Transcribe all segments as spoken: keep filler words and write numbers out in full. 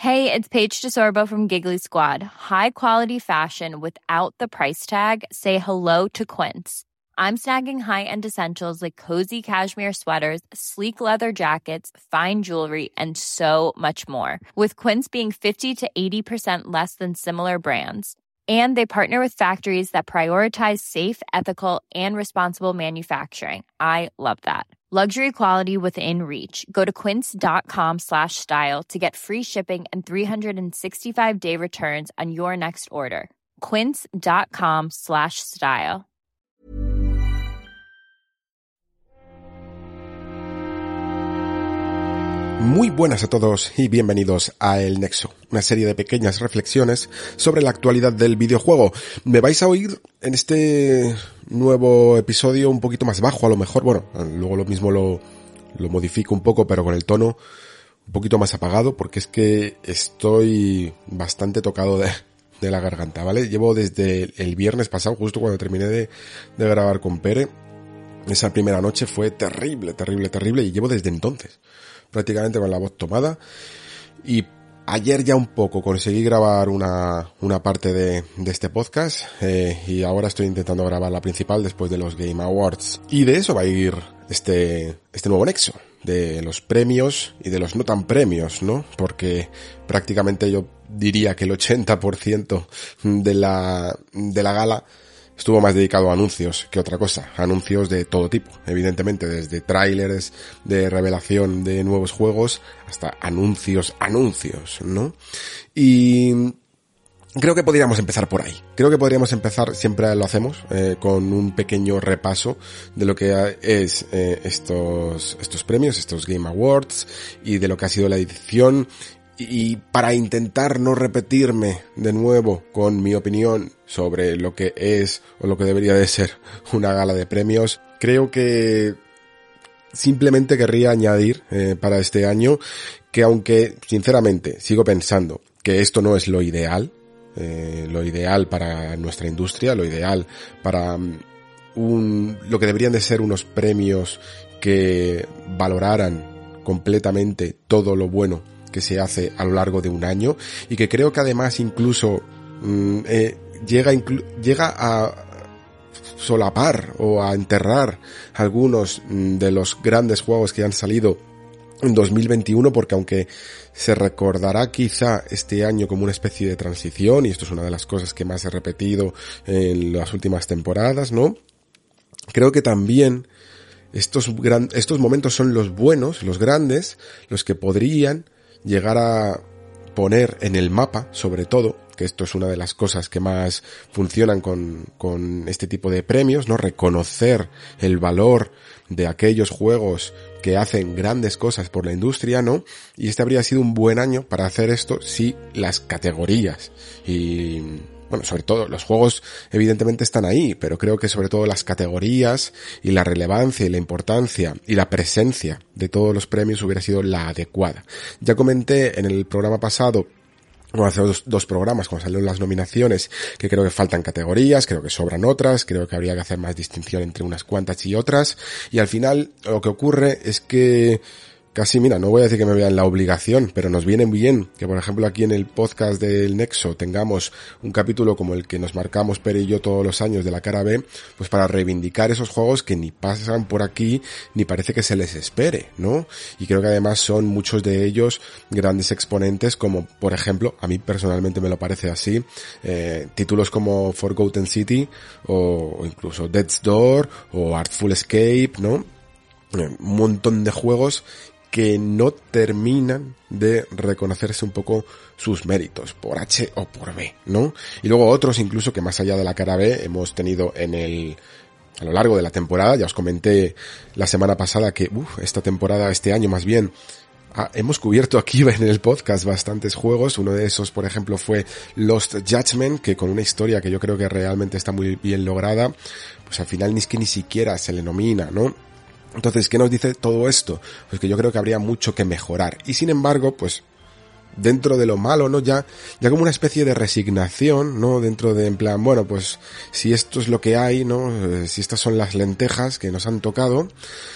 Hey, it's Paige DeSorbo from Giggly Squad. High quality fashion without the price tag. Say hello to Quince. I'm snagging high-end essentials like cozy cashmere sweaters, sleek leather jackets, fine jewelry, and so much more. With Quince being fifty to eighty percent less than similar brands. And they partner with factories that prioritize safe, ethical, and responsible manufacturing. I love that. Luxury quality within reach. Go to quince.com slash style to get free shipping and three sixty-five day returns on your next order. Quince.com slash style. Muy buenas a todos y bienvenidos a El Nexo, una serie de pequeñas reflexiones sobre la actualidad del videojuego. Me vais a oír en este nuevo episodio un poquito más bajo a lo mejor, bueno, luego lo mismo lo, lo modifico un poco, pero con el tono un poquito más apagado, porque es que estoy bastante tocado de, de la garganta, ¿vale? Llevo desde el viernes pasado, justo cuando terminé de, de grabar con Pere, esa primera noche fue terrible, terrible, terrible, y llevo desde entonces prácticamente con la voz tomada. Y ayer ya un poco conseguí grabar una, una parte de, de este podcast, eh, y ahora estoy intentando grabar la principal después de los Game Awards. Y de eso va a ir este, este nuevo nexo, de los premios y de los no tan premios, ¿no? Porque prácticamente yo diría que el ochenta por ciento de la, de la gala estuvo más dedicado a anuncios que otra cosa, anuncios de todo tipo, evidentemente, desde tráilers de revelación de nuevos juegos hasta anuncios, anuncios, ¿no? Y creo que podríamos empezar por ahí. Creo que podríamos empezar, siempre lo hacemos, eh, con un pequeño repaso de lo que es eh, estos, estos premios, estos Game Awards, y de lo que ha sido la edición. Y para intentar no repetirme de nuevo con mi opinión sobre lo que es o lo que debería de ser una gala de premios, creo que simplemente querría añadir eh, para este año que, aunque sinceramente sigo pensando que esto no es lo ideal, eh, lo ideal para nuestra industria, lo ideal para un, lo que deberían de ser unos premios que valoraran completamente todo lo bueno que se hace a lo largo de un año, y que creo que además incluso mmm, eh, llega inclu- llega a solapar o a enterrar algunos mmm, de los grandes juegos que han salido en dos mil veintiuno, porque aunque se recordará quizá este año como una especie de transición, y esto es una de las cosas que más he repetido en las últimas temporadas, ¿no? Creo que también estos gran, estos momentos son los buenos, los grandes, los que podrían llegar a poner en el mapa, sobre todo, que esto es una de las cosas que más funcionan con, con este tipo de premios, ¿no? Reconocer el valor de aquellos juegos que hacen grandes cosas por la industria, ¿no? Y este habría sido un buen año para hacer esto si las categorías y, bueno, sobre todo los juegos evidentemente están ahí, pero creo que sobre todo las categorías y la relevancia y la importancia y la presencia de todos los premios hubiera sido la adecuada. Ya comenté en el programa pasado, bueno, hace dos, dos programas, cuando salieron las nominaciones, que creo que faltan categorías, creo que sobran otras, creo que habría que hacer más distinción entre unas cuantas y otras, y al final lo que ocurre es que casi, mira, no voy a decir que me vean la obligación, pero nos viene bien que, por ejemplo, aquí en el podcast del Nexo tengamos un capítulo como el que nos marcamos Pere y yo todos los años de la cara B, pues para reivindicar esos juegos que ni pasan por aquí, ni parece que se les espere, ¿no? Y creo que además son muchos de ellos grandes exponentes, como, por ejemplo, a mí personalmente me lo parece así, eh, títulos como Forgotten City, o, o incluso Death's Door, o Artful Escape, ¿no? Un montón de juegos que no terminan de reconocerse un poco sus méritos, por H o por B, ¿no? Y luego otros incluso que más allá de la cara B hemos tenido en el, a lo largo de la temporada. Ya os comenté la semana pasada que, uff, esta temporada, este año más bien, ah, hemos cubierto aquí en el podcast bastantes juegos. Uno de esos, por ejemplo, fue Lost Judgment, que con una historia que yo creo que realmente está muy bien lograda, pues al final ni es que ni siquiera se le nomina, ¿no? Entonces, ¿qué nos dice todo esto? Pues que yo creo que habría mucho que mejorar. Y sin embargo, pues, dentro de lo malo, ¿no? Ya, ya como una especie de resignación, ¿no? Dentro de, en plan, bueno, pues, si esto es lo que hay, ¿no? Eh, si estas son las lentejas que nos han tocado,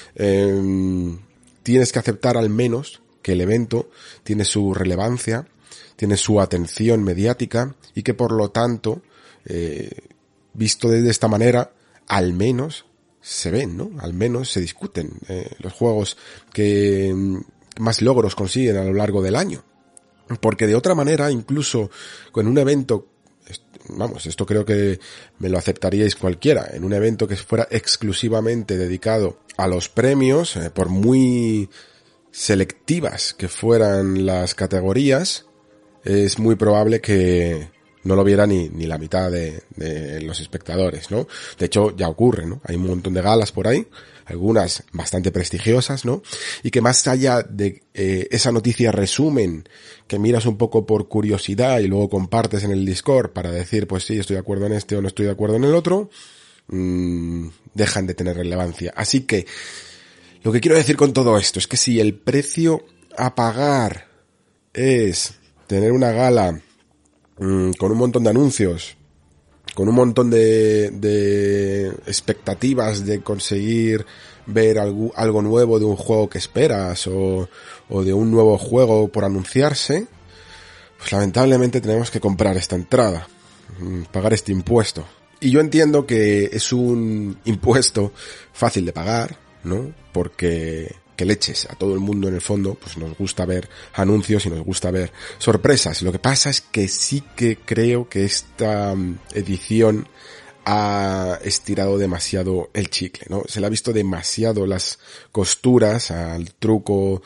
eh, tienes que aceptar al menos que el evento tiene su relevancia tiene su atención mediática y que por lo tanto, eh, visto de esta manera, al menos se ven, ¿no? Al menos se discuten eh, los juegos que más logros consiguen a lo largo del año. Porque de otra manera, incluso con un evento, vamos, esto creo que me lo aceptaríais cualquiera, en un evento que fuera exclusivamente dedicado a los premios, eh, por muy selectivas que fueran las categorías, es muy probable que no lo viera ni, ni la mitad de, de los espectadores, ¿no? De hecho, ya ocurre, ¿no? Hay un montón de galas por ahí, algunas bastante prestigiosas, ¿no? Y que más allá de eh, esa noticia resumen, que miras un poco por curiosidad y luego compartes en el Discord para decir, pues sí, estoy de acuerdo en este o no estoy de acuerdo en el otro, mmm, dejan de tener relevancia. Así que, lo que quiero decir con todo esto es que si el precio a pagar es tener una gala mmm, con un montón de anuncios, con un montón de, de expectativas de conseguir ver algo, algo nuevo de un juego que esperas o, o de un nuevo juego por anunciarse, pues lamentablemente tenemos que comprar esta entrada, pagar este impuesto. Y yo entiendo que es un impuesto fácil de pagar, ¿no? Porque que leches, a todo el mundo en el fondo pues nos gusta ver anuncios y nos gusta ver sorpresas. Lo que pasa es que sí que creo que esta edición ha estirado demasiado el chicle, ¿no? Se le ha visto demasiado las costuras al truco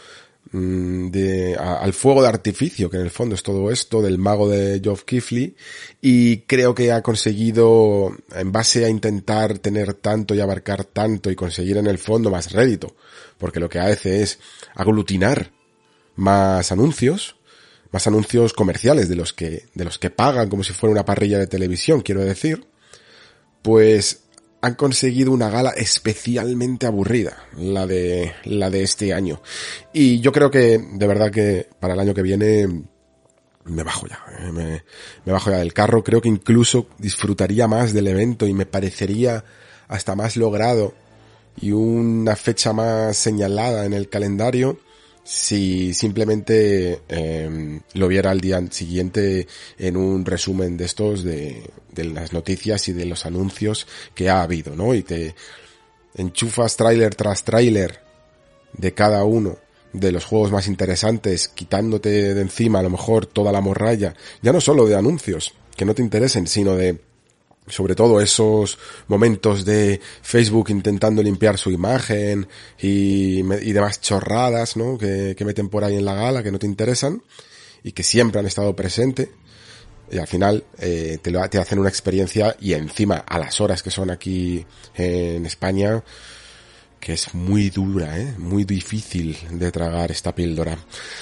de a, al fuego de artificio, que en el fondo es todo esto del mago de Geoff Keighley, y creo que ha conseguido, en base a intentar tener tanto y abarcar tanto y conseguir en el fondo más rédito, porque lo que hace es aglutinar más anuncios, más anuncios comerciales de los que de los que pagan como si fuera una parrilla de televisión, quiero decir, pues han conseguido una gala especialmente aburrida, la de la de este año. Y yo creo que, de verdad que para el año que viene me bajo ya, eh, me, me bajo ya del carro. Creo que incluso disfrutaría más del evento y me parecería hasta más logrado y una fecha más señalada en el calendario si simplemente eh, lo viera al día siguiente en un resumen de estos de, de las noticias y de los anuncios que ha habido, ¿no? Y te enchufas tráiler tras tráiler de cada uno de los juegos más interesantes, quitándote de encima a lo mejor toda la morralla, ya no solo de anuncios que no te interesen, sino de sobre todo esos momentos de Facebook intentando limpiar su imagen y, y demás chorradas, ¿no? Que, que meten por ahí en la gala, que no te interesan y que siempre han estado presentes. Y al final eh, te, lo, te hacen una experiencia y encima a las horas que son aquí en España, que es muy dura, ¿eh? Muy difícil de tragar esta píldora.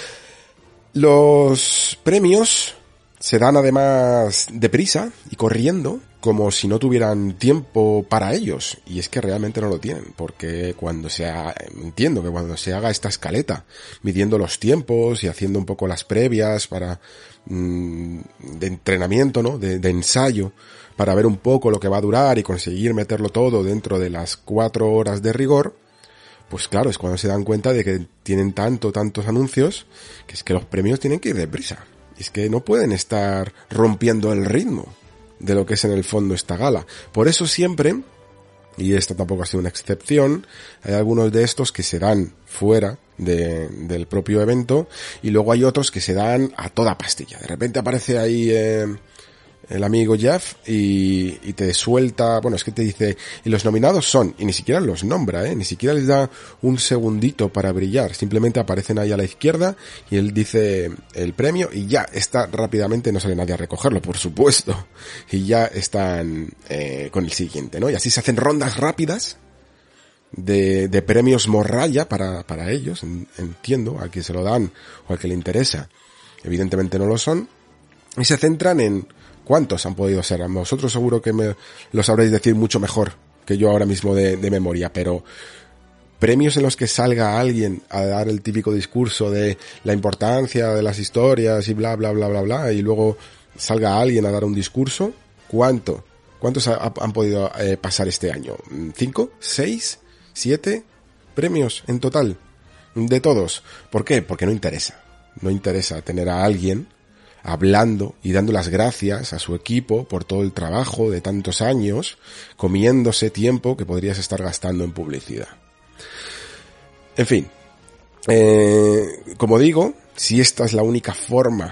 Los premios se dan además deprisa y corriendo, como si no tuvieran tiempo para ellos, y es que realmente no lo tienen, porque cuando se ha, entiendo que cuando se haga esta escaleta, midiendo los tiempos y haciendo un poco las previas para mmm, de entrenamiento, ¿no? De, de ensayo, para ver un poco lo que va a durar y conseguir meterlo todo dentro de las cuatro horas de rigor, pues claro, es cuando se dan cuenta de que tienen tanto, tantos anuncios, que es que los premios tienen que ir deprisa. Y es que no pueden estar rompiendo el ritmo de lo que es en el fondo esta gala. Por eso siempre, y esta tampoco ha sido una excepción, hay algunos de estos que se dan fuera de, del propio evento y luego hay otros que se dan a toda pastilla. De repente aparece ahí eh, el amigo Jeff y, y te suelta, bueno, es que te dice, y los nominados son, y ni siquiera los nombra, eh, ni siquiera les da un segundito para brillar, simplemente aparecen ahí a la izquierda y él dice el premio y ya está rápidamente, no sale nadie a recogerlo, por supuesto, y ya están eh, con el siguiente, ¿no? Y así se hacen rondas rápidas de, de premios morralla para, para ellos, entiendo, al que se lo dan o al que le interesa, evidentemente no lo son, y se centran en ¿cuántos han podido ser? Vosotros seguro que me lo sabréis decir mucho mejor que yo ahora mismo de, de memoria, pero premios en los que salga alguien a dar el típico discurso de la importancia de las historias y bla, bla, bla, bla, bla, y luego salga alguien a dar un discurso, ¿cuánto? ¿Cuántos ha, han podido eh, pasar este año? ¿Cinco? ¿Seis? ¿Siete? Premios en total de todos. ¿Por qué? Porque no interesa. No interesa tener a alguien hablando y dando las gracias a su equipo por todo el trabajo de tantos años, comiéndose tiempo que podrías estar gastando en publicidad. En fin, eh, como digo, si esta es la única forma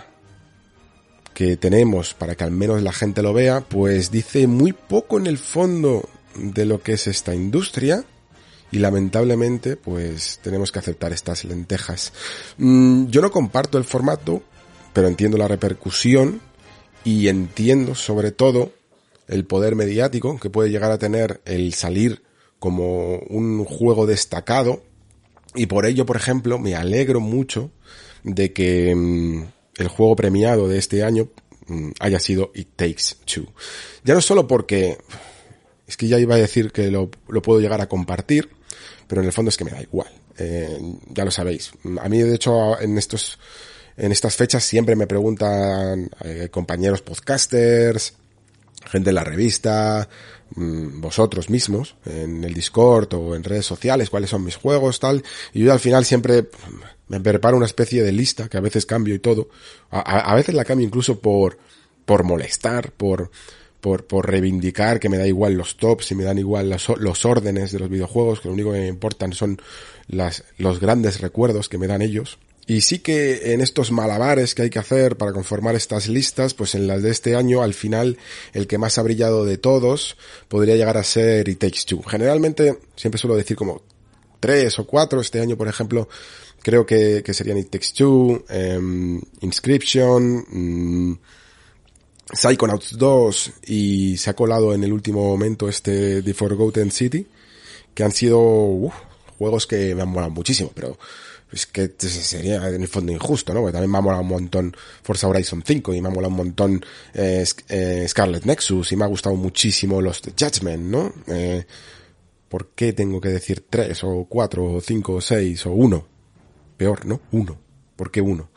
que tenemos para que al menos la gente lo vea, pues dice muy poco en el fondo de lo que es esta industria. Y lamentablemente, pues tenemos que aceptar estas lentejas. Mm, yo no comparto el formato, pero entiendo la repercusión y entiendo sobre todo el poder mediático que puede llegar a tener el salir como un juego destacado. Y por ello, por ejemplo, me alegro mucho de que mmm, el juego premiado de este año mmm, haya sido It Takes Two. Ya no solo porque, es que ya iba a decir que lo, lo puedo llegar a compartir, pero en el fondo es que me da igual. Eh, ya lo sabéis. A mí, de hecho, en estos, en estas fechas siempre me preguntan eh, compañeros podcasters, gente en la revista, mmm, vosotros mismos, en el Discord o en redes sociales, cuáles son mis juegos, tal. Y yo al final siempre me preparo una especie de lista, que a veces cambio y todo. A, a, a veces la cambio incluso por, por molestar, por, por, por reivindicar que me da igual los tops y me dan igual los, los órdenes de los videojuegos, que lo único que me importan son las, los grandes recuerdos que me dan ellos. Y sí que en estos malabares que hay que hacer para conformar estas listas, pues en las de este año, al final, el que más ha brillado de todos podría llegar a ser It Takes Two. Generalmente, siempre suelo decir como tres o cuatro. Este año, por ejemplo, creo que, que serían It Takes Two, um, Inscription, um, Psychonauts dos, y se ha colado en el último momento este The Forgotten City, que han sido uh, juegos que me han molado muchísimo, pero es que sería en el fondo injusto, ¿no? Porque también me ha molado un montón Forza Horizon cinco y me ha molado un montón eh, eh, Scarlet Nexus y me ha gustado muchísimo los The Judgment, ¿no? Eh, ¿Por qué tengo que decir tres o cuatro o cinco o seis o uno? Peor, ¿no? Uno. ¿Por qué uno?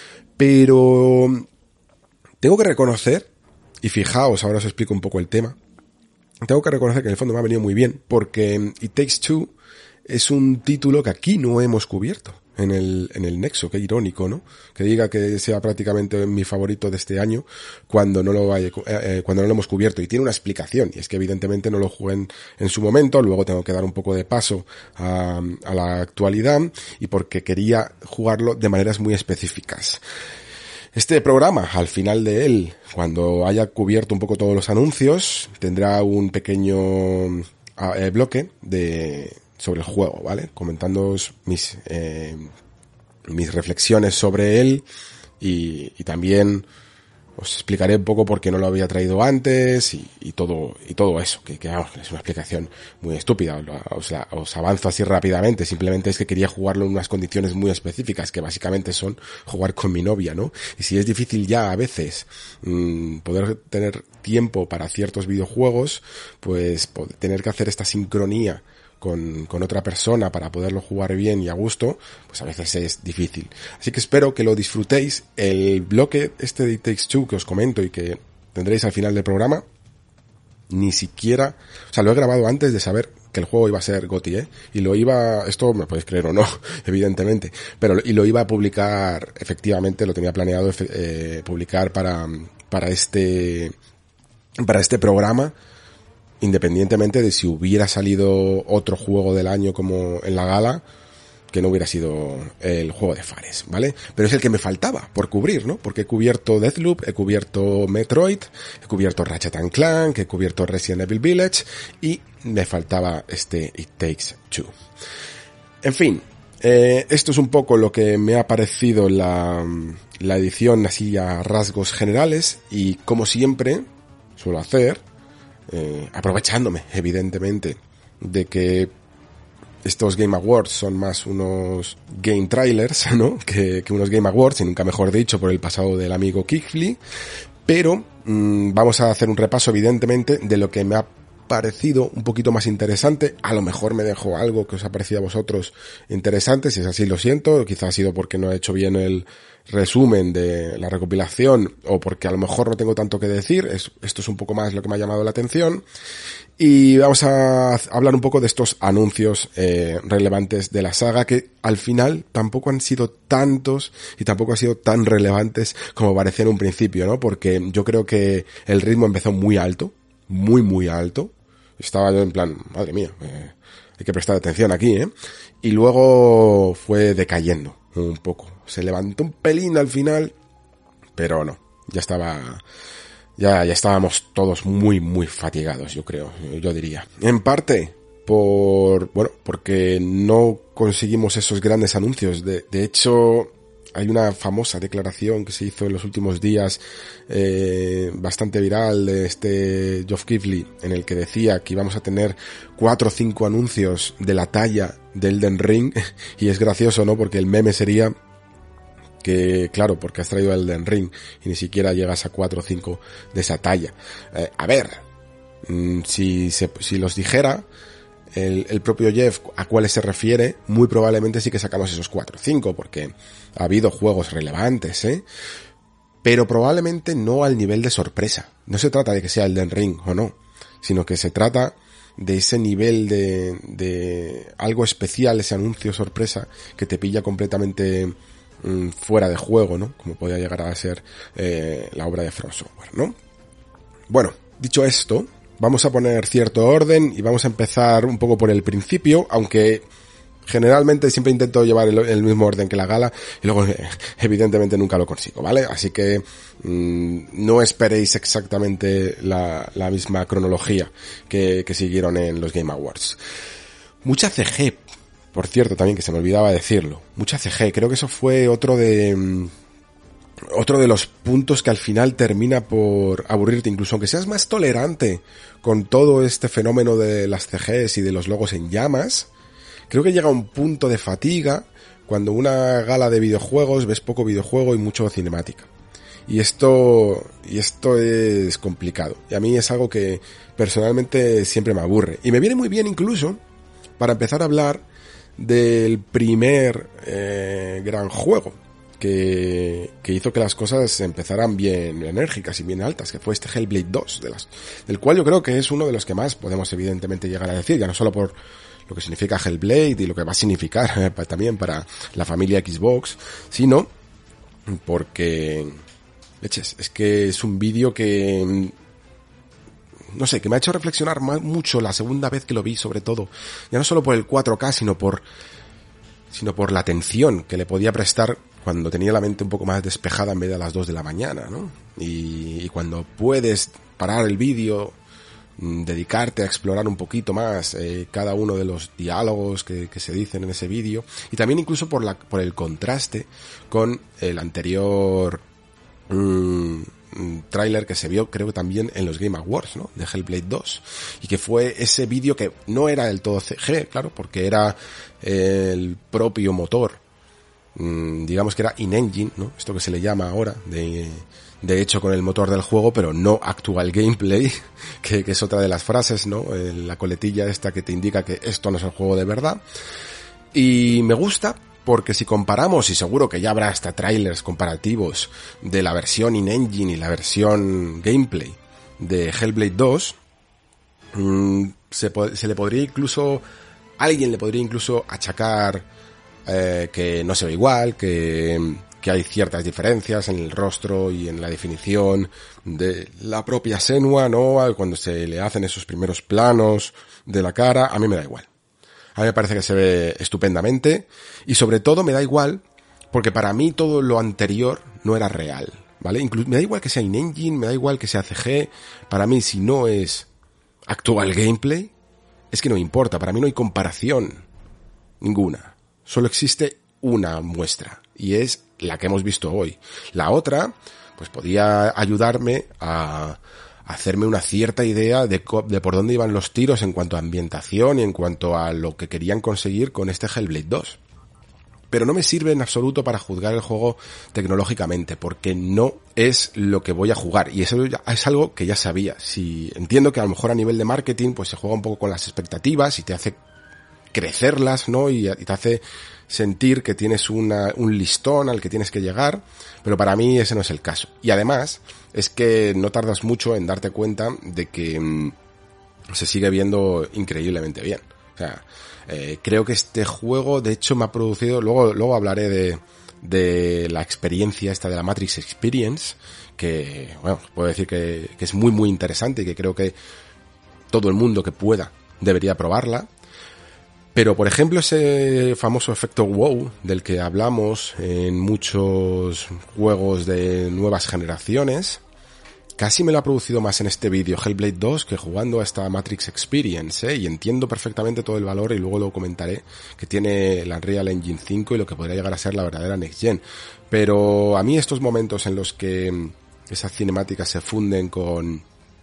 Pero tengo que reconocer, y fijaos, ahora os explico un poco el tema, tengo que reconocer que en el fondo me ha venido muy bien, porque It Takes Two es un título que aquí no hemos cubierto en el, en el Nexo. Qué irónico, ¿no? Que diga que sea prácticamente mi favorito de este año cuando no lo haya, eh, cuando no lo hemos cubierto. Y tiene una explicación, y es que evidentemente no lo jugué en, en su momento, luego tengo que dar un poco de paso a, a la actualidad, y porque quería jugarlo de maneras muy específicas. Este programa, al final de él, cuando haya cubierto un poco todos los anuncios, tendrá un pequeño eh, bloque de sobre el juego, ¿vale? Comentándoos mis eh, mis reflexiones sobre él, y, y también os explicaré un poco por qué no lo había traído antes y, y todo y todo eso, que, que oh, es una explicación muy estúpida, os, la, os avanzo así rápidamente. Simplemente es que quería jugarlo en unas condiciones muy específicas, que básicamente son jugar con mi novia, ¿no? Y si es difícil ya a veces mmm, poder tener tiempo para ciertos videojuegos, pues poder, tener que hacer esta sincronía Con, con otra persona para poderlo jugar bien y a gusto, pues a veces es difícil. Así que espero que lo disfrutéis. El bloque este de It Takes Two que os comento y que tendréis al final del programa, ni siquiera, o sea, lo he grabado antes de saber que el juego iba a ser GOTY, ¿eh? Y lo iba, esto me podéis creer o no, evidentemente, pero y lo iba a publicar, efectivamente, lo tenía planeado eh, publicar para, para este, para este programa, independientemente de si hubiera salido otro juego del año como en la gala, que no hubiera sido el juego de Fares, ¿vale? Pero es el que me faltaba por cubrir, ¿no? Porque he cubierto Deathloop, he cubierto Metroid, he cubierto Ratchet and Clank, he cubierto Resident Evil Village, y me faltaba este It Takes Two. En fin, eh, esto es un poco lo que me ha parecido la, la edición así a rasgos generales, y como siempre suelo hacer, Eh, aprovechándome evidentemente de que estos Game Awards son más unos Game Trailers, ¿no? Que, que unos Game Awards, y nunca mejor dicho, por el pasado del amigo Kickflea, pero mmm, vamos a hacer un repaso evidentemente de lo que me ha parecido un poquito más interesante. A lo mejor me dejo algo que os ha parecido a vosotros interesante. Si es así, lo siento. Quizás ha sido porque no he hecho bien el resumen de la recopilación o porque a lo mejor no tengo tanto que decir. Es, esto es un poco más lo que me ha llamado la atención. Y vamos a hablar un poco de estos anuncios eh, relevantes de la saga, que al final tampoco han sido tantos y tampoco han sido tan relevantes como parecía en un principio, ¿no? Porque yo creo que el ritmo empezó muy alto, muy muy alto. Estaba yo en plan, madre mía, eh, hay que prestar atención aquí, ¿eh? Y luego fue decayendo un poco. Se levantó un pelín al final, pero no, ya estaba... Ya, ya estábamos todos muy, muy fatigados, yo creo, yo diría. En parte por, bueno, porque no conseguimos esos grandes anuncios. De, de hecho, hay una famosa declaración que se hizo en los últimos días, eh, bastante viral, de este Geoff Keighley, en el que decía que íbamos a tener cuatro o cinco anuncios de la talla de Elden Ring. Y es gracioso, ¿no? Porque el meme sería... que claro, porque has traído el Elden Ring y ni siquiera llegas a cuatro o cinco de esa talla. Eh, a ver, mmm, si, se, si los dijera el, el propio Jeff a cuáles se refiere, muy probablemente sí que sacamos esos cuatro o cinco, porque ha habido juegos relevantes, ¿eh? Pero probablemente no al nivel de sorpresa. No se trata de que sea el Elden Ring o no, sino que se trata de ese nivel de, de algo especial, ese anuncio sorpresa que te pilla completamente fuera de juego, ¿no? Como podía llegar a ser eh, la obra de From Software, ¿no? Bueno, dicho esto, vamos a poner cierto orden y vamos a empezar un poco por el principio, aunque generalmente siempre intento llevar el, el mismo orden que la gala y luego eh, evidentemente nunca lo consigo, ¿vale? Así que mmm, no esperéis exactamente la, la misma cronología que, que siguieron en los Game Awards. Mucha C G. Por cierto, también que se me olvidaba decirlo. Mucha C G. Creo que eso fue otro de... Um, otro de los puntos que al final termina por aburrirte. Incluso aunque seas más tolerante con todo este fenómeno de las C Gs y de los logos en llamas, creo que llega un punto de fatiga cuando una gala de videojuegos ves poco videojuego y mucho cinemática. Y esto, y esto es complicado. Y a mí es algo que personalmente siempre me aburre. Y me viene muy bien incluso para empezar a hablar del primer eh, gran juego que, que hizo que las cosas empezaran bien enérgicas y bien altas, que fue este Hellblade dos, de las, del cual yo creo que es uno de los que más podemos evidentemente llegar a decir, ya no solo por lo que significa Hellblade y lo que va a significar eh, también para la familia Xbox, sino porque, leches, es que es un vídeo que... no sé, que me ha hecho reflexionar mucho la segunda vez que lo vi, sobre todo. Ya no solo por el cuatro K, sino por, sino por la atención que le podía prestar cuando tenía la mente un poco más despejada en vez de a las dos de la mañana, ¿no? Y, y cuando puedes parar el vídeo, dedicarte a explorar un poquito más eh, cada uno de los diálogos que, que se dicen en ese vídeo. Y también incluso por la, por el contraste con el anterior... Mmm, tráiler que se vio creo que también en los Game Awards, ¿no? De Hellblade dos, y que fue ese vídeo que no era del todo C G, claro, porque era el propio motor, mmm, digamos que era in-engine, ¿no? Esto que se le llama ahora, de, de hecho con el motor del juego, pero no actual gameplay, que, que es otra de las frases, ¿no? La coletilla esta que te indica que esto no es el juego de verdad. Y me gusta porque si comparamos, y seguro que ya habrá hasta trailers comparativos de la versión in-engine y la versión gameplay de Hellblade dos, mmm, se, se le podría incluso, alguien le podría incluso achacar eh, que no se ve igual, que, que hay ciertas diferencias en el rostro y en la definición de la propia Senua, ¿no? Cuando se le hacen esos primeros planos de la cara, a mí me da igual. A mí me parece que se ve estupendamente y sobre todo me da igual porque para mí todo lo anterior no era real, ¿vale? Incluso me da igual que sea in-engine, me da igual que sea C G, para mí si no es actual gameplay, es que no importa, para mí no hay comparación ninguna, solo existe una muestra y es la que hemos visto hoy. La otra, pues podía ayudarme a... hacerme una cierta idea de, de por dónde iban los tiros en cuanto a ambientación y en cuanto a lo que querían conseguir con este Hellblade dos. pero no me sirve en absoluto para juzgar el juego tecnológicamente, porque no es lo que voy a jugar, y eso ya es algo que ya sabía. Si entiendo que a lo mejor a nivel de marketing pues se juega un poco con las expectativas y te hace crecerlas, ¿no? Y, y te hace sentir que tienes una, un listón al que tienes que llegar, pero para mí ese no es el caso. Y además es que no tardas mucho en darte cuenta de que mmm, se sigue viendo increíblemente bien. O sea, eh, creo que este juego, de hecho, me ha producido, luego, luego hablaré de, de la experiencia esta de la Matrix Experience, que, bueno, puedo decir que, que es muy, muy interesante y que creo que todo el mundo que pueda debería probarla. Pero, por ejemplo, ese famoso efecto wow del que hablamos en muchos juegos de nuevas generaciones, casi me lo ha producido más en este vídeo Hellblade dos que jugando a esta Matrix Experience, ¿eh? Y entiendo perfectamente todo el valor, y luego lo comentaré, que tiene la Unreal Engine cinco y lo que podría llegar a ser la verdadera Next Gen. Pero a mí estos momentos en los que esas cinemáticas se funden con...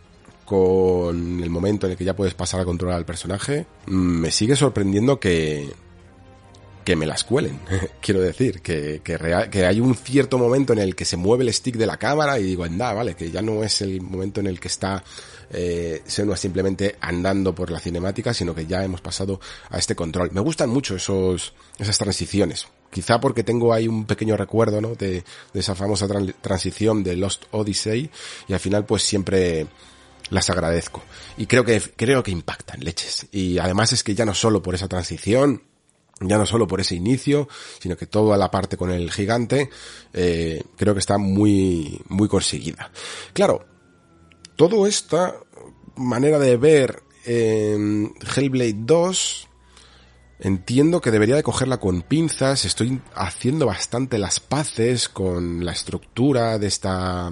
con el momento en el que ya puedes pasar a controlar al personaje, me sigue sorprendiendo que que me las cuelen. Quiero decir, que que, real, que hay un cierto momento en el que se mueve el stick de la cámara y digo, anda, vale, que ya no es el momento en el que está eh, Senua simplemente andando por la cinemática, sino que ya hemos pasado a este control. Me gustan mucho esos esas transiciones. Quizá porque tengo ahí un pequeño recuerdo, ¿no? De, de esa famosa tran- transición de Lost Odyssey, y al final pues siempre las agradezco. Y creo que creo que impactan leches. Y además es que ya no solo por esa transición, ya no solo por ese inicio, sino que toda la parte con el gigante, eh, creo que está muy, muy conseguida. Claro, toda esta manera de ver eh, Hellblade dos, entiendo que debería de cogerla con pinzas. Estoy haciendo bastante las paces con la estructura de esta...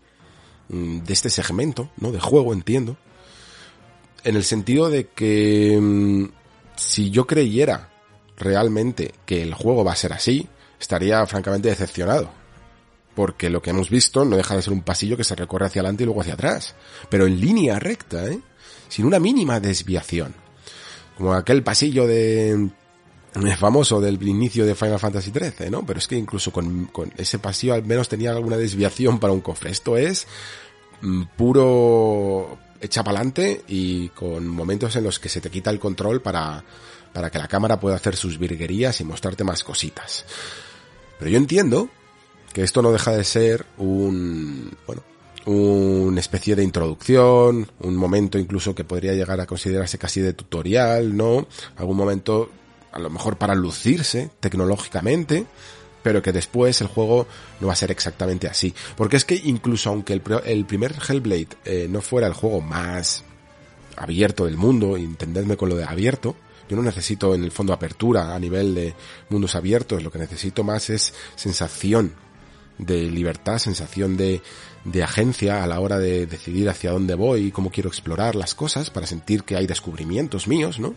de este segmento, ¿no? De juego, entiendo. En el sentido de que mmm, si yo creyera realmente que el juego va a ser así, estaría francamente decepcionado. Porque lo que hemos visto no deja de ser un pasillo que se recorre hacia adelante y luego hacia atrás. Pero en línea recta, ¿eh? Sin una mínima desviación. Como aquel pasillo de... famoso del inicio de Final Fantasy trece, ¿no? Pero es que incluso con, con ese pasillo al menos tenía alguna desviación para un cofre. Esto es mm, puro echa pa'lante, y con momentos en los que se te quita el control para, para que la cámara pueda hacer sus virguerías y mostrarte más cositas. Pero yo entiendo que esto no deja de ser un... bueno, una especie de introducción, un momento incluso que podría llegar a considerarse casi de tutorial, ¿no? Algún momento a lo mejor para lucirse tecnológicamente, pero que después el juego no va a ser exactamente así. Porque es que incluso aunque el, el primer Hellblade eh, no fuera el juego más abierto del mundo, entendedme con lo de abierto, yo no necesito en el fondo apertura a nivel de mundos abiertos, lo que necesito más es sensación de libertad, sensación de, de agencia a la hora de decidir hacia dónde voy y cómo quiero explorar las cosas, para sentir que hay descubrimientos míos, ¿no?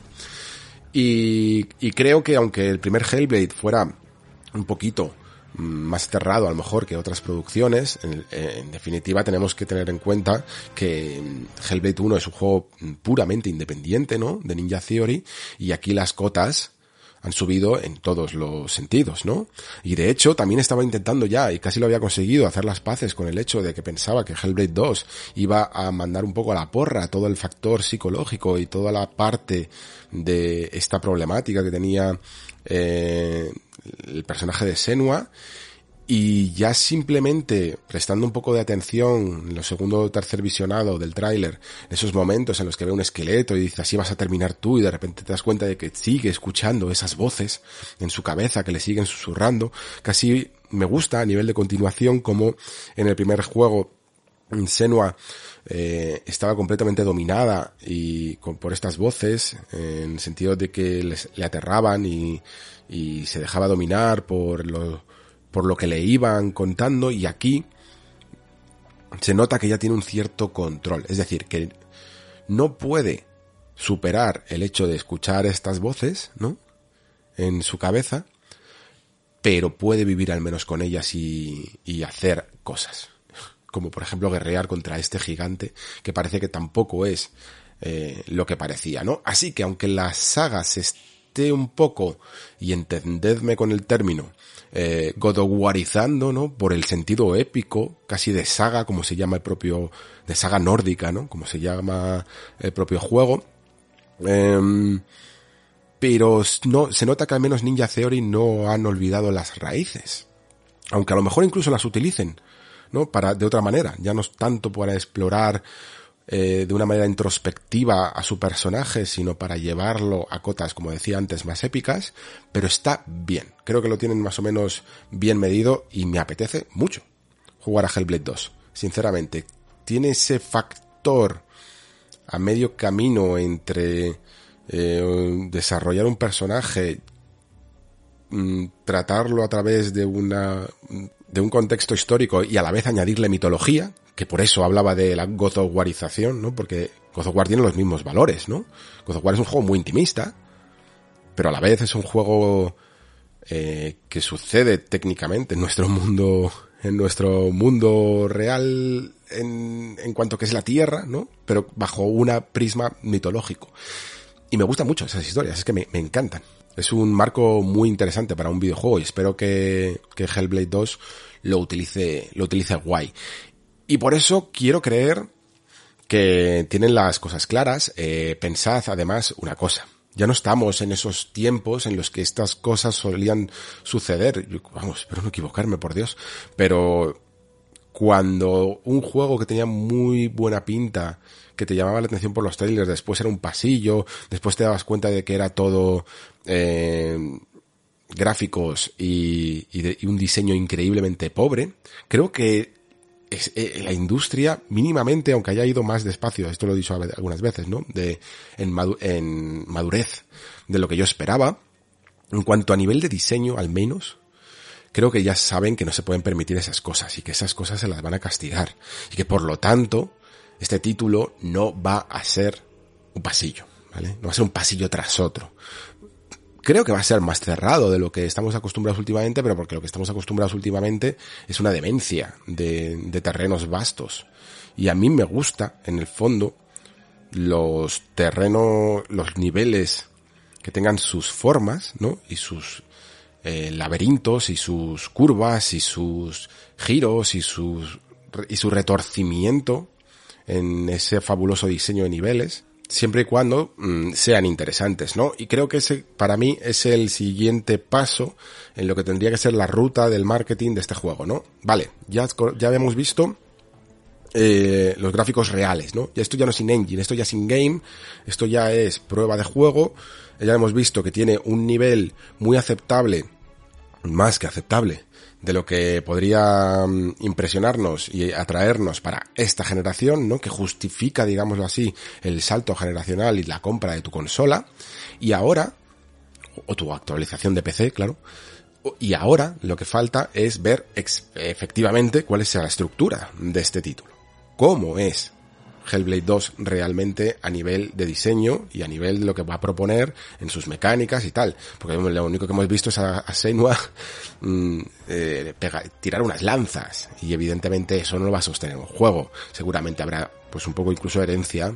Y, y creo que aunque el primer Hellblade fuera un poquito más cerrado a lo mejor que otras producciones, en, en definitiva tenemos que tener en cuenta que Hellblade uno es un juego puramente independiente, ¿no? De Ninja Theory, y aquí las cotas han subido en todos los sentidos, ¿no? Y de hecho también estaba intentando ya, y casi lo había conseguido, hacer las paces con el hecho de que pensaba que Hellblade dos iba a mandar un poco a la porra todo el factor psicológico y toda la parte de esta problemática que tenía eh, el personaje de Senua, y ya simplemente prestando un poco de atención en lo segundo o tercer visionado del tráiler, esos momentos en los que ve un esqueleto y dice así vas a terminar tú, y de repente te das cuenta de que sigue escuchando esas voces en su cabeza que le siguen susurrando, casi me gusta a nivel de continuación como en el primer juego Senua eh, estaba completamente dominada y con, por estas voces, en el sentido de que les, le aterraban y, y se dejaba dominar por lo por lo que le iban contando, y aquí se nota que ya tiene un cierto control, es decir, que no puede superar el hecho de escuchar estas voces, ¿no? En su cabeza, pero puede vivir al menos con ellas y, y hacer cosas, como por ejemplo guerrear contra este gigante, que parece que tampoco es eh, lo que parecía, ¿no? Así que aunque la saga se esté un poco, y entendedme con el término, eh, God of Warizando, ¿no? Por el sentido épico, casi de saga, como se llama el propio, de saga nórdica, ¿no? Como se llama el propio juego. Eh, pero no, se nota que al menos Ninja Theory no han olvidado las raíces. Aunque a lo mejor incluso las utilicen, ¿no? Para, de otra manera. Ya no es tanto para explorar eh, de una manera introspectiva a su personaje, sino para llevarlo a cotas, como decía antes, más épicas. Pero está bien. Creo que lo tienen más o menos bien medido y me apetece mucho jugar a Hellblade dos. Sinceramente, tiene ese factor a medio camino entre eh, desarrollar un personaje, mmm, tratarlo a través de una de un contexto histórico y a la vez añadirle mitología, que por eso hablaba de la God of Warización, ¿no? Porque God of War tiene los mismos valores, ¿no? God of War es un juego muy intimista, pero a la vez es un juego eh, que sucede técnicamente en nuestro mundo, en nuestro mundo real en, en cuanto que es la Tierra, ¿no? Pero bajo una prisma mitológico. Y me gustan mucho esas historias, es que me, me encantan. Es un marco muy interesante para un videojuego y espero que, que Hellblade dos lo utilice, lo utilice guay. Y por eso quiero creer que tienen las cosas claras. Eh, pensad además una cosa. Ya no estamos en esos tiempos en los que estas cosas solían suceder. Yo, vamos, espero no equivocarme, por Dios. Pero cuando un juego que tenía muy buena pinta, que te llamaba la atención por los trailers, después era un pasillo, después te dabas cuenta de que era todo eh, gráficos y, y, de, y un diseño increíblemente pobre, creo que es, eh, la industria mínimamente, aunque haya ido más despacio, esto lo he dicho algunas veces, ¿no? De en, madu- en madurez de lo que yo esperaba, en cuanto a nivel de diseño al menos, creo que ya saben que no se pueden permitir esas cosas y que esas cosas se las van a castigar y que por lo tanto este título no va a ser un pasillo, ¿vale? No va a ser un pasillo tras otro. Creo que va a ser más cerrado de lo que estamos acostumbrados últimamente, pero porque lo que estamos acostumbrados últimamente es una demencia de, de terrenos vastos. Y a mí me gusta, en el fondo, los terrenos, los niveles que tengan sus formas, ¿no? Y sus eh, laberintos, y sus curvas, y sus giros, y sus y su retorcimiento en ese fabuloso diseño de niveles, siempre y cuando mmm, sean interesantes, ¿no? Y creo que ese, para mí, es el siguiente paso en lo que tendría que ser la ruta del marketing de este juego, ¿no? Vale, ya, ya habíamos visto eh, los gráficos reales, ¿no? Esto ya no es in-engine, esto ya es in-game, esto ya es prueba de juego, ya hemos visto que tiene un nivel muy aceptable, más que aceptable, de lo que podría um, impresionarnos y atraernos para esta generación, ¿no? Que justifica, digámoslo así, el salto generacional y la compra de tu consola. Y ahora, o tu actualización de P C, claro. Y ahora lo que falta es ver ex- efectivamente cuál es la estructura de este título. ¿Cómo es Hellblade dos realmente a nivel de diseño y a nivel de lo que va a proponer en sus mecánicas y tal? Porque lo único que hemos visto es a, a Senua mmm, eh, pega, tirar unas lanzas y evidentemente eso no lo va a sostener un juego. Seguramente habrá pues un poco incluso herencia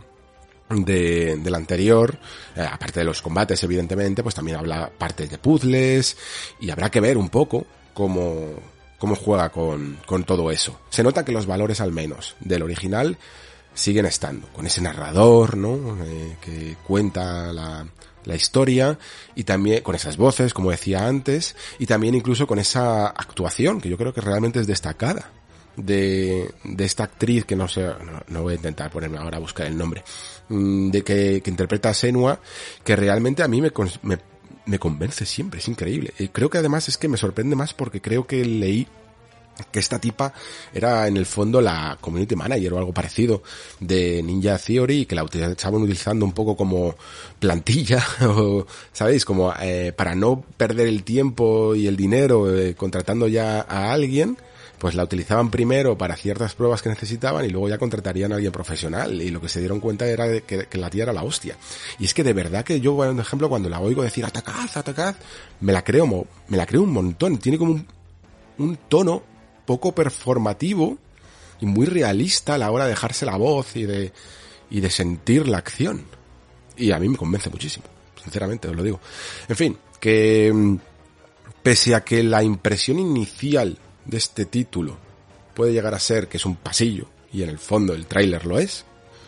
de del anterior, eh, aparte de los combates evidentemente, pues también habla partes de puzzles y habrá que ver un poco cómo, cómo juega con, con todo eso. Se nota que los valores al menos del original siguen estando, con ese narrador, ¿no? Eh, que cuenta la, la historia y también con esas voces, como decía antes, y también incluso con esa actuación, que yo creo que realmente es destacada, de, de esta actriz, que no sé, no, no voy a intentar ponerme ahora a buscar el nombre, de que, que interpreta a Senua, que realmente a mí me, me, me convence siempre, es increíble. Y creo que además es que me sorprende más porque creo que leí que esta tipa era en el fondo la community manager o algo parecido de Ninja Theory y que la estaban utilizando un poco como plantilla o, ¿sabéis? Como eh, para no perder el tiempo y el dinero eh, contratando ya a alguien, pues la utilizaban primero para ciertas pruebas que necesitaban y luego ya contratarían a alguien profesional, y lo que se dieron cuenta era de que, que la tía era la hostia. Y es que de verdad que yo, por ejemplo, cuando la oigo decir atacad, atacad, me la creo, me la creo un montón. Tiene como un, un tono poco performativo y muy realista a la hora de dejarse la voz y de, y de sentir la acción. Y a mí me convence muchísimo. sinceramente os lo digo. En fin, que pese a que la impresión inicial de este título puede llegar a ser que es un pasillo, y en el fondo el tráiler lo es,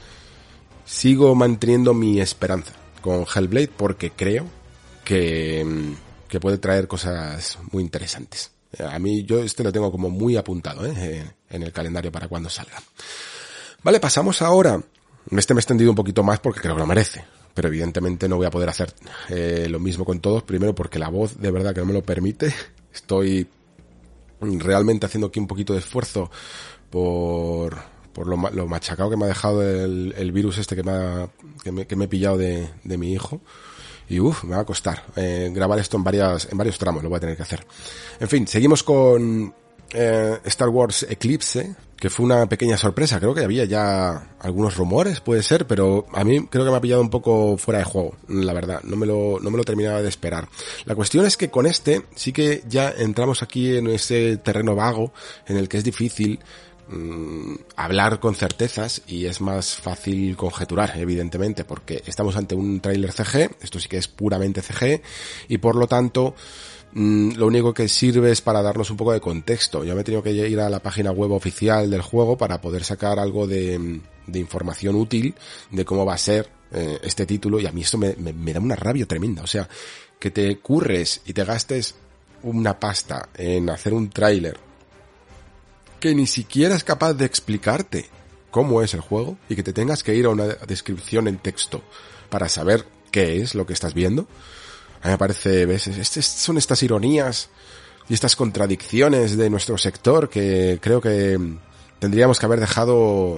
sigo manteniendo mi esperanza con Hellblade porque creo que, que puede traer cosas muy interesantes. A mí yo este lo tengo como muy apuntado, ¿eh? en el calendario para cuando salga. Vale, pasamos ahora. Este me he extendido un poquito más porque creo que lo merece, pero evidentemente no voy a poder hacer eh, lo mismo con todos. Primero porque la voz de verdad que no me lo permite. Estoy realmente haciendo aquí un poquito de esfuerzo por, por lo, lo machacado que me ha dejado el, el virus este que me, ha, que me, que me he pillado de, de mi hijo. Y uff, me va a costar eh, grabar esto en varias en varios tramos, lo voy a tener que hacer. En fin, seguimos con eh, Star Wars Eclipse, que fue una pequeña sorpresa. Creo que había ya algunos rumores, puede ser, pero a mí creo que me ha pillado un poco fuera de juego, la verdad. No me lo, no me lo terminaba de esperar. La cuestión es que con este sí que ya entramos aquí en ese terreno vago en el que es difícil Mm, hablar con certezas y es más fácil conjeturar, evidentemente, porque estamos ante un tráiler C G, esto sí que es puramente C G, y por lo tanto mm, lo único que sirve es para darnos un poco de contexto. Yo me he tenido que ir a la página web oficial del juego para poder sacar algo de, de información útil de cómo va a ser eh, este título, y a mí esto me, me, me da una rabia tremenda. O sea, que te curres y te gastes una pasta en hacer un tráiler que ni siquiera es capaz de explicarte cómo es el juego y que te tengas que ir a una descripción en texto para saber qué es lo que estás viendo. A mí me parece, ves, estas son estas ironías y estas contradicciones de nuestro sector que creo que tendríamos que haber dejado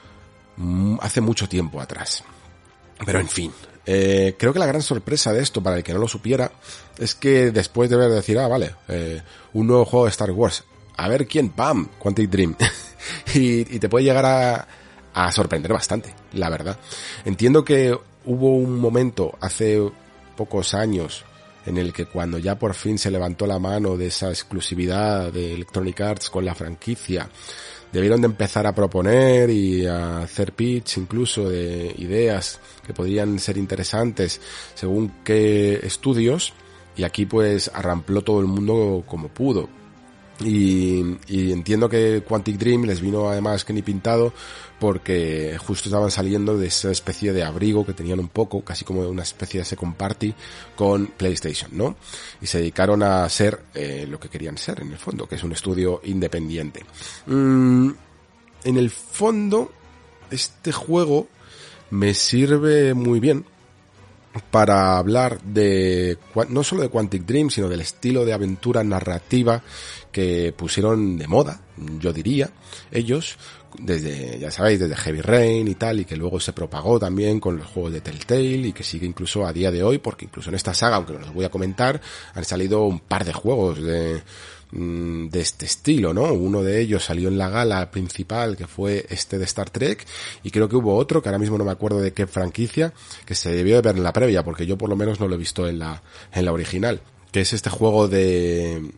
hace mucho tiempo atrás. Pero en fin, eh, creo que la gran sorpresa de esto, para el que no lo supiera, es que después de ver decir, ah, vale, eh, un nuevo juego de Star Wars, a ver quién, ¡pam!, Quantic Dream. y, y te puede llegar a, a sorprender bastante, la verdad. Entiendo que hubo un momento hace pocos años en el que cuando ya por fin se levantó la mano de esa exclusividad de Electronic Arts con la franquicia, debieron de empezar a proponer y a hacer pitch incluso de ideas que podrían ser interesantes según qué estudios, y aquí pues arrampló todo el mundo como pudo. Y, y entiendo que Quantic Dream les vino además que ni pintado, porque justo estaban saliendo de esa especie de abrigo que tenían un poco, casi como una especie de second party con PlayStation, ¿no? Y se dedicaron a ser eh, lo que querían ser en el fondo, que es un estudio independiente. Mm, en el fondo, este juego me sirve muy bien para hablar de, no solo de Quantic Dream, sino del estilo de aventura narrativa que pusieron de moda, yo diría, ellos, desde, ya sabéis, desde Heavy Rain y tal, y que luego se propagó también con los juegos de Telltale y que sigue incluso a día de hoy, porque incluso en esta saga, aunque no los voy a comentar, han salido un par de juegos de de este estilo, ¿no? Uno de ellos salió en la gala principal, que fue este de Star Trek, y creo que hubo otro, que ahora mismo no me acuerdo de qué franquicia, que se debió de ver en la previa, porque yo por lo menos no lo he visto en la en la original, que es este juego de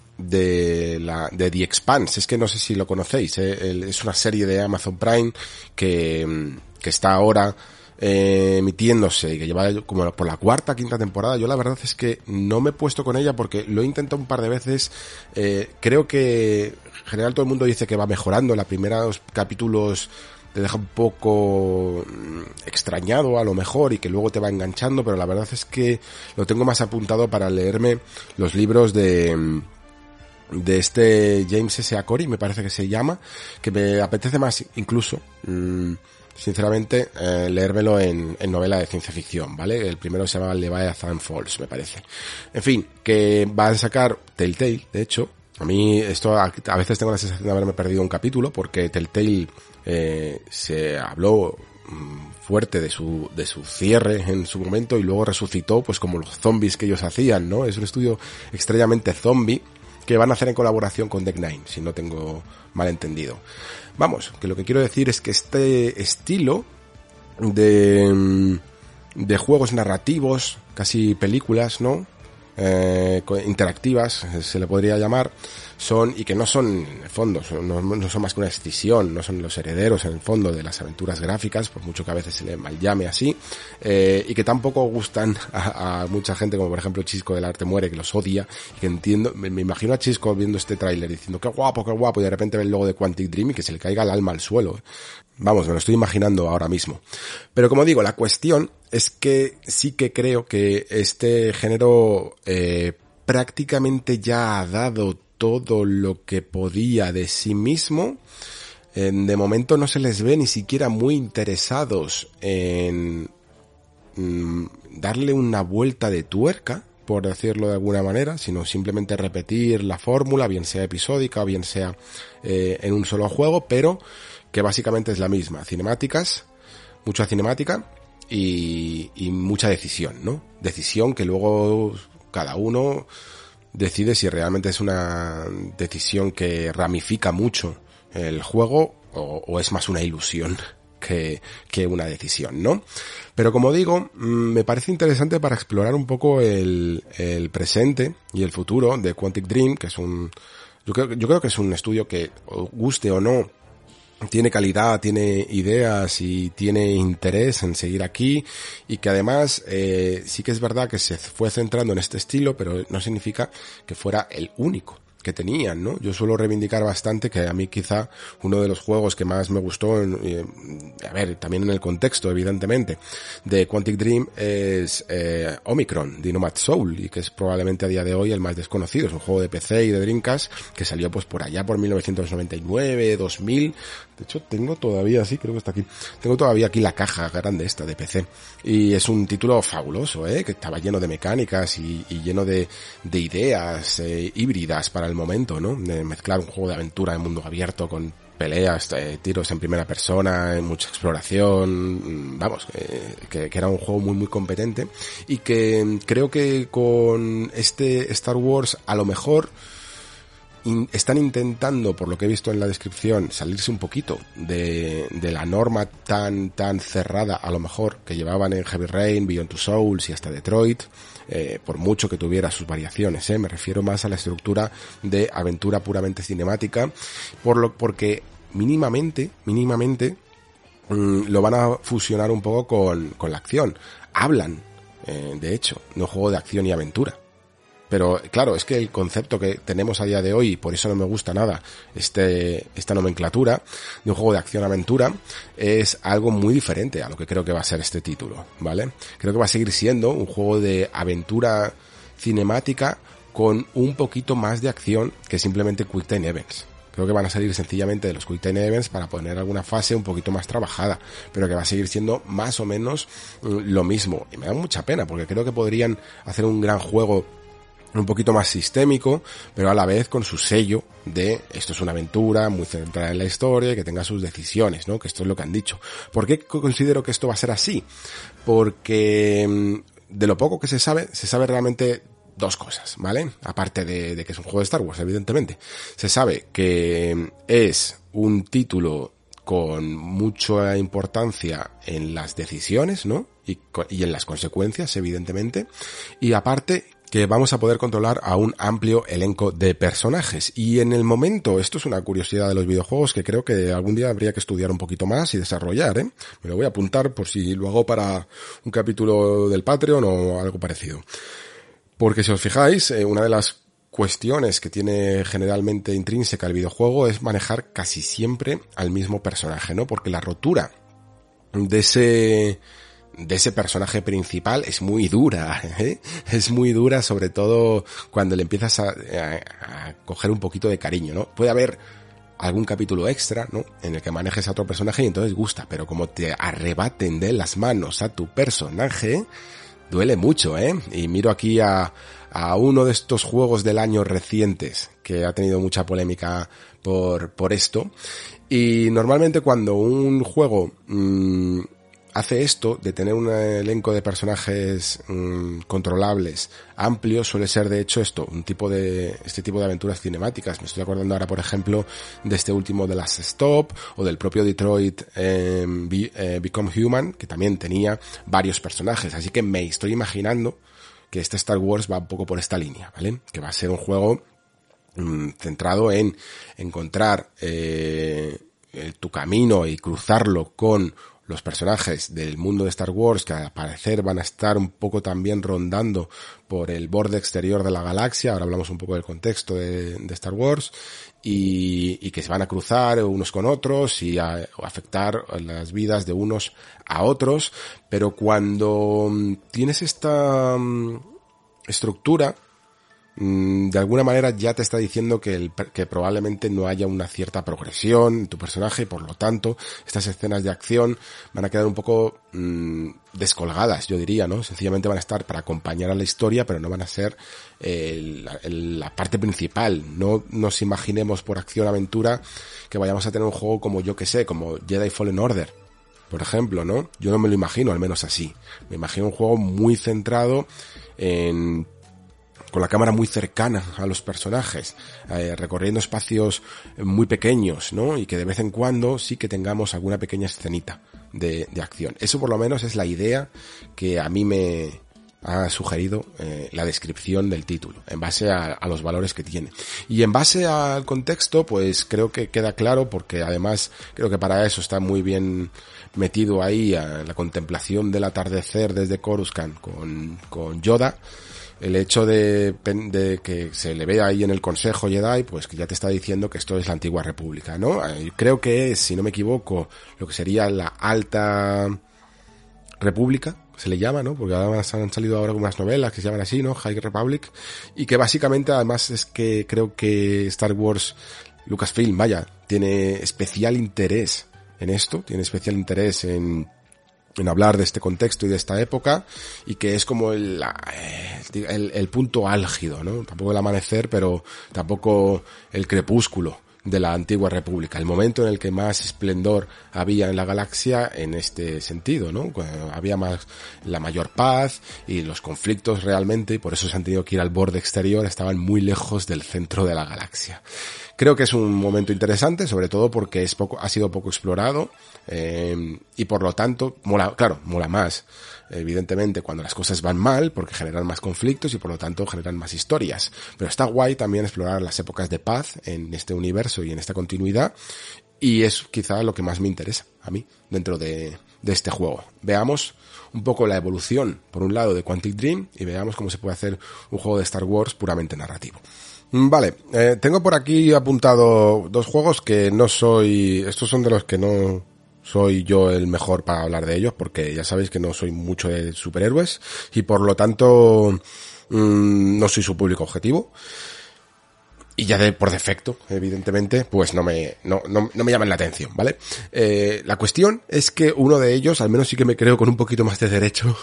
de la de The Expanse. Es que no sé si lo conocéis, ¿eh? Es una serie de Amazon Prime que que está ahora Eh, emitiéndose y que lleva como por la cuarta, quinta temporada. Yo la verdad es que no me he puesto con ella porque lo he intentado un par de veces. Eh, creo que en general todo el mundo dice que va mejorando. Los primeros capítulos te deja un poco extrañado a lo mejor y que luego te va enganchando, pero la verdad es que lo tengo más apuntado para leerme los libros de de este James S. A. Corey, me parece que se llama, que me apetece más incluso mmm, sinceramente, eh, leérmelo en, en novela de ciencia ficción, ¿vale? El primero se llama Leviathan Falls, me parece. En fin, que van a sacar Telltale, de hecho. A mí esto, a, a veces tengo la sensación de haberme perdido un capítulo, porque Telltale eh, se habló mmm, fuerte de su de su cierre en su momento y luego resucitó, pues como los zombies que ellos hacían, ¿no? Es un estudio extrañamente zombie que van a hacer en colaboración con Deck Nine, si no tengo mal entendido. Vamos, que lo que quiero decir es que este estilo de, de juegos narrativos, casi películas, ¿no? Eh, interactivas, se le podría llamar, son, y que no son, en el fondo, son, no, no son más que una escisión, no son los herederos en el fondo de las aventuras gráficas, por mucho que a veces se le mal llame así, eh, y que tampoco gustan a, a mucha gente, como por ejemplo Chisco del Arte Muere, que los odia, y que entiendo, me, me imagino a Chisco viendo este tráiler diciendo qué guapo, qué guapo, y de repente ve el logo de Quantic Dream y que se le caiga el alma al suelo. Vamos, me lo estoy imaginando ahora mismo. Pero como digo, la cuestión es que sí que creo que este género eh, prácticamente ya ha dado todo lo que podía de sí mismo. Eh, de momento no se les ve ni siquiera muy interesados en mm, darle una vuelta de tuerca, por decirlo de alguna manera, sino simplemente repetir la fórmula, bien sea episódica o bien sea eh, en un solo juego, pero que básicamente es la misma. Cinemáticas, mucha cinemática y, y mucha decisión, ¿no? Decisión que luego cada uno decide si realmente es una decisión que ramifica mucho el juego o, o es más una ilusión que, que una decisión, ¿no? Pero como digo, me parece interesante para explorar un poco el, el presente y el futuro de Quantic Dream, que es un, yo creo, yo creo que es un estudio que, guste o no, tiene calidad, tiene ideas y tiene interés en seguir aquí, y que además eh, sí que es verdad que se fue centrando en este estilo, pero no significa que fuera el único que tenían, ¿no? Yo suelo reivindicar bastante que a mí quizá uno de los juegos que más me gustó, en, eh, a ver, también en el contexto, evidentemente, de Quantic Dream es eh, Omicron, de Nomad Soul, y que es probablemente a día de hoy el más desconocido. Es un juego de P C y de Dreamcast que salió pues por allá por mil novecientos noventa y nueve, dos mil. De hecho, tengo todavía, sí, creo que está aquí. Tengo todavía aquí la caja grande esta de P C. Y es un título fabuloso, ¿eh? Que estaba lleno de mecánicas y, y lleno de, de ideas eh, híbridas para el momento, ¿no? De mezclar un juego de aventura en mundo abierto con peleas, eh, tiros en primera persona, mucha exploración, vamos, eh, que, que era un juego muy muy competente, y que creo que con este Star Wars a lo mejor in, están intentando, por lo que he visto en la descripción, salirse un poquito de, de la norma tan tan cerrada a lo mejor que llevaban en Heavy Rain, Beyond Two Souls y hasta Detroit. Eh, por mucho que tuviera sus variaciones, ¿eh? Me refiero más a la estructura de aventura puramente cinemática, por lo porque mínimamente, mínimamente mmm, lo van a fusionar un poco con, con la acción. Hablan, eh, de hecho, de un juego de acción y aventura. Pero claro, es que el concepto que tenemos a día de hoy, y por eso no me gusta nada este esta nomenclatura de un juego de acción-aventura, es algo muy diferente a lo que creo que va a ser este título, ¿vale? Creo que va a seguir siendo un juego de aventura cinemática con un poquito más de acción que simplemente Quick Time Events. Creo que van a salir sencillamente de los Quick Time Events para poner alguna fase un poquito más trabajada, pero que va a seguir siendo más o menos lo mismo. Y me da mucha pena, porque creo que podrían hacer un gran juego un poquito más sistémico, pero a la vez con su sello de esto es una aventura muy centrada en la historia y que tenga sus decisiones, ¿no? Que esto es lo que han dicho. ¿Por qué considero que esto va a ser así? Porque de lo poco que se sabe, se sabe realmente dos cosas, ¿vale? Aparte de, de que es un juego de Star Wars, evidentemente. Se sabe que es un título con mucha importancia en las decisiones, ¿no? Y, y en las consecuencias, evidentemente. Y aparte, que vamos a poder controlar a un amplio elenco de personajes. Y en el momento, esto es una curiosidad de los videojuegos que creo que algún día habría que estudiar un poquito más y desarrollar, ¿eh? Me lo voy a apuntar por si lo hago para un capítulo del Patreon o algo parecido. Porque si os fijáis, eh, una de las cuestiones que tiene generalmente intrínseca el videojuego es manejar casi siempre al mismo personaje, ¿no? Porque la rotura de ese... de ese personaje principal es muy dura, ¿eh? Es muy dura, sobre todo cuando le empiezas a, a, a coger un poquito de cariño, ¿no? Puede haber algún capítulo extra, ¿no? En el que manejes a otro personaje y entonces gusta, pero como te arrebaten de las manos a tu personaje, duele mucho, ¿eh? Y miro aquí a, a uno de estos juegos del año recientes que ha tenido mucha polémica por, por esto, y normalmente cuando un juego mmm, hace esto de tener un elenco de personajes mmm, controlables, amplios, suele ser de hecho esto, un tipo de, este tipo de aventuras cinemáticas. Me estoy acordando ahora, por ejemplo, de este último The Last Stop, o del propio Detroit eh, Be, eh, Become Human, que también tenía varios personajes. Así que me estoy imaginando que este Star Wars va un poco por esta línea, ¿vale? Que va a ser un juego mmm, centrado en encontrar eh, tu camino y cruzarlo con los personajes del mundo de Star Wars, que al parecer van a estar un poco también rondando por el borde exterior de la galaxia. Ahora hablamos un poco del contexto de, de Star Wars, y, y que se van a cruzar unos con otros y a, a afectar las vidas de unos a otros. Pero cuando tienes esta um, estructura, de alguna manera ya te está diciendo que, el, que probablemente no haya una cierta progresión en tu personaje, y por lo tanto estas escenas de acción van a quedar un poco mmm, descolgadas, yo diría, ¿no? Sencillamente van a estar para acompañar a la historia, pero no van a ser eh, la, la parte principal. No nos imaginemos por acción-aventura que vayamos a tener un juego como, yo que sé, como Jedi Fallen Order, por ejemplo, ¿no? Yo no me lo imagino, al menos así. Me imagino un juego muy centrado en... con la cámara muy cercana a los personajes, eh, recorriendo espacios muy pequeños, ¿no? Y que de vez en cuando sí que tengamos alguna pequeña escenita de, de acción. Eso por lo menos es la idea que a mí me ha sugerido eh, la descripción del título, en base a, a los valores que tiene. Y en base al contexto, pues creo que queda claro, porque además creo que para eso está muy bien metido ahí a la contemplación del atardecer desde Coruscant con, con Yoda. El hecho de, de que se le vea ahí en el Consejo Jedi, pues que ya te está diciendo que esto es la Antigua República, ¿no? Creo que es, si no me equivoco, lo que sería la Alta República, se le llama, ¿no? Porque además han salido ahora unas novelas que se llaman así, ¿no? High Republic. Y que básicamente, además, es que creo que Star Wars, Lucasfilm, vaya, tiene especial interés en esto, tiene especial interés en... en hablar de este contexto y de esta época, y que es como el, el, el punto álgido, ¿no? Tampoco el amanecer, pero tampoco el crepúsculo de la Antigua República, el momento en el que más esplendor había en la galaxia en este sentido, ¿no? Había más, la mayor paz, y los conflictos realmente, y por eso se han tenido que ir al borde exterior, estaban muy lejos del centro de la galaxia. Creo que es un momento interesante, sobre todo porque es poco, ha sido poco explorado, eh, y por lo tanto, mola, claro, mola más, evidentemente, cuando las cosas van mal, porque generan más conflictos y por lo tanto generan más historias. Pero está guay también explorar las épocas de paz en este universo y en esta continuidad, y es quizá lo que más me interesa a mí dentro de, de este juego. Veamos un poco la evolución, por un lado, de Quantic Dream, y veamos cómo se puede hacer un juego de Star Wars puramente narrativo. Vale, eh, tengo por aquí apuntado dos juegos que no soy... Estos son de los que no soy yo el mejor para hablar de ellos, porque ya sabéis que no soy mucho de superhéroes y por lo tanto mmm, no soy su público objetivo. Y ya de por defecto, evidentemente, pues no me, no, no, no me llaman la atención, ¿vale? Eh, la cuestión es que uno de ellos, al menos sí que me creo con un poquito más de derecho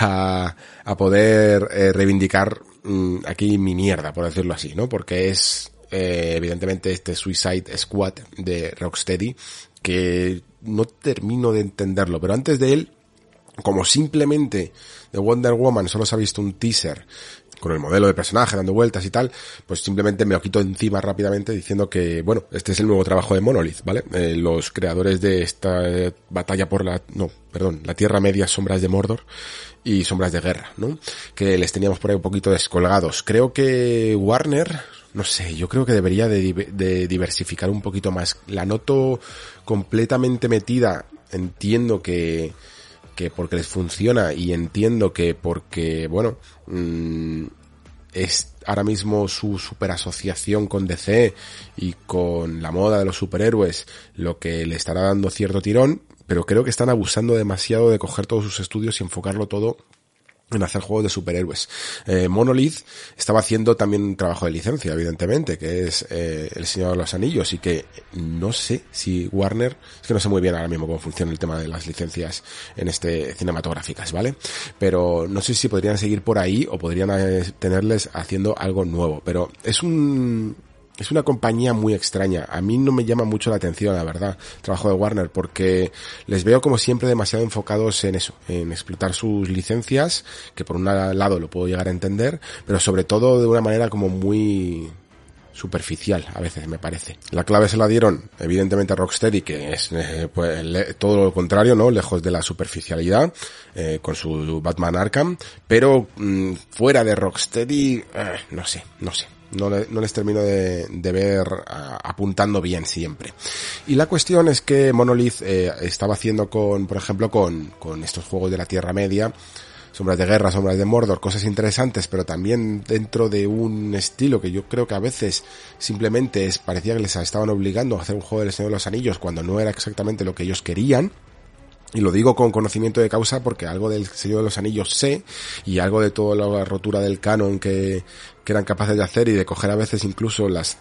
a, a poder eh, reivindicar mmm, aquí mi mierda, por decirlo así, ¿no? Porque es, eh, evidentemente, este Suicide Squad de Rocksteady, que no termino de entenderlo, pero antes de él, como simplemente de Wonder Woman solo se ha visto un teaser con el modelo de personaje dando vueltas y tal, pues simplemente me lo quito encima rápidamente diciendo que, bueno, este es el nuevo trabajo de Monolith, ¿vale? Eh, los creadores de esta eh, batalla por la, no, perdón, la Tierra Media, Sombras de Mordor y Sombras de Guerra, ¿no? Que les teníamos por ahí un poquito descolgados. Creo que Warner, no sé, yo creo que debería de, de diversificar un poquito más. La noto completamente metida, entiendo que que porque les funciona, y entiendo que porque, bueno, mmm, es ahora mismo su superasociación con D C y con la moda de los superhéroes lo que le estará dando cierto tirón, pero creo que están abusando demasiado de coger todos sus estudios y enfocarlo todo en hacer juegos de superhéroes. Eh, Monolith estaba haciendo también un trabajo de licencia, evidentemente, que es eh, El Señor de los Anillos, y que no sé si Warner, es que no sé muy bien ahora mismo cómo funciona el tema de las licencias en este cinematográficas, ¿vale? Pero no sé si podrían seguir por ahí o podrían eh, tenerles haciendo algo nuevo, pero es un... Es una compañía muy extraña. A mí no me llama mucho la atención, la verdad, el trabajo de Warner, porque les veo como siempre demasiado enfocados en eso, en explotar sus licencias, que por un lado lo puedo llegar a entender, pero sobre todo de una manera como muy superficial, a veces me parece. La clave se la dieron, evidentemente, a Rocksteady, que es eh, pues, le, todo lo contrario, ¿no? Lejos de la superficialidad, eh, con su Batman Arkham, pero mmm, fuera de Rocksteady, eh, no sé, no sé. no, le, no les termino de, de ver a, apuntando bien siempre. Y la cuestión es que Monolith eh, estaba haciendo con, por ejemplo, con, con estos juegos de la Tierra Media, Sombras de Guerra, Sombras de Mordor, cosas interesantes, pero también dentro de un estilo que yo creo que a veces simplemente es, parecía que les estaban obligando a hacer un juego del Señor de los Anillos cuando no era exactamente lo que ellos querían. Y lo digo con conocimiento de causa porque algo del Señor de los Anillos sé, y algo de toda la rotura del canon que, que eran capaces de hacer, y de coger a veces incluso las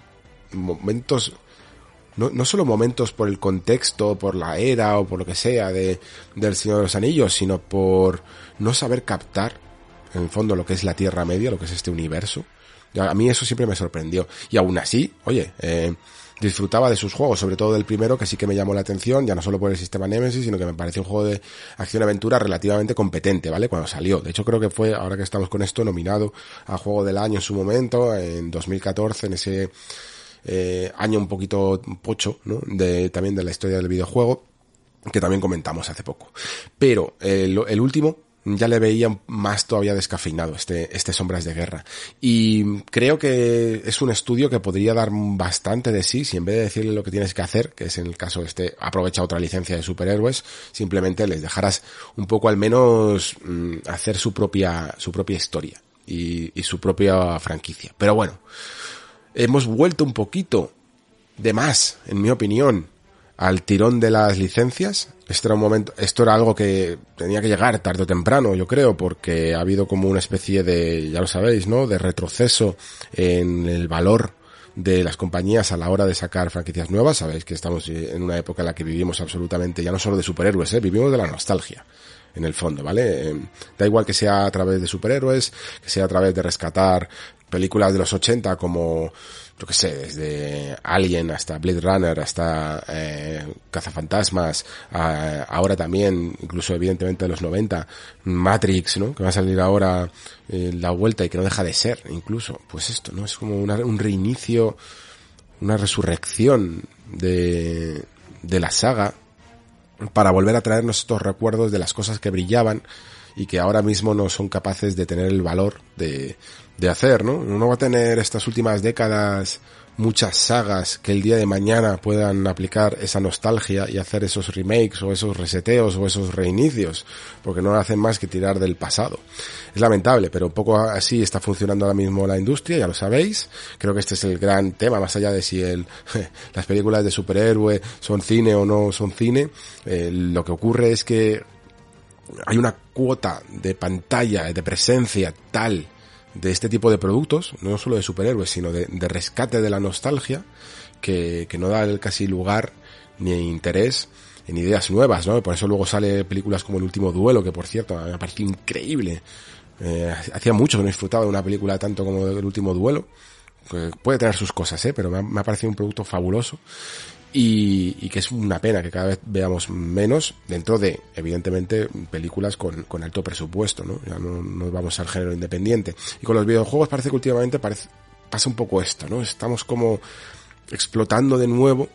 momentos, no, no solo momentos por el contexto, por la era o por lo que sea de, del Señor de los Anillos, sino por no saber captar en el fondo lo que es la Tierra Media, lo que es este universo. A mí eso siempre me sorprendió. Y aún así, oye, eh, disfrutaba de sus juegos, sobre todo del primero, que sí que me llamó la atención, ya no solo por el sistema Nemesis, sino que me pareció un juego de acción-aventura relativamente competente, ¿vale? Cuando salió. De hecho, creo que fue, ahora que estamos con esto, nominado a Juego del Año en su momento, en dos mil catorce, en ese eh, año un poquito pocho, ¿no? De, también de la historia del videojuego, que también comentamos hace poco. Pero el, el último ya le veía más todavía descafeinado, este, este Sombras de Guerra. Y creo que es un estudio que podría dar bastante de sí, si en vez de decirle lo que tienes que hacer, que es en el caso de este, aprovecha otra licencia de superhéroes, simplemente les dejaras un poco al menos mmm, hacer su propia, su propia historia y, y su propia franquicia. Pero bueno, hemos vuelto un poquito de más, en mi opinión, al tirón de las licencias. Esto era un momento, esto era algo que tenía que llegar tarde o temprano, yo creo, porque ha habido como una especie de, ya lo sabéis, ¿no?, de retroceso en el valor de las compañías a la hora de sacar franquicias nuevas. Sabéis que estamos en una época en la que vivimos absolutamente, ya no solo de superhéroes, ¿eh? Vivimos de la nostalgia, en el fondo, ¿vale? Eh, da igual que sea a través de superhéroes, que sea a través de rescatar películas de los ochenta como, yo qué sé, desde Alien hasta Blade Runner, hasta eh, Cazafantasmas, a, ahora también, incluso evidentemente de los noventa, Matrix, ¿no?, que va a salir ahora eh, la vuelta y que no deja de ser, incluso, pues esto, ¿no? Es como una, un reinicio, una resurrección de, de la saga, para volver a traernos estos recuerdos de las cosas que brillaban y que ahora mismo no son capaces de tener el valor de, de hacer, ¿no? Uno va a tener estas últimas décadas muchas sagas que el día de mañana puedan aplicar esa nostalgia y hacer esos remakes o esos reseteos o esos reinicios, porque no hacen más que tirar del pasado. Es lamentable, pero un poco así está funcionando ahora mismo la industria, ya lo sabéis. Creo que este es el gran tema, más allá de si el, las películas de superhéroe son cine o no son cine. Eh, lo que ocurre es que hay una cuota de pantalla, de presencia tal de este tipo de productos, no solo de superhéroes, sino de, de rescate de la nostalgia, que, que no da el casi lugar ni interés en ideas nuevas, ¿no? Por eso luego sale películas como El Último Duelo, que por cierto me pareció increíble. Eh, hacía mucho que no disfrutaba de una película tanto como El Último Duelo, que puede tener sus cosas, ¿eh? Pero me ha, me ha parecido un producto fabuloso. Y, y que es una pena que cada vez veamos menos dentro de, evidentemente, películas con, con alto presupuesto, ¿no? Ya no, no vamos al género independiente. Y con los videojuegos parece que últimamente parece, pasa un poco esto, ¿no? Estamos como explotando de nuevo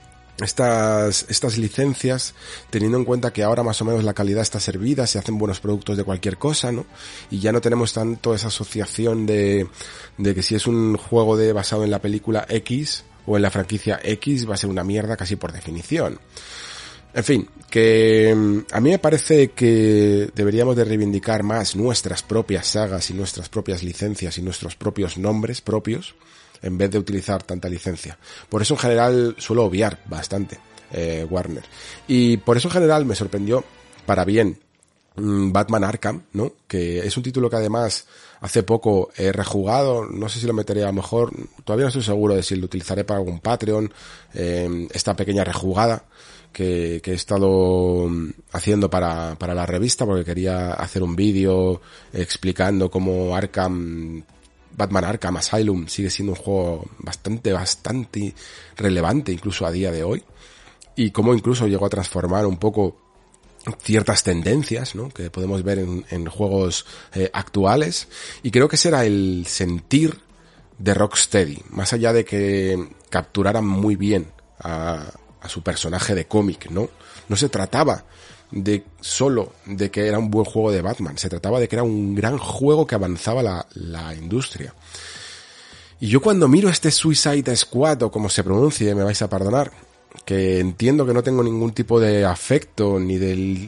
estas, estas licencias, teniendo en cuenta que ahora más o menos la calidad está servida, se hacen buenos productos de cualquier cosa, ¿no? Y ya no tenemos tanto esa asociación de, de que si es un juego de basado en la película X o en la franquicia X va a ser una mierda casi por definición. En fin, que a mí me parece que deberíamos de reivindicar más nuestras propias sagas y nuestras propias licencias y nuestros propios nombres propios, en vez de utilizar tanta licencia. Por eso en general suelo obviar bastante eh, Warner. Y por eso en general me sorprendió para bien Batman Arkham, ¿no? Que es un título que además hace poco he rejugado, no sé si lo meteré a lo mejor, todavía no estoy seguro de si lo utilizaré para algún Patreon, eh, esta pequeña rejugada que, que he estado haciendo para, para la revista, porque quería hacer un vídeo explicando cómo Arkham, Batman Arkham Asylum sigue siendo un juego bastante, bastante relevante incluso a día de hoy, y cómo incluso llegó a transformar un poco ciertas tendencias, ¿no?, que podemos ver en, en juegos eh, actuales. Y creo que ese era el sentir de Rocksteady, más allá de que capturaran muy bien a, a su personaje de cómic, ¿no? No se trataba de solo de que era un buen juego de Batman, se trataba de que era un gran juego que avanzaba la, la industria. Y yo cuando miro este Suicide Squad, o como se pronuncie, me vais a perdonar, que entiendo que no tengo ningún tipo de afecto ni del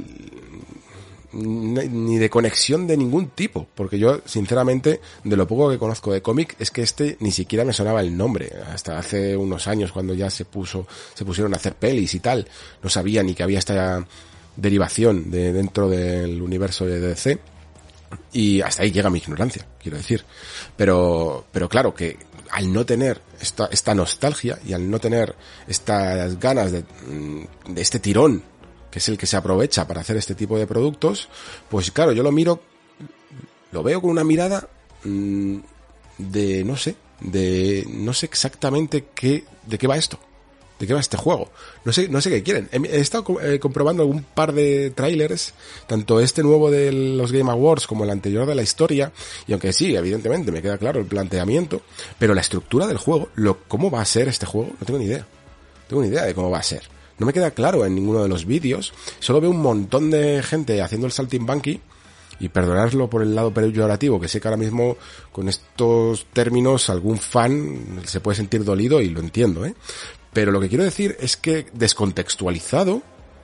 ni de conexión de ningún tipo, porque yo sinceramente de lo poco que conozco de cómic es que este ni siquiera me sonaba el nombre hasta hace unos años, cuando ya se puso se pusieron a hacer pelis y tal, no sabía ni que había esta derivación de dentro del universo de D C, y hasta ahí llega mi ignorancia, quiero decir, pero pero claro que al no tener esta esta nostalgia y al no tener estas ganas de, de este tirón que es el que se aprovecha para hacer este tipo de productos, pues claro, yo lo miro, lo veo con una mirada mmm, de, no sé, de, no sé exactamente qué, de qué va esto, de qué va este juego, no sé, no sé qué quieren. He, he estado eh, comprobando algún par de trailers, tanto este nuevo de los Game Awards como el anterior de la historia, y aunque sí, evidentemente me queda claro el planteamiento, pero la estructura del juego, lo, cómo va a ser este juego, no tengo ni idea, no tengo ni idea de cómo va a ser. No me queda claro en ninguno de los vídeos, solo veo un montón de gente haciendo el saltimbanqui, y perdonadlo por el lado peyorativo, que sé que ahora mismo con estos términos algún fan se puede sentir dolido y lo entiendo, ¿eh? Pero lo que quiero decir es que descontextualizado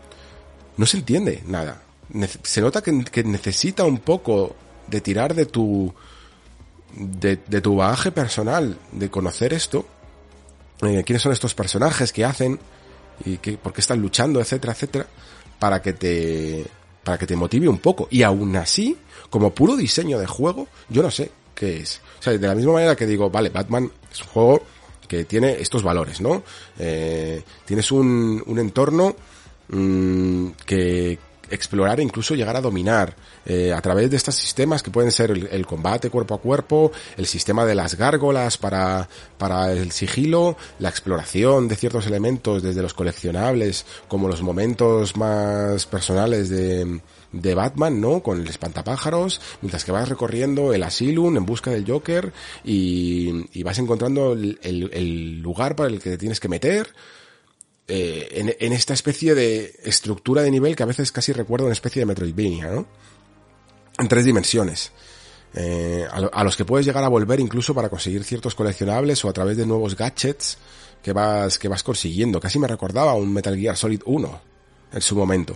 no se entiende nada. Se nota que, que necesita un poco de tirar de tu de, de tu bagaje personal, de conocer esto, eh, quiénes son estos personajes que hacen y que, por qué están luchando, etcétera, etcétera, para que te para que te motive un poco. Y aún así, como puro diseño de juego, yo no sé qué es. O sea, de la misma manera que digo, vale, Batman es un juego que tiene estos valores, ¿no? Eh, tienes un, un entorno mmm, que explorar e incluso llegar a dominar eh, a través de estos sistemas que pueden ser el, el combate cuerpo a cuerpo, el sistema de las gárgolas para, para el sigilo, la exploración de ciertos elementos desde los coleccionables como los momentos más personales de, de Batman, ¿no? Con el espantapájaros, mientras que vas recorriendo el Asylum en busca del Joker y, y vas encontrando el, el, el lugar para el que te tienes que meter. Eh, en, en esta especie de estructura de nivel que a veces casi recuerda una especie de Metroidvania, ¿no? En tres dimensiones. Eh, a, lo, a los que puedes llegar a volver incluso para conseguir ciertos coleccionables o a través de nuevos gadgets que vas, que vas consiguiendo. Casi me recordaba a un Metal Gear Solid uno en su momento.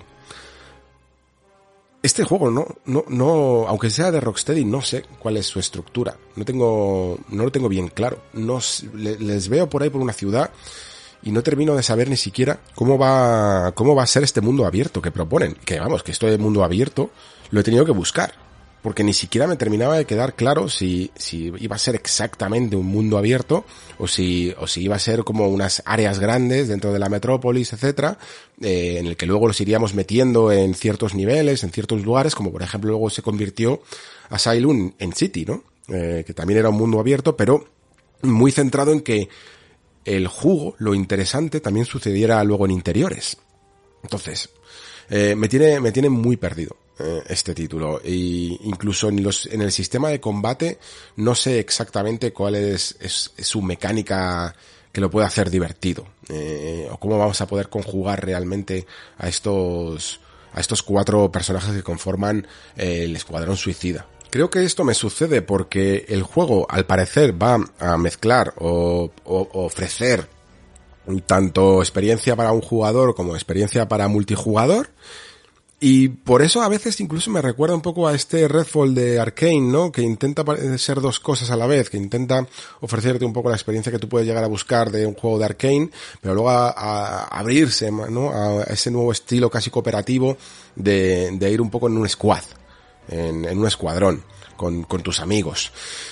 Este juego no, no, no, aunque sea de Rocksteady, no sé cuál es su estructura. No tengo, no lo tengo bien claro. No, les veo por ahí por una ciudad y no termino de saber ni siquiera cómo va, cómo va a ser este mundo abierto que proponen. Que vamos, que esto de mundo abierto lo he tenido que buscar, porque ni siquiera me terminaba de quedar claro si, si iba a ser exactamente un mundo abierto, o si, o si iba a ser como unas áreas grandes dentro de la metrópolis, etcétera, eh, en el que luego los iríamos metiendo en ciertos niveles, en ciertos lugares, como por ejemplo luego se convirtió Asylum en City, ¿no? Eh, que también era un mundo abierto, pero muy centrado en que el jugo, lo interesante, también sucediera luego en interiores. Entonces, eh, me tiene, me tiene muy perdido eh, este título. Y incluso en los, en el sistema de combate, no sé exactamente cuál es, es, es su mecánica que lo puede hacer divertido. Eh, o cómo vamos a poder conjugar realmente a estos, a estos cuatro personajes que conforman eh, el Escuadrón Suicida. Creo que esto me sucede porque el juego, al parecer, va a mezclar o, o ofrecer tanto experiencia para un jugador como experiencia para multijugador, y por eso a veces incluso me recuerda un poco a este Redfall de Arcane, ¿no? Que intenta ser dos cosas a la vez, que intenta ofrecerte un poco la experiencia que tú puedes llegar a buscar de un juego de Arcane, pero luego a, a abrirse, ¿no? A ese nuevo estilo casi cooperativo de, de ir un poco en un squad. En, en un escuadrón, con, con tus amigos.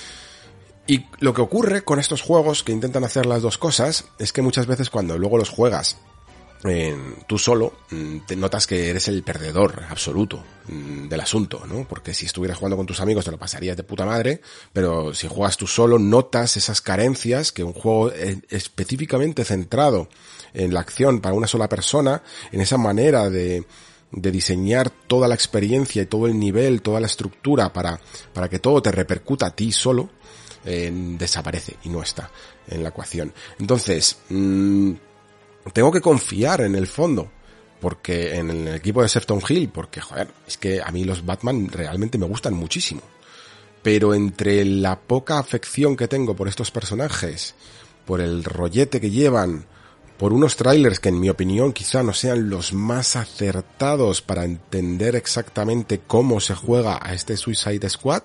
Y lo que ocurre con estos juegos que intentan hacer las dos cosas es que muchas veces cuando luego los juegas eh, tú solo, te notas que eres el perdedor absoluto del asunto, ¿no? Porque si estuvieras jugando con tus amigos te lo pasarías de puta madre, pero si juegas tú solo notas esas carencias que un juego específicamente centrado en la acción para una sola persona, en esa manera de de diseñar toda la experiencia y todo el nivel, toda la estructura para, para que todo te repercuta a ti solo, eh, desaparece y no está en la ecuación. Entonces, mmm, tengo que confiar en el fondo, porque en el equipo de Sefton Hill, porque, joder, es que a mí los Batman realmente me gustan muchísimo. pero entre la poca afección que tengo por estos personajes, por el rollete que llevan, por unos trailers que en mi opinión quizá no sean los más acertados para entender exactamente cómo se juega a este Suicide Squad,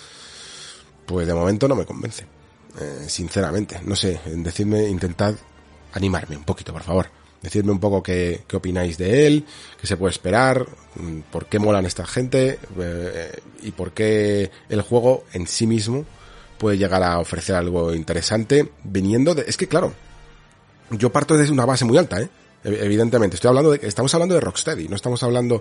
pues de momento no me convence. Eh, sinceramente, no sé, decidme, intentad animarme un poquito, por favor. Decidme un poco qué, qué opináis de él, qué se puede esperar, por qué molan esta gente eh, y por qué el juego en sí mismo puede llegar a ofrecer algo interesante viniendo de... Es que claro, yo parto desde una base muy alta, ¿eh? Evidentemente, estoy hablando de, estamos hablando de Rocksteady, no estamos hablando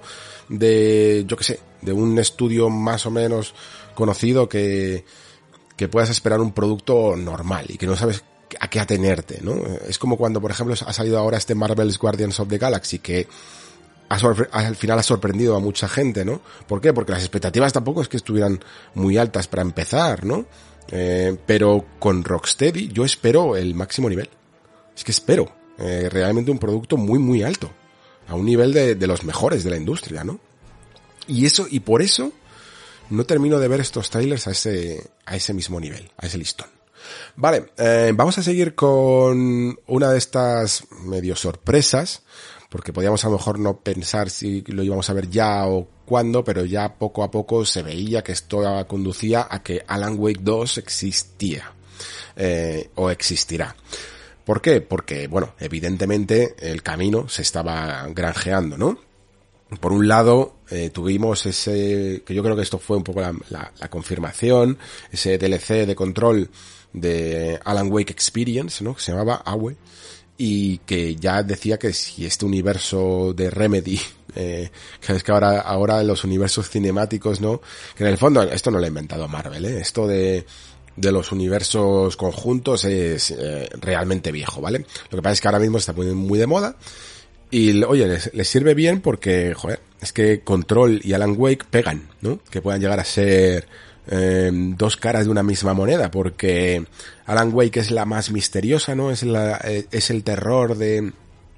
de, yo qué sé, de un estudio más o menos conocido que, que puedas esperar un producto normal y que no sabes a qué atenerte, ¿no? Es como cuando, por ejemplo, ha salido ahora este Marvel's Guardians of the Galaxy, que ha sorpre- al final ha sorprendido a mucha gente, ¿no? ¿Por qué? Porque las expectativas tampoco es que estuvieran muy altas para empezar, ¿no? Eh, pero con Rocksteady yo espero el máximo nivel. Es que espero eh, realmente un producto muy, muy alto. A un nivel de, de los mejores de la industria, ¿no? Y eso, y por eso no termino de ver estos trailers a ese, a ese mismo nivel, a ese listón. Vale, eh, vamos a seguir con una de estas medio sorpresas, porque podíamos a lo mejor no pensar si lo íbamos a ver ya o cuándo, pero ya poco a poco se veía que esto conducía a que Alan Wake dos existía, eh, o existirá. ¿Por qué? Porque, bueno, evidentemente el camino se estaba granjeando, ¿no? Por un lado, eh, tuvimos ese, que yo creo que esto fue un poco la, la, la confirmación, ese D L C de Control de Alan Wake Experience, ¿no? Que se llamaba A W E, y que ya decía que si este universo de Remedy, eh, que es que ahora, ahora los universos cinemáticos, ¿no? Que en el fondo, esto no lo ha inventado Marvel, ¿eh? Esto de, de los universos conjuntos es eh, realmente viejo, ¿vale? Lo que pasa es que ahora mismo está muy, muy de moda. Y, oye, les, les sirve bien porque, joder, es que Control y Alan Wake pegan, ¿no? Que puedan llegar a ser eh, dos caras de una misma moneda, porque Alan Wake es la más misteriosa, ¿no? Es la, eh, es el terror de,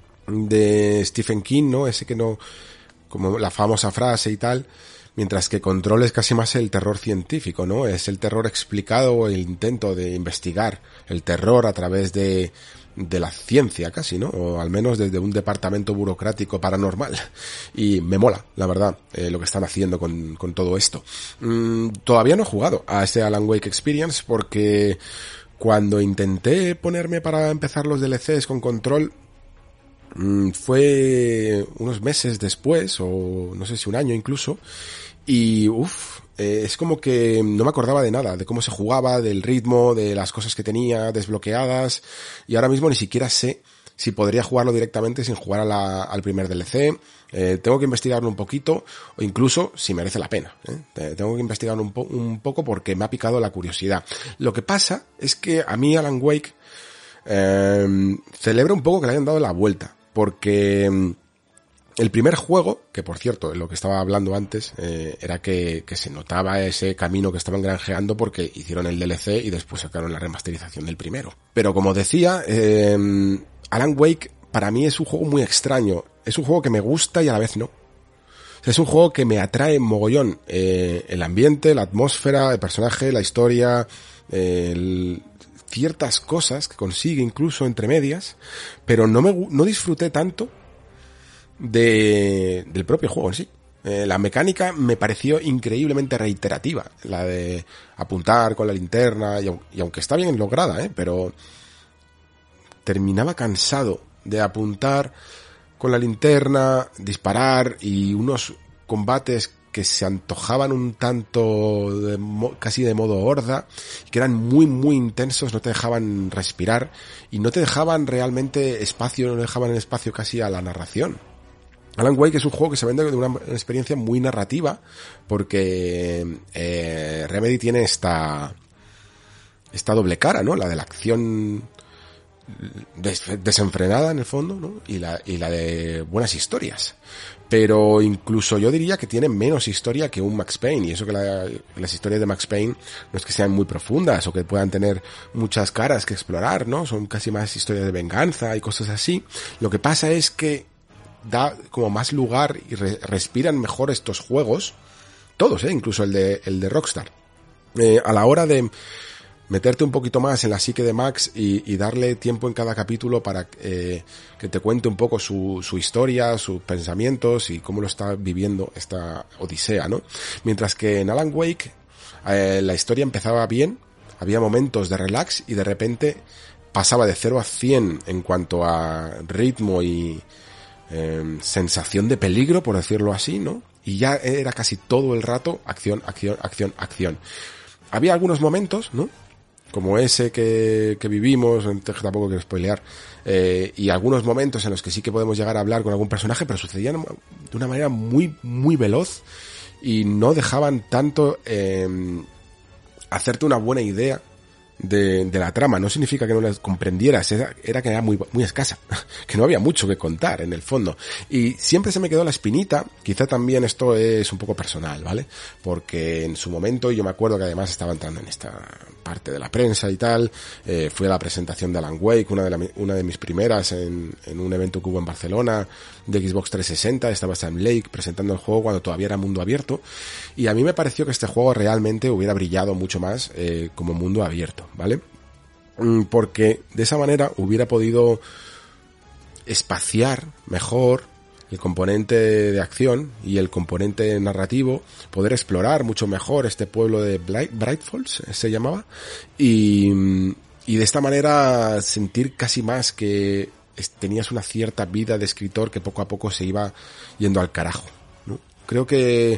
de Stephen King, ¿no? Ese que no, como la famosa frase y tal, mientras que Control es casi más el terror científico, ¿no? Es el terror explicado, el intento de investigar el terror a través de de la ciencia casi, ¿no? O al menos desde un departamento burocrático paranormal. Y me mola, la verdad, eh, lo que están haciendo con, con todo esto. Mm, todavía no he jugado a ese Alan Wake Experience porque cuando intenté ponerme para empezar los D L Cs con Control, mm, fue unos meses después, o no sé si un año incluso, y uff, eh, es como que no me acordaba de nada, de cómo se jugaba, del ritmo, de las cosas que tenía desbloqueadas, y ahora mismo ni siquiera sé si podría jugarlo directamente sin jugar a la, al primer D L C. Eh, tengo que investigarlo un poquito, o incluso si merece la pena, ¿eh? Tengo que investigarlo un, po- un poco porque me ha picado la curiosidad. Lo que pasa es que a mí Alan Wake eh, celebra un poco que le hayan dado la vuelta, porque el primer juego, que por cierto, lo que estaba hablando antes, eh, era que, que se notaba ese camino que estaban granjeando porque hicieron el D L C y después sacaron la remasterización del primero. Pero como decía, eh, Alan Wake para mí es un juego muy extraño. Es un juego que me gusta y a la vez no. O sea, es un juego que me atrae mogollón. Eh, el ambiente, la atmósfera, el personaje, la historia, eh, el... ciertas cosas que consigue incluso entre medias, pero no me no disfruté tanto de del propio juego en sí. Eh, la mecánica me pareció increíblemente reiterativa, la de apuntar con la linterna, y, y aunque está bien lograda, eh, pero terminaba cansado de apuntar con la linterna, disparar y unos combates que se antojaban un tanto de, casi de modo horda, que eran muy muy intensos, no te dejaban respirar y no te dejaban realmente espacio, no dejaban espacio casi a la narración. Alan Wake es un juego que se vende de una experiencia muy narrativa porque eh, Remedy tiene esta esta doble cara, ¿no? La de la acción des, desenfrenada en el fondo, ¿no? Y la y la de buenas historias. Pero incluso yo diría que tiene menos historia que un Max Payne, y eso que la, las historias de Max Payne no es que sean muy profundas o que puedan tener muchas caras que explorar, ¿no? Son casi más historias de venganza y cosas así. Lo que pasa es que da como más lugar y re- respiran mejor estos juegos, todos, eh, incluso el de el de Rockstar, eh, a la hora de meterte un poquito más en la psique de Max y, y darle tiempo en cada capítulo para eh, que te cuente un poco su, su historia, sus pensamientos y cómo lo está viviendo esta odisea, ¿no? Mientras que en Alan Wake eh, la historia empezaba bien, había momentos de relax y de repente pasaba de cero a cien en cuanto a ritmo y eh, sensación de peligro, por decirlo así, ¿no? Y ya era casi todo el rato acción, acción, acción, acción. Había algunos momentos, ¿no? Como ese que, que vivimos, tampoco quiero spoilear, eh, y algunos momentos en los que sí que podemos llegar a hablar con algún personaje, pero sucedían de una manera muy, muy veloz y no dejaban tanto eh, hacerte una buena idea de, de la trama. No significa que no la comprendieras, era, era que era muy, muy escasa, que no había mucho que contar en el fondo. Y siempre se me quedó la espinita, quizá también esto es un poco personal, ¿vale? Porque en su momento, y yo me acuerdo que además estaba entrando en esta parte de la prensa y tal, eh, fui a la presentación de Alan Wake, una de, la, una de mis primeras en, en un evento que hubo en Barcelona de Xbox trescientos sesenta, estaba Sam Lake presentando el juego cuando todavía era mundo abierto, y a mí me pareció que este juego realmente hubiera brillado mucho más eh, como mundo abierto, ¿vale? Porque de esa manera hubiera podido espaciar mejor el componente de acción y el componente narrativo, poder explorar mucho mejor este pueblo de Bright Falls, se llamaba, y, y de esta manera sentir casi más que tenías una cierta vida de escritor que poco a poco se iba yendo al carajo, ¿no? Creo que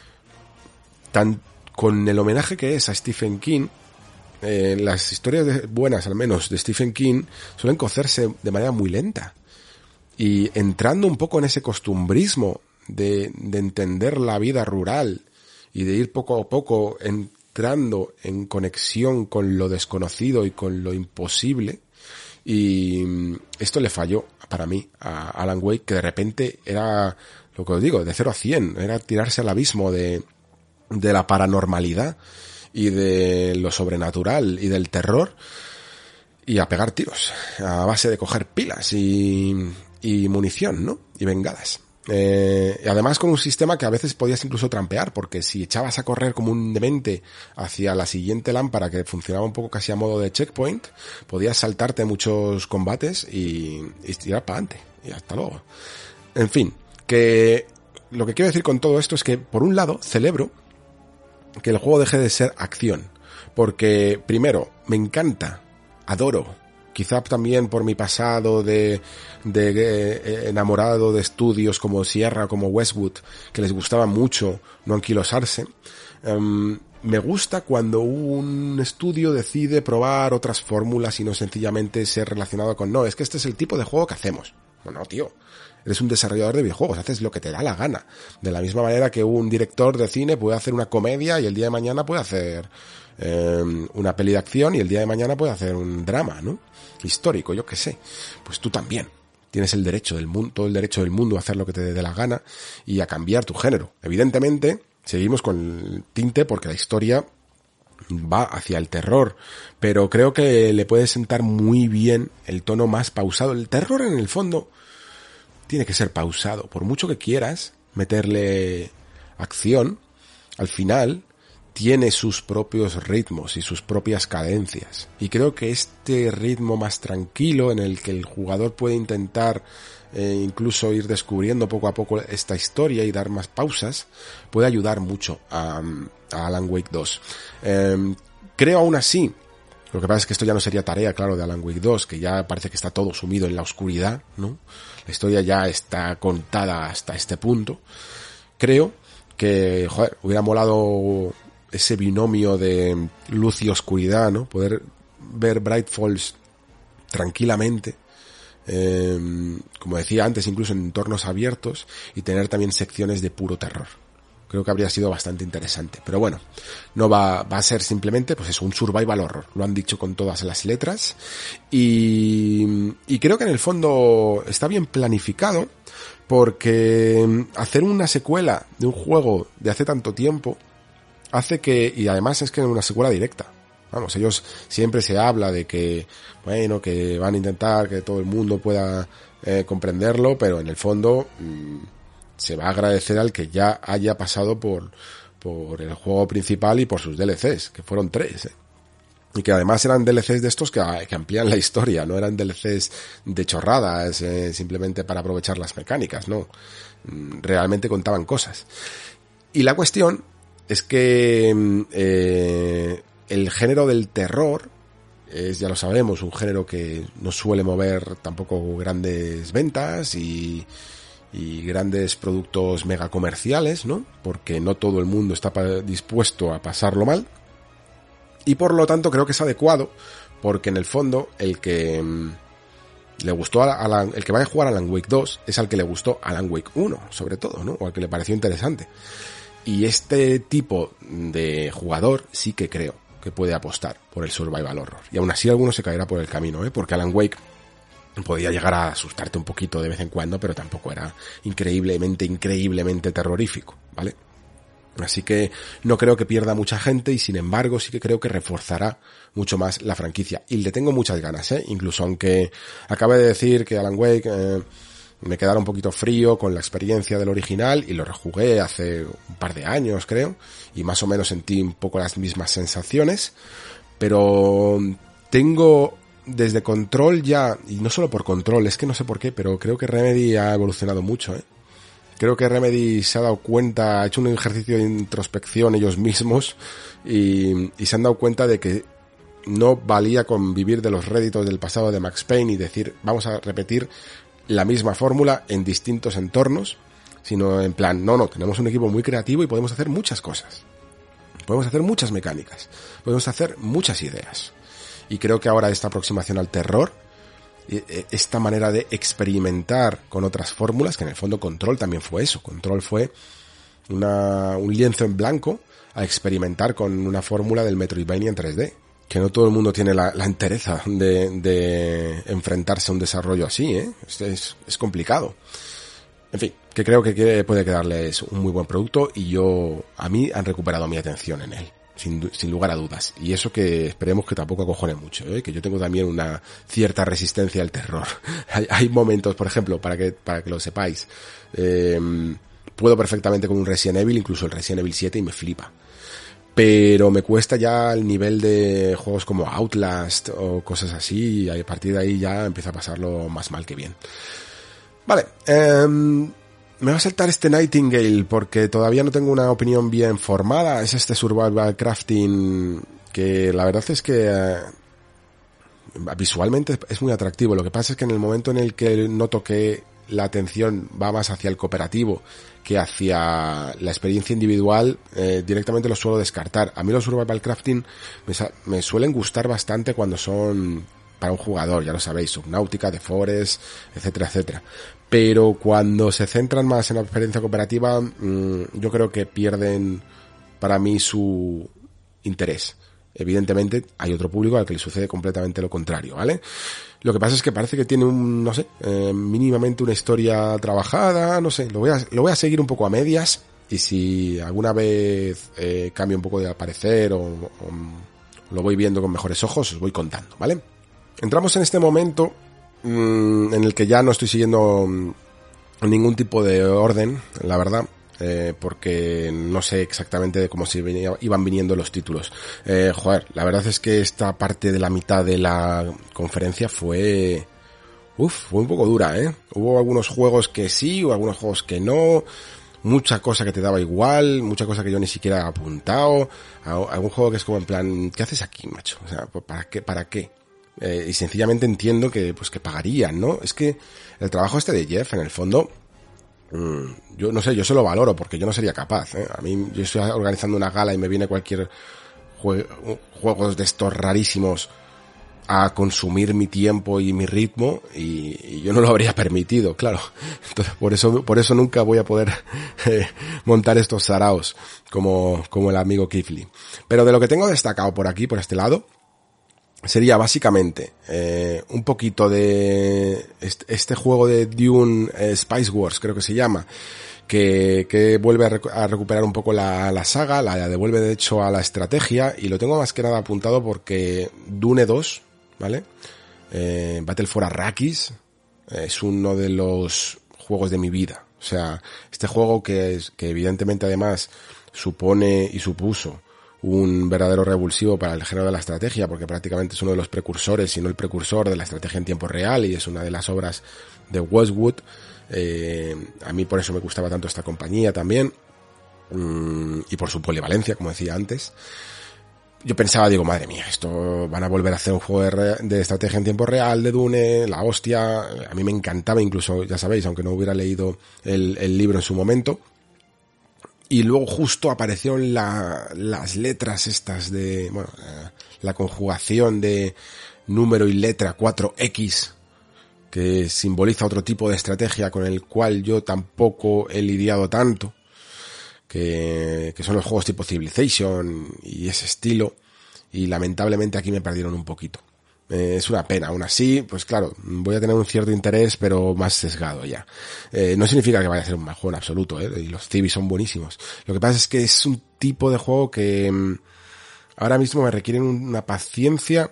tan, con el homenaje que es a Stephen King, eh, las historias de, buenas al menos de Stephen King suelen cocerse de manera muy lenta. Y entrando un poco en ese costumbrismo de, de entender la vida rural y de ir poco a poco entrando en conexión con lo desconocido y con lo imposible, y esto le falló para mí a Alan Wake, que de repente era, lo que os digo, de cero a cien, era tirarse al abismo de, de la paranormalidad y de lo sobrenatural y del terror y a pegar tiros a base de coger pilas y... y munición, ¿no? Y bengalas. Eh, y además con un sistema que a veces podías incluso trampear, porque si echabas a correr como un demente hacia la siguiente lámpara, que funcionaba un poco casi a modo de checkpoint, podías saltarte muchos combates y, y tirar para adelante. Y hasta luego. En fin, que lo que quiero decir con todo esto es que, por un lado, celebro que el juego deje de ser acción. Porque, primero, me encanta, adoro, quizá también por mi pasado de, de eh, enamorado de estudios como Sierra, como Westwood, que les gustaba mucho no anquilosarse. Um, me gusta cuando un estudio decide probar otras fórmulas y no sencillamente ser relacionado con, no, es que este es el tipo de juego que hacemos. Bueno, tío, eres un desarrollador de videojuegos, haces lo que te da la gana. De la misma manera que un director de cine puede hacer una comedia y el día de mañana puede hacer eh, una peli de acción y el día de mañana puede hacer un drama, ¿no? Histórico, yo qué sé. Pues tú también tienes el derecho del mundo, todo el derecho del mundo a hacer lo que te dé la gana y a cambiar tu género. Evidentemente, seguimos con el tinte porque la historia va hacia el terror, pero creo que le puede sentar muy bien el tono más pausado. El terror, en el fondo, tiene que ser pausado. Por mucho que quieras meterle acción, al final tiene sus propios ritmos y sus propias cadencias. Y creo que este ritmo más tranquilo, en el que el jugador puede intentar eh, incluso ir descubriendo poco a poco esta historia y dar más pausas, puede ayudar mucho a, a Alan Wake dos. Eh, creo aún así, lo que pasa es que esto ya no sería tarea, claro, de Alan Wake dos, que ya parece que está todo sumido en la oscuridad, ¿no? La historia ya está contada hasta este punto. Creo que, joder, hubiera molado ese binomio de luz y oscuridad, ¿no? Poder ver Bright Falls tranquilamente, eh, como decía antes, incluso en entornos abiertos, y tener también secciones de puro terror. Creo que habría sido bastante interesante. Pero bueno, no va, va a ser simplemente, pues eso, un survival horror. Lo han dicho con todas las letras. Y, y creo que en el fondo está bien planificado, porque hacer una secuela de un juego de hace tanto tiempo hace que, y además es que es una secuela directa. Vamos, ellos siempre se habla de que, bueno, que van a intentar que todo el mundo pueda eh, comprenderlo, pero en el fondo mmm, se va a agradecer al que ya haya pasado por por el juego principal y por sus D L Cs, que fueron tres, ¿eh? Y que además eran D L Cs de estos que, que amplían la historia, no eran D L Cs de chorradas, eh, simplemente para aprovechar las mecánicas, no. Realmente contaban cosas. Y la cuestión es que eh, el género del terror es, ya lo sabemos, un género que no suele mover tampoco grandes ventas y, y grandes productos mega comerciales, ¿no? Porque no todo el mundo está pa- dispuesto a pasarlo mal. Y por lo tanto creo que es adecuado, porque en el fondo el que mmm, le gustó a Alan, el que vaya a jugar a Alan Wake dos es al que le gustó Alan Wake uno, sobre todo, ¿no? O al que le pareció interesante. Y este tipo de jugador sí que creo que puede apostar por el survival horror. Y aún así alguno se caerá por el camino, ¿eh? Porque Alan Wake podía llegar a asustarte un poquito de vez en cuando, pero tampoco era increíblemente, increíblemente terrorífico, ¿vale? Así que no creo que pierda mucha gente y sin embargo sí que creo que reforzará mucho más la franquicia. Y le tengo muchas ganas, ¿eh? Incluso aunque acabe de decir que Alan Wake eh, me quedara un poquito frío con la experiencia del original y lo rejugué hace un par de años, creo, y más o menos sentí un poco las mismas sensaciones, pero tengo desde Control ya, y no solo por Control, es que no sé por qué, pero creo que Remedy ha evolucionado mucho, ¿eh? Creo que Remedy se ha dado cuenta, ha hecho un ejercicio de introspección ellos mismos y, y se han dado cuenta de que no valía con vivir de los réditos del pasado de Max Payne y decir vamos a repetir la misma fórmula en distintos entornos, sino en plan, no, no, tenemos un equipo muy creativo y podemos hacer muchas cosas. Podemos hacer muchas mecánicas, podemos hacer muchas ideas. Y creo que ahora esta aproximación al terror, esta manera de experimentar con otras fórmulas, que en el fondo Control también fue eso. Control fue una, un lienzo en blanco a experimentar con una fórmula del Metroidvania en tres D. Que no todo el mundo tiene la, la entereza de, de enfrentarse a un desarrollo así, ¿eh? Es, es, es complicado. En fin, que creo que puede quedarles un muy buen producto y yo, a mí han recuperado mi atención en él. Sin, sin lugar a dudas. Y eso que esperemos que tampoco acojone mucho, ¿eh? Que yo tengo también una cierta resistencia al terror. hay, hay momentos, por ejemplo, para que, para que lo sepáis, eh, puedo perfectamente con un Resident Evil, incluso el Resident Evil siete, y me flipa. Pero me cuesta ya el nivel de juegos como Outlast o cosas así, y a partir de ahí ya empieza a pasarlo más mal que bien. Vale, eh, me va a saltar este Nightingale porque todavía no tengo una opinión bien formada. Es este survival crafting que la verdad es que eh, visualmente es muy atractivo. Lo que pasa es que en el momento en el que noto que la atención va más hacia el cooperativo que hacia la experiencia individual, eh, directamente lo suelo descartar. A mí los survival crafting me, me suelen gustar bastante cuando son para un jugador, ya lo sabéis, Subnautica, The Forest, etcétera, etcétera. Pero cuando se centran más en la experiencia cooperativa, mmm, yo creo que pierden para mí su interés. Evidentemente hay otro público al que le sucede completamente lo contrario, ¿vale? Lo que pasa es que parece que tiene un, no sé, eh, mínimamente una historia trabajada, no sé, lo voy a, lo voy a seguir un poco a medias y si alguna vez eh, cambia un poco de parecer o, o lo voy viendo con mejores ojos, os voy contando, ¿vale? Entramos en este momento mmm, en el que ya no estoy siguiendo mmm, ningún tipo de orden, la verdad. Eh, porque no sé exactamente cómo se venía, iban viniendo los títulos. Eh, joder, la verdad es que esta parte de la mitad de la conferencia fue... Uf, fue un poco dura, ¿eh? Hubo algunos juegos que sí, o algunos juegos que no, mucha cosa que te daba igual, mucha cosa que yo ni siquiera he apuntado, algún juego que es como en plan, ¿qué haces aquí, macho? O sea, ¿para qué? ¿Para qué? Eh, y sencillamente entiendo que, pues que pagarían, ¿no? Es que el trabajo este de Jeff, en el fondo... yo no sé, yo se lo valoro porque yo no sería capaz, ¿eh? A mí, yo estoy organizando una gala y me viene cualquier jue- juegos de estos rarísimos a consumir mi tiempo y mi ritmo y, y yo no lo habría permitido, claro. Entonces, por eso, por eso nunca voy a poder eh, montar estos saraos como, como el amigo Kifli. Pero de lo que tengo destacado por aquí, por este lado, sería básicamente eh, un poquito de este, este juego de Dune eh, Spice Wars, creo que se llama, que, que vuelve a, recu- a recuperar un poco la, la saga, la devuelve de hecho a la estrategia, y lo tengo más que nada apuntado porque Dune dos, ¿vale? Eh, Battle for Arrakis eh, es uno de los juegos de mi vida. O sea, Este juego que es, que evidentemente además supone y supuso un verdadero revulsivo para el género de la estrategia, porque prácticamente es uno de los precursores, si no el precursor de la estrategia en tiempo real, y es una de las obras de Westwood. Eh, a mí por eso me gustaba tanto esta compañía también, um, y por su polivalencia, como decía antes. Yo pensaba, digo, madre mía, esto van a volver a hacer un juego de, re, de estrategia en tiempo real, de Dune, la hostia. A mí me encantaba, incluso, ya sabéis, aunque no hubiera leído el, el libro en su momento. Y luego justo aparecieron la, las letras estas de, bueno, eh, la conjugación de número y letra cuatro equis, que simboliza otro tipo de estrategia con el cual yo tampoco he lidiado tanto, que, que son los juegos tipo Civilization y ese estilo, y lamentablemente aquí me perdieron un poquito. Eh, es una pena, aún así, pues claro, voy a tener un cierto interés, pero más sesgado ya. Eh, no significa que vaya a ser un mal juego en absoluto, ¿eh? Y los Civis son buenísimos. Lo que pasa es que es un tipo de juego que mmm, ahora mismo me requieren una paciencia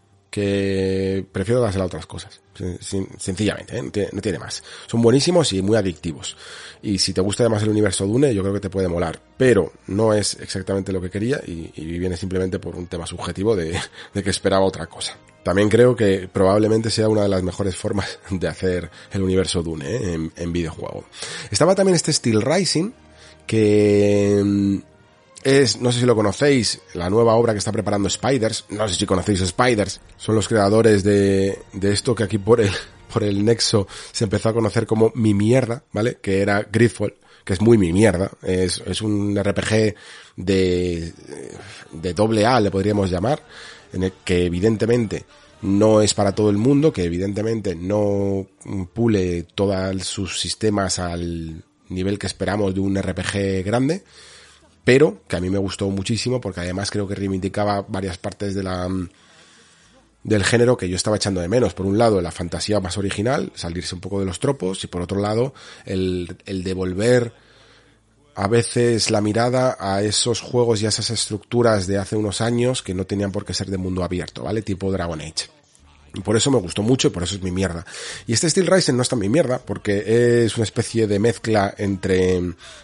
que prefiero dársela a otras cosas. Sin, sencillamente, ¿eh? no, tiene, no tiene más. Son buenísimos y muy adictivos. Y si te gusta además el universo Dune, yo creo que te puede molar. Pero no es exactamente lo que quería y, y viene simplemente por un tema subjetivo de, de que esperaba otra cosa. También creo que probablemente sea una de las mejores formas de hacer el universo Dune, ¿eh? en, en videojuego. Estaba también este Steel Rising, que es, no sé si lo conocéis, la nueva obra que está preparando Spiders. No sé si conocéis Spiders. Son los creadores de, de esto que aquí por el, por el Nexo se empezó a conocer como Mi Mierda, ¿vale? Que era Gridfall, que es muy mi mierda. Es, es un R P G de, de doble A, le podríamos llamar, en el que evidentemente no es para todo el mundo, que evidentemente no pule todos sus sistemas al nivel que esperamos de un R P G grande, pero que a mí me gustó muchísimo porque además creo que reivindicaba varias partes de la del género que yo estaba echando de menos. Por un lado, la fantasía más original, salirse un poco de los tropos, y por otro lado, el, el devolver a veces la mirada a esos juegos y a esas estructuras de hace unos años que no tenían por qué ser de mundo abierto, ¿vale? Tipo Dragon Age. Y por eso me gustó mucho y por eso es mi mierda. Y este Steel Rising no es tan mi mierda porque es una especie de mezcla entre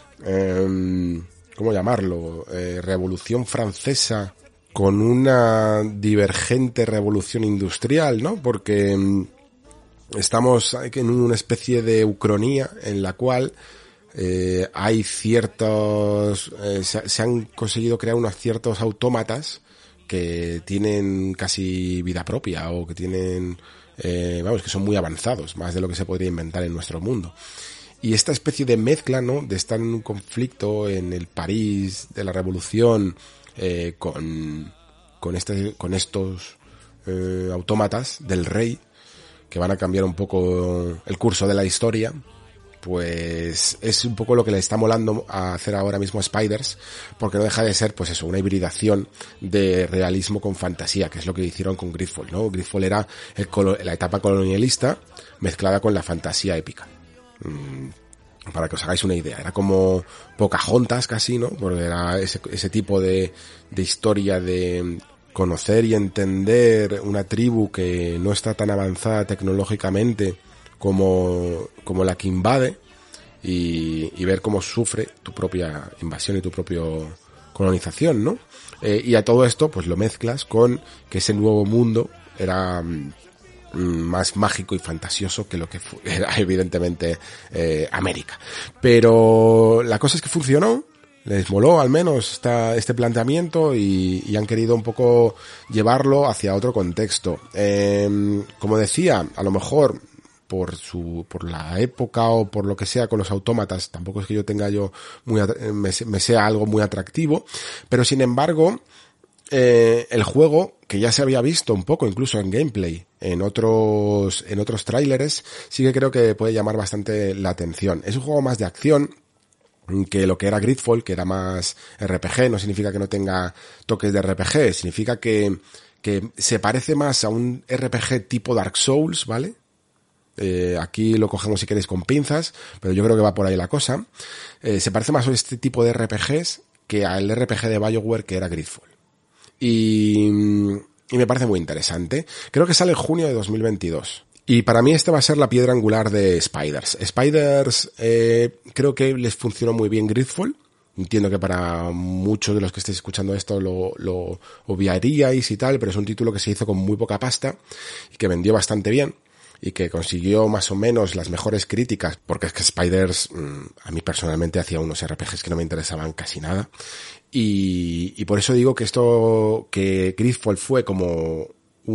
eh, ¿cómo llamarlo? Eh, revolución francesa con una divergente revolución industrial, ¿no? Porque eh, estamos en una especie de ucronía en la cual eh, hay ciertos... Eh, se, se han conseguido crear unos ciertos autómatas que tienen casi vida propia o que tienen... Eh, vamos, que son muy avanzados, más de lo que se podría inventar en nuestro mundo. Y esta especie de mezcla, ¿no? De estar en un conflicto en el París de la Revolución eh, con, con, este, con estos eh, autómatas del rey que van a cambiar un poco el curso de la historia, pues es un poco lo que le está molando a hacer ahora mismo a Spiders, porque no deja de ser, pues eso, una hibridación de realismo con fantasía, que es lo que hicieron con Gridfall, ¿no? Gridfall era el colo- la etapa colonialista mezclada con la fantasía épica. Mm, para que os hagáis una idea, era como Pocahontas casi, ¿no? Porque era ese, ese tipo de, de historia de conocer y entender una tribu que no está tan avanzada tecnológicamente como, como la que invade y, y ver cómo sufre tu propia invasión y tu propia colonización, ¿no? Eh, y a todo esto pues lo mezclas con que ese nuevo mundo era mm, más mágico y fantasioso que lo que fu- era evidentemente eh, América. Pero la cosa es que funcionó, les moló al menos esta, este planteamiento y, y han querido un poco llevarlo hacia otro contexto. Eh, como decía, a lo mejor por su, por la época o por lo que sea con los autómatas, tampoco es que yo tenga yo muy, me, me sea algo muy atractivo, pero sin embargo, eh, el juego, que ya se había visto un poco incluso en gameplay, en otros, en otros tráileres, sí que creo que puede llamar bastante la atención. Es un juego más de acción que lo que era Gridfall, que era más R P G. No significa que no tenga toques de R P G, significa que, que se parece más a un R P G tipo Dark Souls, ¿vale? Eh, aquí lo cogemos si queréis con pinzas, pero yo creo que va por ahí la cosa. Eh, se parece más a este tipo de R P Gs que al R P G de BioWare que era Gridfall. Y, y me parece muy interesante. Creo que sale en junio de dos mil veintidós. Y para mí esta va a ser la piedra angular de Spiders. Spiders eh, creo que les funcionó muy bien Gridfall. Entiendo que para muchos de los que estéis escuchando esto lo, lo obviaríais y tal, pero es un título que se hizo con muy poca pasta y que vendió bastante bien y que consiguió más o menos las mejores críticas, porque es que Spiders a mí personalmente hacía unos R P Gs que no me interesaban casi nada. Y, y por eso digo que esto, que Gridfall fue como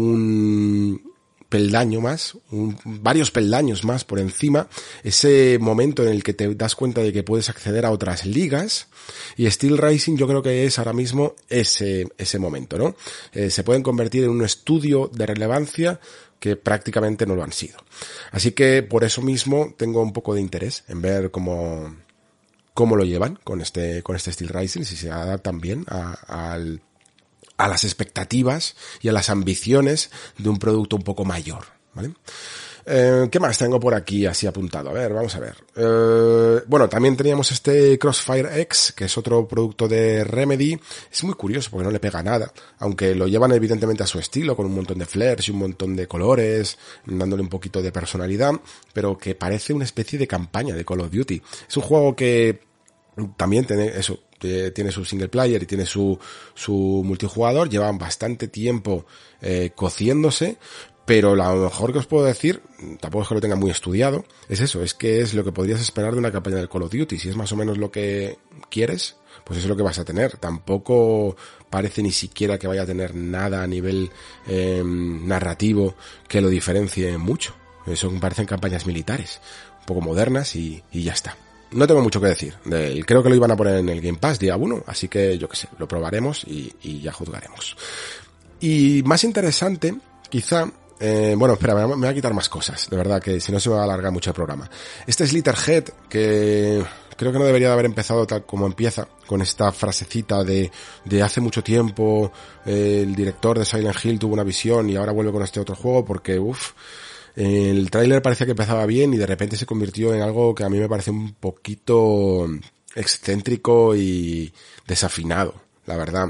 un peldaño más, un, varios peldaños más por encima, ese momento en el que te das cuenta de que puedes acceder a otras ligas, y Steel Rising yo creo que es ahora mismo ese, ese momento, ¿no? Eh, se pueden convertir en un estudio de relevancia que prácticamente no lo han sido. Así que por eso mismo tengo un poco de interés en ver cómo, cómo lo llevan con este, con este Steel Rising, si se adaptan bien a, al a las expectativas y a las ambiciones de un producto un poco mayor, ¿vale? Eh, ¿Qué más tengo por aquí así apuntado? A ver, vamos a ver. Eh, bueno, también teníamos este Crossfire X, que es otro producto de Remedy. Es muy curioso porque no le pega nada, aunque lo llevan evidentemente a su estilo, con un montón de flares y un montón de colores, dándole un poquito de personalidad, pero que parece una especie de campaña de Call of Duty. Es un juego que también tiene eso, tiene su single player y tiene su, su multijugador, llevan bastante tiempo eh, cociéndose, pero lo mejor que os puedo decir, tampoco es que lo tenga muy estudiado, es eso, es que es lo que podrías esperar de una campaña de Call of Duty. Si es más o menos lo que quieres, pues eso es lo que vas a tener. Tampoco parece ni siquiera que vaya a tener nada a nivel eh, narrativo que lo diferencie mucho. Eso parecen campañas militares, un poco modernas y, y ya está. No tengo mucho que decir. Creo que lo iban a poner en el Game Pass día uno, así que yo qué sé, lo probaremos y, y ya juzgaremos. Y más interesante, quizá, eh, bueno, espera, me voy a quitar más cosas, de verdad que si no se me va a alargar mucho el programa. Este es Slitterhead, que creo que no debería de haber empezado tal como empieza, con esta frasecita de, de hace mucho tiempo eh, el director de Silent Hill tuvo una visión y ahora vuelve con este otro juego porque, uff, el tráiler parecía que empezaba bien y de repente se convirtió en algo que a mí me parece un poquito excéntrico y desafinado, la verdad.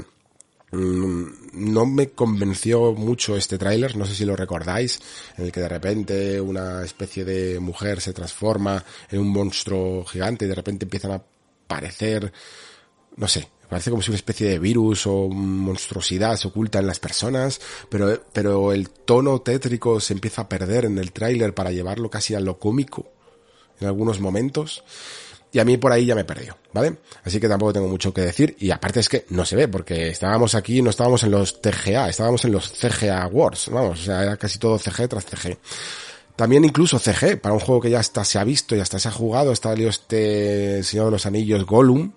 No me convenció mucho este tráiler, no sé si lo recordáis, en el que de repente una especie de mujer se transforma en un monstruo gigante y de repente empiezan a aparecer, no sé, parece como si una especie de virus o monstruosidad se oculta en las personas, pero, pero el tono tétrico se empieza a perder en el tráiler para llevarlo casi a lo cómico en algunos momentos. Y a mí por ahí ya me perdió, ¿vale? Así que tampoco tengo mucho que decir. Y aparte es que no se ve, porque estábamos aquí, no estábamos en los T G A, estábamos en los C G A Wars, vamos, o sea, era casi todo C G tras C G. También incluso C G, para un juego que ya hasta se ha visto y hasta se ha jugado, está salido este Señor de los Anillos Gollum,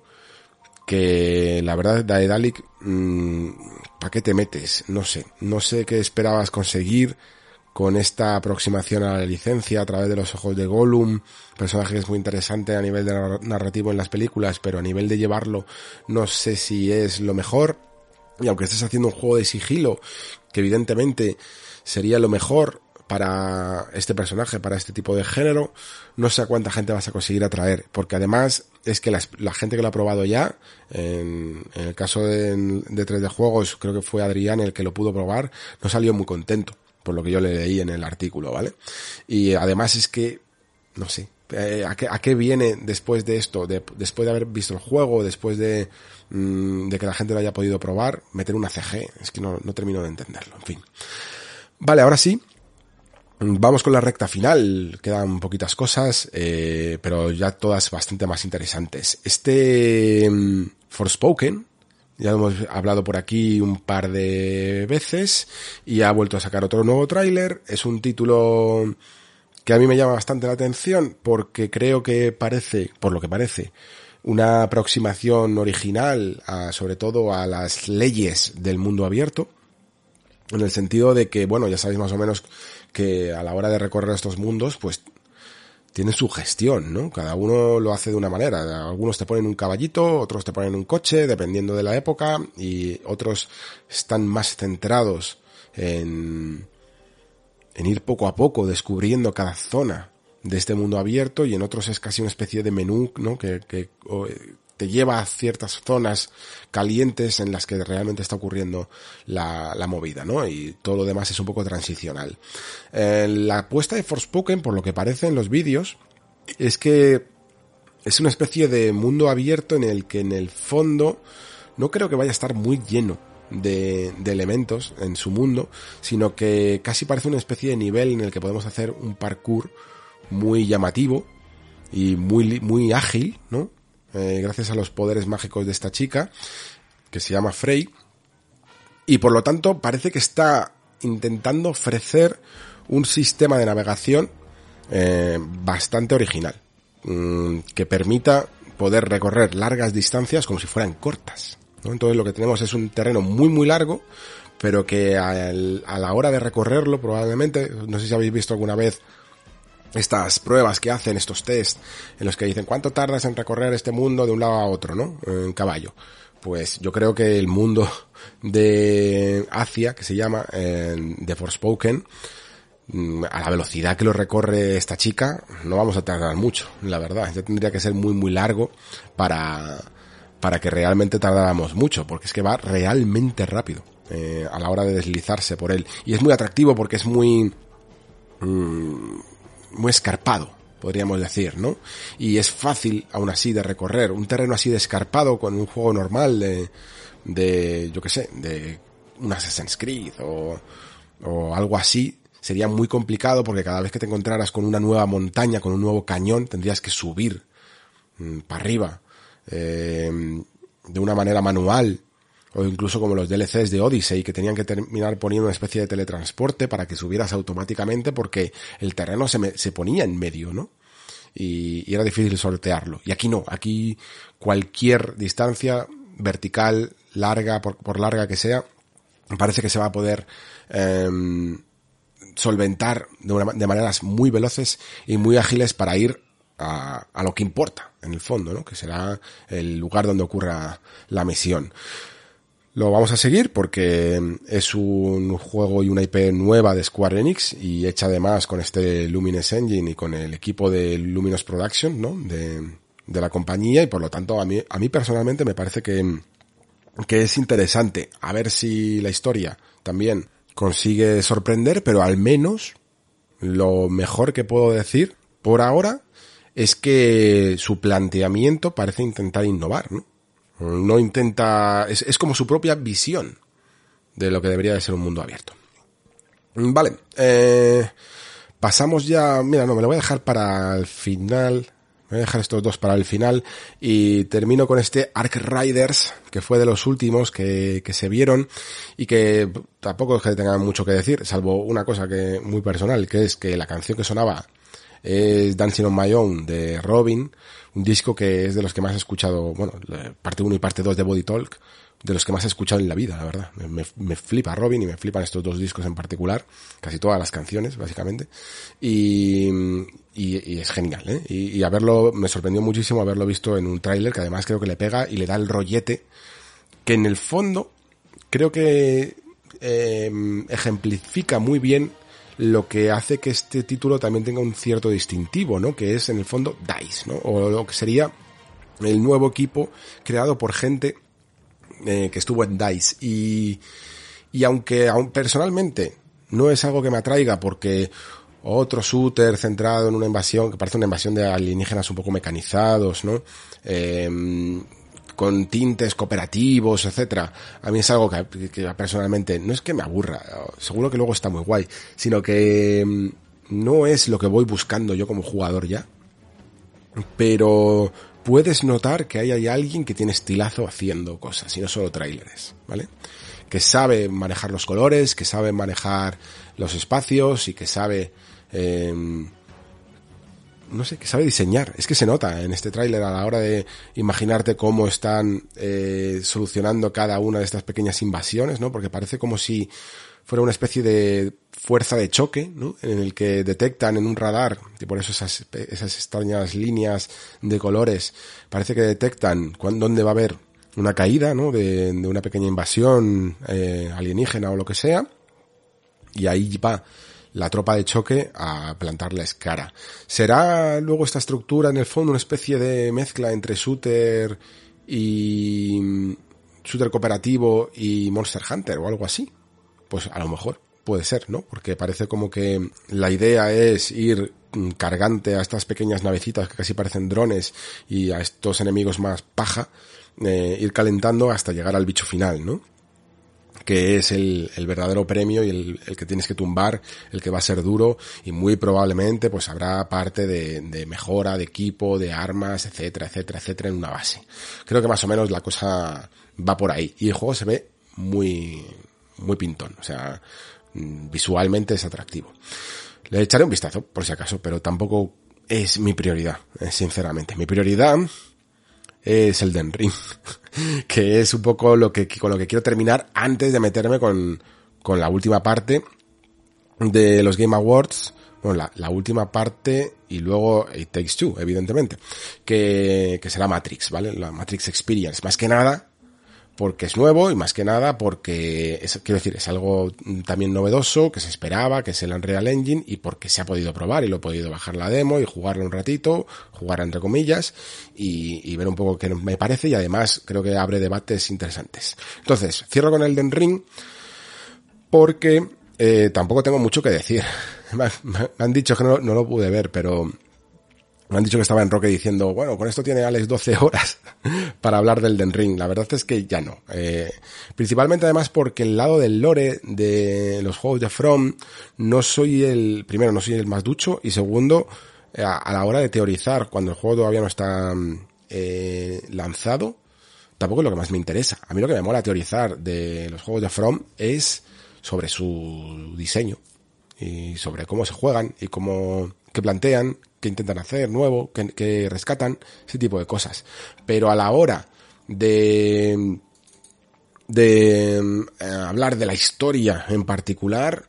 que la verdad, Daedalic, mmm, ¿para qué te metes? No sé, no sé qué esperabas conseguir con esta aproximación a la licencia a través de los ojos de Gollum, personaje que es muy interesante a nivel de narrativo en las películas, pero a nivel de llevarlo no sé si es lo mejor. Y aunque estés haciendo un juego de sigilo, que evidentemente sería lo mejor para este personaje, para este tipo de género, no sé a cuánta gente vas a conseguir atraer, porque además es que la, la gente que lo ha probado ya, en, en el caso de, de tres D Juegos, creo que fue Adrián el que lo pudo probar, no salió muy contento, por lo que yo le leí en el artículo, ¿vale? Y además es que, no sé, eh, ¿a, qué, ¿a qué viene después de esto? De, después de haber visto el juego, después de, mmm, de que la gente lo haya podido probar, meter una C G, es que no, no termino de entenderlo, en fin. Vale, ahora sí, vamos con la recta final, quedan poquitas cosas, eh, pero ya todas bastante más interesantes. Este um, Forspoken, ya hemos hablado por aquí un par de veces y ha vuelto a sacar otro nuevo tráiler. Es un título que a mí me llama bastante la atención porque creo que parece, por lo que parece, una aproximación original a, sobre todo a las leyes del mundo abierto, en el sentido de que, bueno, ya sabéis más o menos que a la hora de recorrer estos mundos, pues tiene su gestión, ¿no? Cada uno lo hace de una manera. Algunos te ponen un caballito, otros te ponen un coche, dependiendo de la época, y otros están más centrados en, en ir poco a poco descubriendo cada zona de este mundo abierto, y en otros es casi una especie de menú, ¿no? Que, que te lleva a ciertas zonas calientes en las que realmente está ocurriendo la, la movida, ¿no? Y todo lo demás es un poco transicional. Eh, la apuesta de Forspoken, por lo que parece en los vídeos, es que es una especie de mundo abierto en el que en el fondo no creo que vaya a estar muy lleno de, de elementos en su mundo, sino que casi parece una especie de nivel en el que podemos hacer un parkour muy llamativo y muy, muy ágil, ¿no? Eh, gracias a los poderes mágicos de esta chica, que se llama Frey, y por lo tanto parece que está intentando ofrecer un sistema de navegación eh, bastante original, mmm, que permita poder recorrer largas distancias como si fueran cortas, ¿no? Entonces lo que tenemos es un terreno muy muy largo, pero que al, a la hora de recorrerlo probablemente, no sé si habéis visto alguna vez estas pruebas que hacen, estos test, en los que dicen ¿cuánto tardas en recorrer este mundo de un lado a otro, ¿no? En caballo. Pues yo creo que el mundo de Asia, que se llama, de Forspoken, a la velocidad que lo recorre esta chica, no vamos a tardar mucho, la verdad. Ya tendría que ser muy muy largo para, para que realmente tardáramos mucho, porque es que va realmente rápido eh, a la hora de deslizarse por él. Y es muy atractivo porque es muy... Mmm, muy escarpado, podríamos decir, ¿no? Y es fácil, aún así, de recorrer un terreno así de escarpado con un juego normal de, de yo qué sé, de un Assassin's Creed o, o algo así. Sería muy complicado porque cada vez que te encontraras con una nueva montaña, con un nuevo cañón, tendrías que subir mmm, para arriba eh, de una manera manual, o incluso como los D L Cs de Odyssey, que tenían que terminar poniendo una especie de teletransporte para que subieras automáticamente porque el terreno se, me, se ponía en medio, ¿no? Y, y era difícil sortearlo. Y aquí no, aquí cualquier distancia vertical, larga, por, por larga que sea, parece que se va a poder eh, solventar de, una, de maneras muy veloces y muy ágiles para ir a, a lo que importa, en el fondo, ¿no? Que será el lugar donde ocurra la misión. Lo vamos a seguir porque es un juego y una I P nueva de Square Enix y hecha además con este Luminous Engine y con el equipo de Luminous Production, ¿no? De, de la compañía, y por lo tanto a mí, a mí personalmente me parece que, que es interesante. A ver si la historia también consigue sorprender, pero al menos lo mejor que puedo decir por ahora es que su planteamiento parece intentar innovar, ¿no? No intenta... Es, es como su propia visión de lo que debería de ser un mundo abierto. Vale. Eh, pasamos ya... Mira, no, me lo voy a dejar para el final. Me voy a dejar estos dos para el final. Y termino con este Ark Riders, que fue de los últimos que, que se vieron. Y que tampoco es que tengan mucho que decir, salvo una cosa que muy personal, que es que la canción que sonaba es Dancing on My Own de Robin, un disco que es de los que más he escuchado, bueno, parte uno y parte dos de Body Talk, de los que más he escuchado en la vida, la verdad. Me, me flipa Robin y me flipan estos dos discos en particular, casi todas las canciones, básicamente, y, y, y es genial, ¿eh? Y, y haberlo, me sorprendió muchísimo haberlo visto en un tráiler, que además creo que le pega y le da el rollete, que en el fondo creo que eh, ejemplifica muy bien lo que hace que este título también tenga un cierto distintivo, ¿no? Que es en el fondo DICE, ¿no? O lo que sería el nuevo equipo creado por gente eh, que estuvo en DICE. Y, y aunque aun personalmente no es algo que me atraiga porque otro shooter centrado en una invasión, que parece una invasión de alienígenas un poco mecanizados, ¿no? Eh, con tintes cooperativos, etcétera. A mí es algo que, que personalmente no es que me aburra, seguro que luego está muy guay, sino que no es lo que voy buscando yo como jugador ya. Pero puedes notar que ahí hay alguien que tiene estilazo haciendo cosas y no solo tráileres, ¿vale? Que sabe manejar los colores, que sabe manejar los espacios y que sabe eh, no sé, que sabe diseñar. Es que se nota en este tráiler a la hora de imaginarte cómo están eh, solucionando cada una de estas pequeñas invasiones, ¿no? Porque parece como si fuera una especie de fuerza de choque, ¿no? En el que detectan en un radar, y por eso esas, esas extrañas líneas de colores, parece que detectan cuándo, dónde va a haber una caída, ¿no? De, de una pequeña invasión eh, alienígena o lo que sea, y ahí va la tropa de choque a plantarles cara. ¿Será luego esta estructura en el fondo una especie de mezcla entre shooter y shooter cooperativo y Monster Hunter o algo así. Pues a lo mejor puede ser, ¿no? Porque parece como que la idea es ir cargante a estas pequeñas navecitas que casi parecen drones y a estos enemigos más paja, eh, ir calentando hasta llegar al bicho final, ¿no? Que es el, el verdadero premio y el, el que tienes que tumbar, el que va a ser duro, y muy probablemente pues habrá parte de, de mejora, de equipo, de armas, etcétera, etcétera, etcétera, en una base. Creo que más o menos la cosa va por ahí, y el juego se ve muy, muy pintón, o sea, visualmente es atractivo. Le echaré un vistazo, por si acaso, pero tampoco es mi prioridad, sinceramente. Mi prioridad es el Elden Ring, que es un poco lo que, con lo que quiero terminar antes de meterme con, con la última parte de los Game Awards. Bueno, la, la última parte y luego It Takes Two, evidentemente, que, que será Matrix, ¿vale? La Matrix Experience, más que nada porque es nuevo y más que nada porque, es, quiero decir, es algo también novedoso, que se esperaba, que es el Unreal Engine, y porque se ha podido probar y lo he podido bajar la demo y jugarla un ratito, jugarla entre comillas, y, y ver un poco qué me parece, y además creo que abre debates interesantes. Entonces, cierro con el Elden Ring porque eh, tampoco tengo mucho que decir. Me, me han dicho que no, no lo pude ver, pero me han dicho que estaba en Roque diciendo, bueno, con esto tiene Alex doce horas para hablar del Elden Ring. La verdad es que ya no. Eh, principalmente además porque el lado del lore de los juegos de From no soy el, primero no soy el más ducho, y segundo, a, a la hora de teorizar cuando el juego todavía no está eh, lanzado, tampoco es lo que más me interesa. A mí lo que me mola teorizar de los juegos de From es sobre su diseño y sobre cómo se juegan y cómo, qué plantean, qué intentan hacer nuevo, qué, qué rescatan, ese tipo de cosas. Pero a la hora de de eh, hablar de la historia en particular,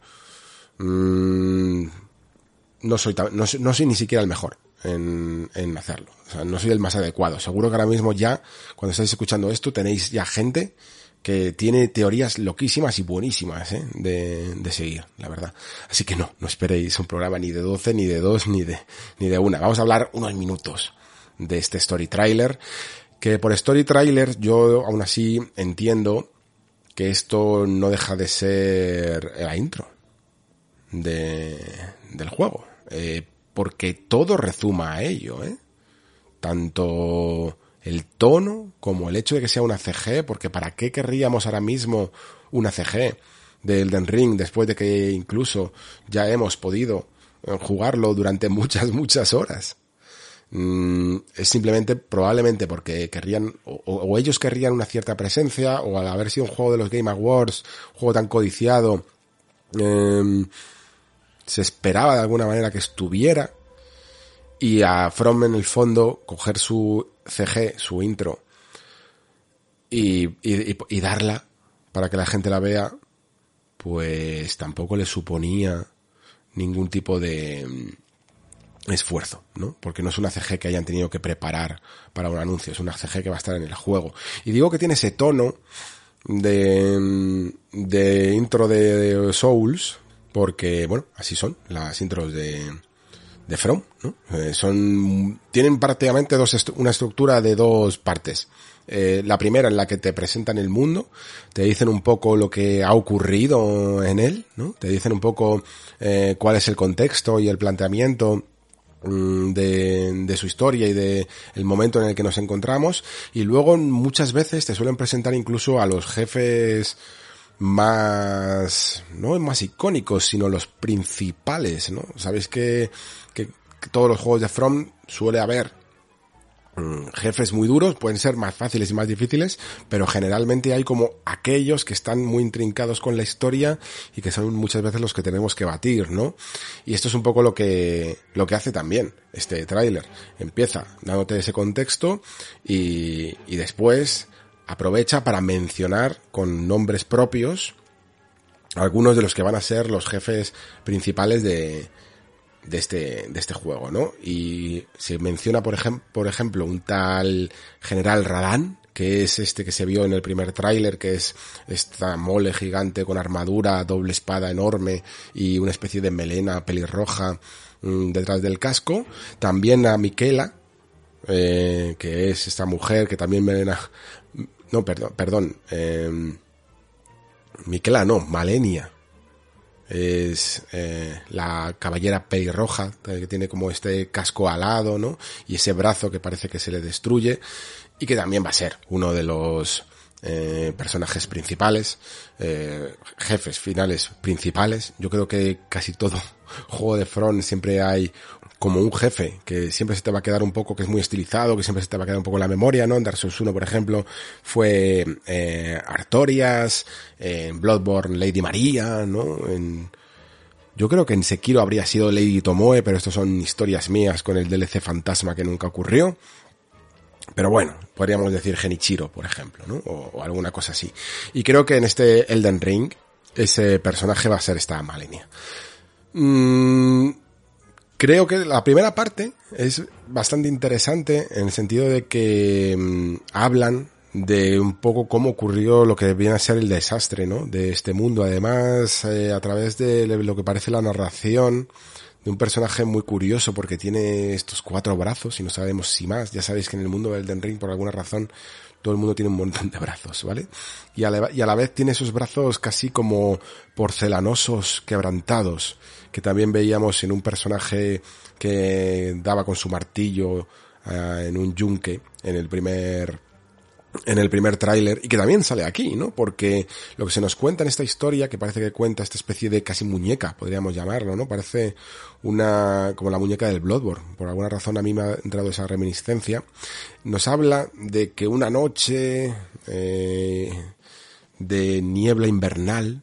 mmm, no soy tan, no, no soy ni siquiera el mejor en, en hacerlo. O sea, no soy el más adecuado. Seguro que ahora mismo ya, cuando estáis escuchando esto, tenéis ya gente que tiene teorías loquísimas y buenísimas, ¿eh? de, de seguir, la verdad. Así que no, no esperéis un programa ni de doce, ni de dos, ni de, ni de una. Vamos a hablar unos minutos de este story trailer, que por story trailer yo aún así entiendo que esto no deja de ser la intro de, del juego, eh, porque todo rezuma a ello, ¿eh? Tanto el tono como el hecho de que sea una C G, porque ¿para qué querríamos ahora mismo una C G de Elden Ring después de que incluso ya hemos podido jugarlo durante muchas, muchas horas? Mm, es simplemente, probablemente porque querrían, o, o ellos querrían una cierta presencia, o al haber sido un juego de los Game Awards, un juego tan codiciado, eh, se esperaba de alguna manera que estuviera, y a From en el fondo coger su C G, su intro, y, y, y darla para que la gente la vea, pues tampoco le suponía ningún tipo de esfuerzo, ¿no? Porque no es una C G que hayan tenido que preparar para un anuncio, es una C G que va a estar en el juego. Y digo que tiene ese tono de, de intro de Souls, porque, bueno, así son las intros de de From, ¿no? Eh, son, tienen prácticamente dos, estru- una estructura de dos partes. Eh, la primera en la que te presentan el mundo, te dicen un poco lo que ha ocurrido en él, ¿no? Te dicen un poco eh, cuál es el contexto y el planteamiento mm, de, de su historia y de el momento en el que nos encontramos, y luego muchas veces te suelen presentar incluso a los jefes más, no más icónicos, sino los principales, ¿no? Sabéis que, que, que todos los juegos de From suele haber mmm, jefes muy duros, pueden ser más fáciles y más difíciles, pero generalmente hay como aquellos que están muy intrincados con la historia y que son muchas veces los que tenemos que batir, ¿no? Y esto es un poco lo que, lo que hace también este tráiler. Empieza dándote ese contexto y, y después aprovecha para mencionar con nombres propios algunos de los que van a ser los jefes principales de, de este, de este juego, ¿no? Y se menciona, por ejemplo, por ejemplo, un tal General Radahn, que es este que se vio en el primer tráiler, que es esta mole gigante con armadura, doble espada enorme y una especie de melena pelirroja mmm, detrás del casco. También a Miquela, eh, que es esta mujer que también me... No, perdón, perdón. Eh, Miquela, no, Malenia. Es eh, la caballera pelirroja, que tiene como este casco alado, ¿no? Y ese brazo que parece que se le destruye, y que también va a ser uno de los eh, personajes principales, eh, jefes finales principales. Yo creo que casi todo juego de From siempre hay como un jefe que siempre se te va a quedar un poco, que es muy estilizado, que siempre se te va a quedar un poco en la memoria, ¿no? En Dark Souls uno, por ejemplo, fue eh, Artorias, en eh, Bloodborne Lady Maria, ¿no? En, yo creo que en Sekiro habría sido Lady Tomoe, pero esto son historias mías con el D L C fantasma que nunca ocurrió. Pero bueno, podríamos decir Genichiro, por ejemplo, ¿no? O, o alguna cosa así. Y creo que en este Elden Ring ese personaje va a ser esta Malenia. Mmm... Creo que la primera parte es bastante interesante en el sentido de que mmm, hablan de un poco cómo ocurrió lo que viene a ser el desastre, ¿no? De este mundo. Además, eh, a través de lo que parece la narración de un personaje muy curioso porque tiene estos cuatro brazos y no sabemos si más. Ya sabéis que en el mundo del Elden Ring, por alguna razón, todo el mundo tiene un montón de brazos, ¿vale? Y a la, y a la vez tiene esos brazos casi como porcelanosos, quebrantados, que también veíamos en un personaje que daba con su martillo uh, en un yunque en el primer en el primer tráiler, y que también sale aquí, ¿no? Porque lo que se nos cuenta en esta historia, que parece que cuenta esta especie de casi muñeca, podríamos llamarlo, ¿no? Parece una, como la muñeca del Bloodborne. Por alguna razón a mí me ha entrado esa reminiscencia. Nos habla de que una noche eh, de niebla invernal,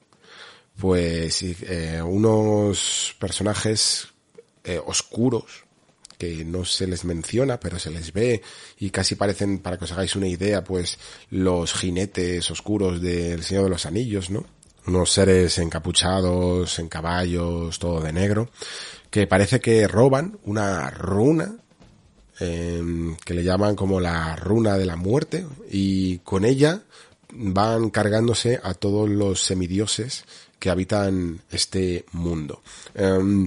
pues eh, unos personajes eh, oscuros, que no se les menciona, pero se les ve y casi parecen, para que os hagáis una idea, pues los jinetes oscuros del Señor de los Anillos, ¿no? Unos seres encapuchados, en caballos, todo de negro, que parece que roban una runa, eh, que le llaman como la runa de la muerte, y con ella van cargándose a todos los semidioses que habitan este mundo. Eh,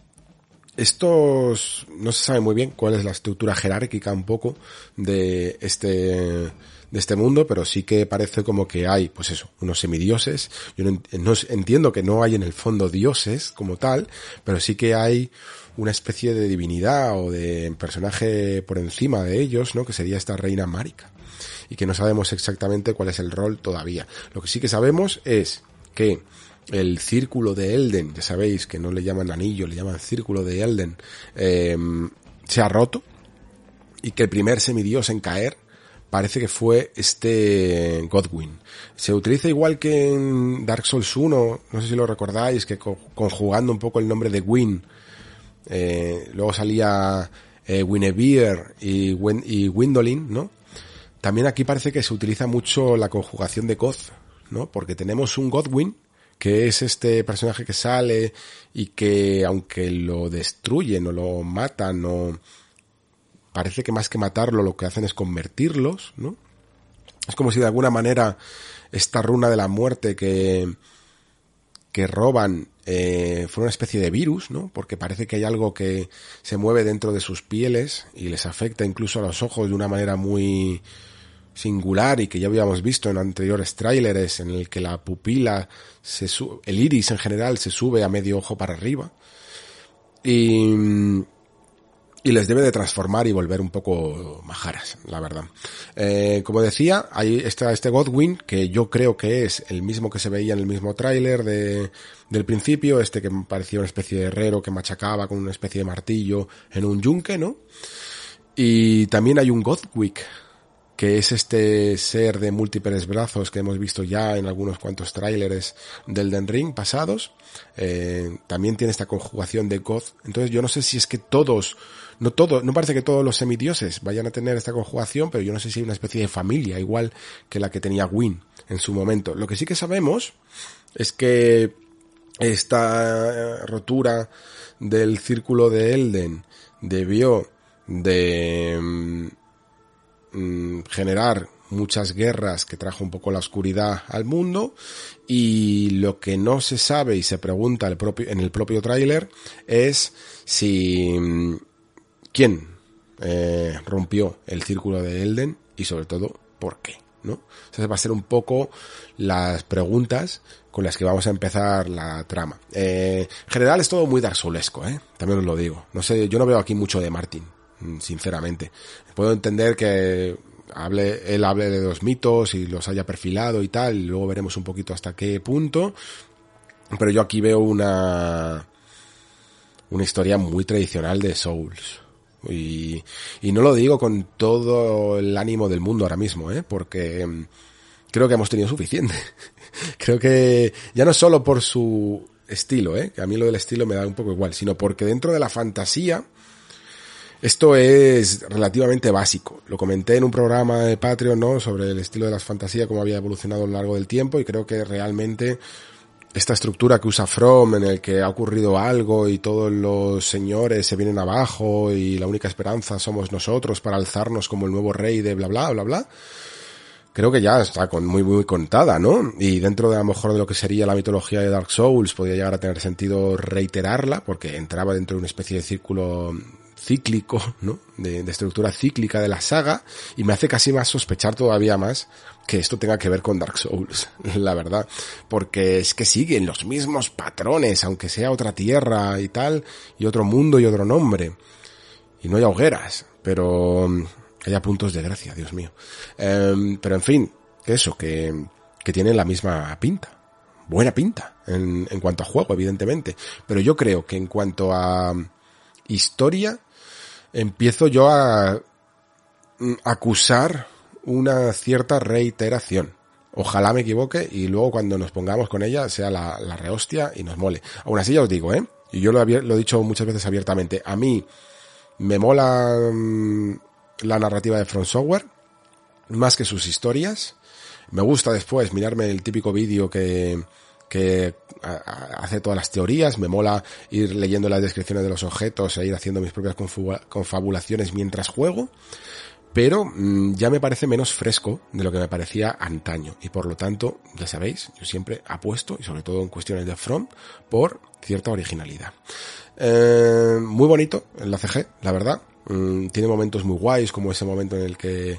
Estos, no se sabe muy bien cuál es la estructura jerárquica un poco de este, de este mundo, pero sí que parece como que hay, pues eso, unos semidioses. Yo no, no entiendo que no hay en el fondo dioses como tal, pero sí que hay una especie de divinidad o de personaje por encima de ellos, ¿no? Que sería esta reina Marika. Y que no sabemos exactamente cuál es el rol todavía. Lo que sí que sabemos es que el círculo de Elden, ya sabéis que no le llaman anillo, le llaman círculo de Elden, eh, se ha roto, y que el primer semidios en caer parece que fue este Godwyn. Se utiliza igual que en Dark Souls uno, no sé si lo recordáis, que conjugando un poco el nombre de Gwyn, eh, luego salía eh, Guinevere y, Wen, y Gwendolyn, ¿no? También aquí parece que se utiliza mucho la conjugación de God, ¿no? Porque tenemos un Godwyn, que es este personaje que sale y que aunque lo destruyen o lo matan, o parece que más que matarlo lo que hacen es convertirlos, ¿no? Es como si de alguna manera esta runa de la muerte que que roban eh, fuera una especie de virus, ¿no? Porque parece que hay algo que se mueve dentro de sus pieles y les afecta incluso a los ojos de una manera muy singular, y que ya habíamos visto en anteriores tráileres, en el que la pupila, se su- el iris en general se sube a medio ojo para arriba, y, y les debe de transformar y volver un poco majaras, la verdad. Eh, como decía, hay está este Godwyn, que yo creo que es el mismo que se veía en el mismo tráiler de, del principio, este que parecía una especie de herrero que machacaba con una especie de martillo en un yunque, ¿no? Y también hay un Godwick, que es este ser de múltiples brazos que hemos visto ya en algunos cuantos tráileres del Elden Ring pasados. Eh, también tiene esta conjugación de God. Entonces yo no sé si es que todos, no todos, no parece que todos los semidioses vayan a tener esta conjugación, pero yo no sé si hay una especie de familia, igual que la que tenía Gwyn en su momento. Lo que sí que sabemos es que esta rotura del círculo de Elden debió de generar muchas guerras, que trajo un poco la oscuridad al mundo, y lo que no se sabe y se pregunta el propio, en el propio tráiler es si quién eh, rompió el círculo de Elden y sobre todo, ¿por qué? ¿No? Esas va a ser un poco las preguntas con las que vamos a empezar la trama. Eh, en general es todo muy Dark Soulesco, ¿eh? También os lo digo. No sé, yo no veo aquí mucho de Martin, sinceramente. Puedo entender que hable, él hable de dos mitos y los haya perfilado y tal, y luego veremos un poquito hasta qué punto, pero yo aquí veo una una historia muy tradicional de Souls. Y, y no lo digo con todo el ánimo del mundo ahora mismo, ¿eh? Porque creo que hemos tenido suficiente. Creo que ya no solo por su estilo, ¿eh? Que a mí lo del estilo me da un poco igual, sino porque dentro de la fantasía esto es relativamente básico. Lo comenté en un programa de Patreon, ¿no? Sobre el estilo de las fantasías, cómo había evolucionado a lo largo del tiempo, y creo que realmente esta estructura que usa From, en el que ha ocurrido algo y todos los señores se vienen abajo y la única esperanza somos nosotros para alzarnos como el nuevo rey de bla bla bla bla, creo que ya está con, muy muy contada, ¿no? Y dentro de a lo mejor de lo que sería la mitología de Dark Souls podría llegar a tener sentido reiterarla, porque entraba dentro de una especie de círculo cíclico, ¿no? De, de estructura cíclica de la saga, y me hace casi más sospechar todavía más que esto tenga que ver con Dark Souls, la verdad, porque es que siguen los mismos patrones, aunque sea otra tierra y tal, y otro mundo y otro nombre, y no hay hogueras, pero haya puntos de gracia, Dios mío. Eh, pero en fin, que eso, que, que tienen la misma pinta, buena pinta, en, en cuanto a juego, evidentemente, pero yo creo que en cuanto a historia, empiezo yo a acusar una cierta reiteración. Ojalá me equivoque y luego cuando nos pongamos con ella sea la, la rehostia y nos mole. Aún así ya os digo, ¿eh? Y yo lo, lo he dicho muchas veces abiertamente. A mí me mola mmm, la narrativa de From Software más que sus historias. Me gusta después mirarme el típico vídeo que... que hace todas las teorías, me mola ir leyendo las descripciones de los objetos e ir haciendo mis propias confabulaciones mientras juego, pero mmm, ya me parece menos fresco de lo que me parecía antaño, y por lo tanto, ya sabéis, yo siempre apuesto, y sobre todo en cuestiones de From, por cierta originalidad. Eh, muy bonito en la C G, la verdad, mm, tiene momentos muy guays, como ese momento en el que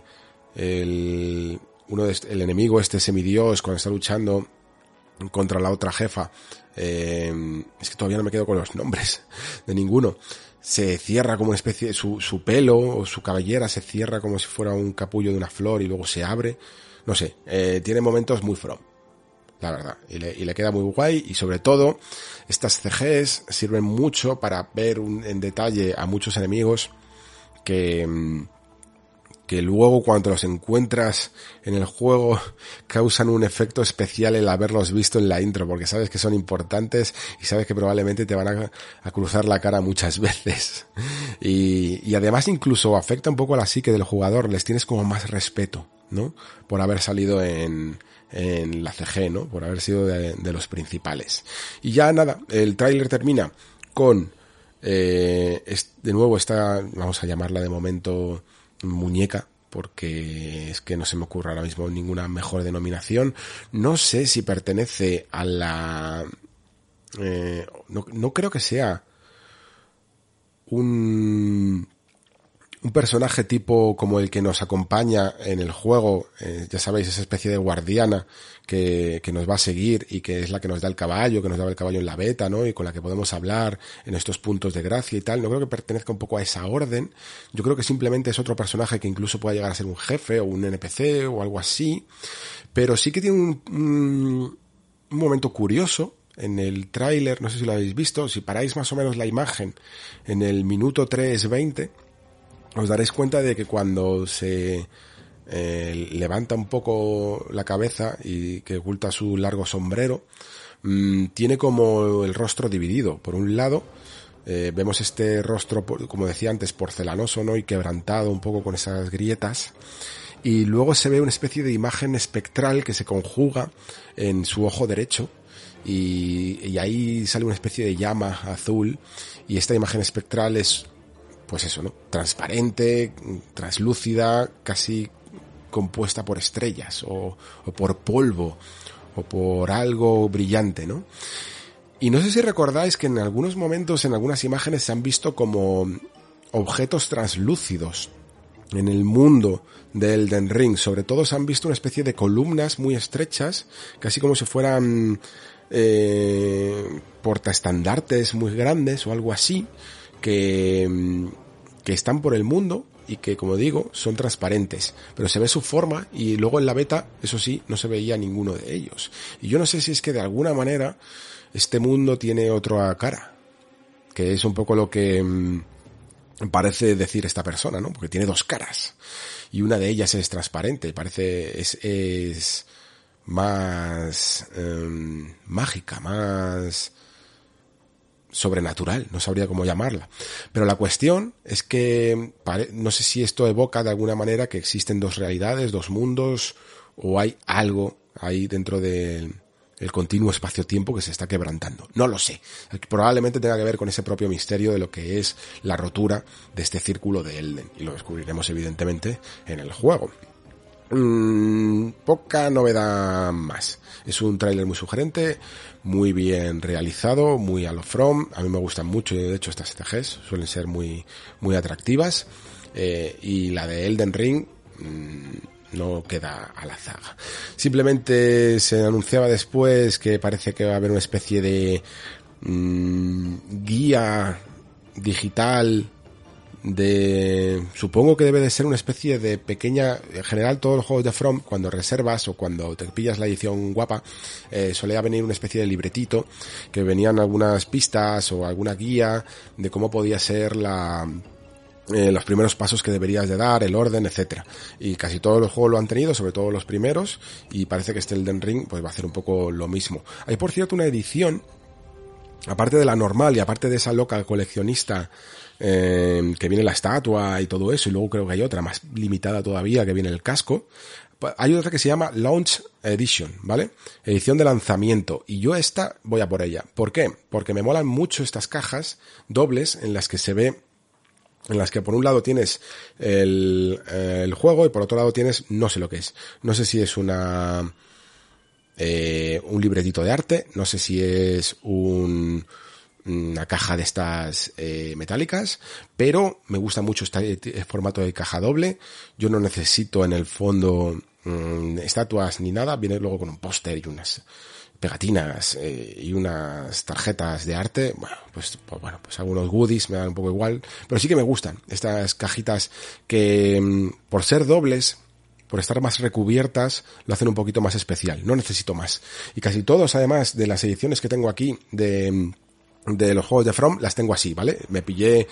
el, uno de este, el enemigo, este semidios, cuando está luchando contra la otra jefa, eh, es que todavía no me quedo con los nombres de ninguno, se cierra como una especie de su, su pelo o su cabellera se cierra como si fuera un capullo de una flor y luego se abre, no sé, eh, tiene momentos muy From, la verdad, y le, y le queda muy guay, y sobre todo estas C Gs sirven mucho para ver un, en detalle a muchos enemigos que que luego cuando los encuentras en el juego causan un efecto especial el haberlos visto en la intro, porque sabes que son importantes y sabes que probablemente te van a, a cruzar la cara muchas veces. Y, y además incluso afecta un poco a la psique del jugador, les tienes como más respeto, ¿no? Por haber salido en, en la C G, ¿no? Por haber sido de, de los principales. Y ya nada, el tráiler termina con, eh, es, de nuevo esta, vamos a llamarla de momento muñeca, porque es que no se me ocurre ahora mismo ninguna mejor denominación. No sé si pertenece a la... Eh, no, no creo que sea un... un personaje tipo como el que nos acompaña en el juego, eh, ya sabéis, esa especie de guardiana que, que nos va a seguir y que es la que nos da el caballo, que nos daba el caballo en la beta, ¿no? Y con la que podemos hablar en estos puntos de gracia y tal. No creo que pertenezca un poco a esa orden. Yo creo que simplemente es otro personaje que incluso pueda llegar a ser un jefe o un N P C o algo así. Pero sí que tiene un, un, un momento curioso en el tráiler, no sé si lo habéis visto, si paráis más o menos la imagen en el minuto tres veinte, os daréis cuenta de que cuando se eh, levanta un poco la cabeza y que oculta su largo sombrero, mmm, tiene como el rostro dividido. Por un lado, eh, vemos este rostro, como decía antes, porcelanoso, ¿no? Y quebrantado un poco con esas grietas. Y luego se ve una especie de imagen espectral que se conjuga en su ojo derecho. Y, y ahí sale una especie de llama azul. Y esta imagen espectral es... pues eso, ¿no? Transparente, translúcida, casi compuesta por estrellas o, o por polvo o por algo brillante, ¿no? Y no sé si recordáis que en algunos momentos, en algunas imágenes se han visto como objetos translúcidos en el mundo de Elden Ring. Sobre todo se han visto una especie de columnas muy estrechas, casi como si fueran eh, portaestandartes muy grandes o algo así, que, que están por el mundo y que, como digo, son transparentes, pero se ve su forma y luego en la beta, eso sí, no se veía ninguno de ellos. Y yo no sé si es que de alguna manera este mundo tiene otra cara, que es un poco lo que mmm, parece decir esta persona, ¿no? Porque tiene dos caras y una de ellas es transparente, parece es, es más eh, mágica, más sobrenatural, no sabría cómo llamarla. Pero la cuestión es que pare, no sé si esto evoca de alguna manera que existen dos realidades, dos mundos, o hay algo ahí dentro del el continuo espacio-tiempo que se está quebrantando. No lo sé. Probablemente tenga que ver con ese propio misterio de lo que es la rotura de este círculo de Elden. Y lo descubriremos evidentemente en el juego. Mm, poca novedad más. Es un tráiler muy sugerente, muy bien realizado, muy a lo From. A mí me gustan mucho y de hecho estas C T Gs suelen ser muy, muy atractivas. Eh, y la de Elden Ring mmm, no queda a la zaga. Simplemente se anunciaba después que parece que va a haber una especie de mmm, guía digital de, supongo que debe de ser una especie de pequeña, en general todos los juegos de From, cuando reservas o cuando te pillas la edición guapa, eh, solía venir una especie de libretito que venían algunas pistas o alguna guía de cómo podía ser la Eh, los primeros pasos que deberías de dar, el orden, etcétera. Y casi todos los juegos lo han tenido, sobre todo los primeros, y parece que este Elden Ring pues va a hacer un poco lo mismo. Hay, por cierto, una edición, aparte de la normal y aparte de esa loca coleccionista, eh, que viene la estatua y todo eso, y luego creo que hay otra más limitada todavía que viene el casco. Hay otra que se llama Launch Edition, ¿vale? Edición de lanzamiento. Y yo esta voy a por ella. ¿Por qué? Porque me molan mucho estas cajas dobles en las que se ve, en las que por un lado tienes el, el juego y por otro lado tienes, no sé lo que es, no sé si es una eh, un libretito de arte, no sé si es un, una caja de estas eh, metálicas, pero me gusta mucho este formato de caja doble. Yo no necesito en el fondo mmm, estatuas ni nada, viene luego con un póster y unas pegatinas eh, y unas tarjetas de arte. Bueno, pues, pues bueno, pues algunos goodies me dan un poco igual, pero sí que me gustan estas cajitas que por ser dobles, por estar más recubiertas, lo hacen un poquito más especial. No necesito más. Y casi todos, además de las ediciones que tengo aquí de de los juegos de From, las tengo así, ¿vale? Me pillé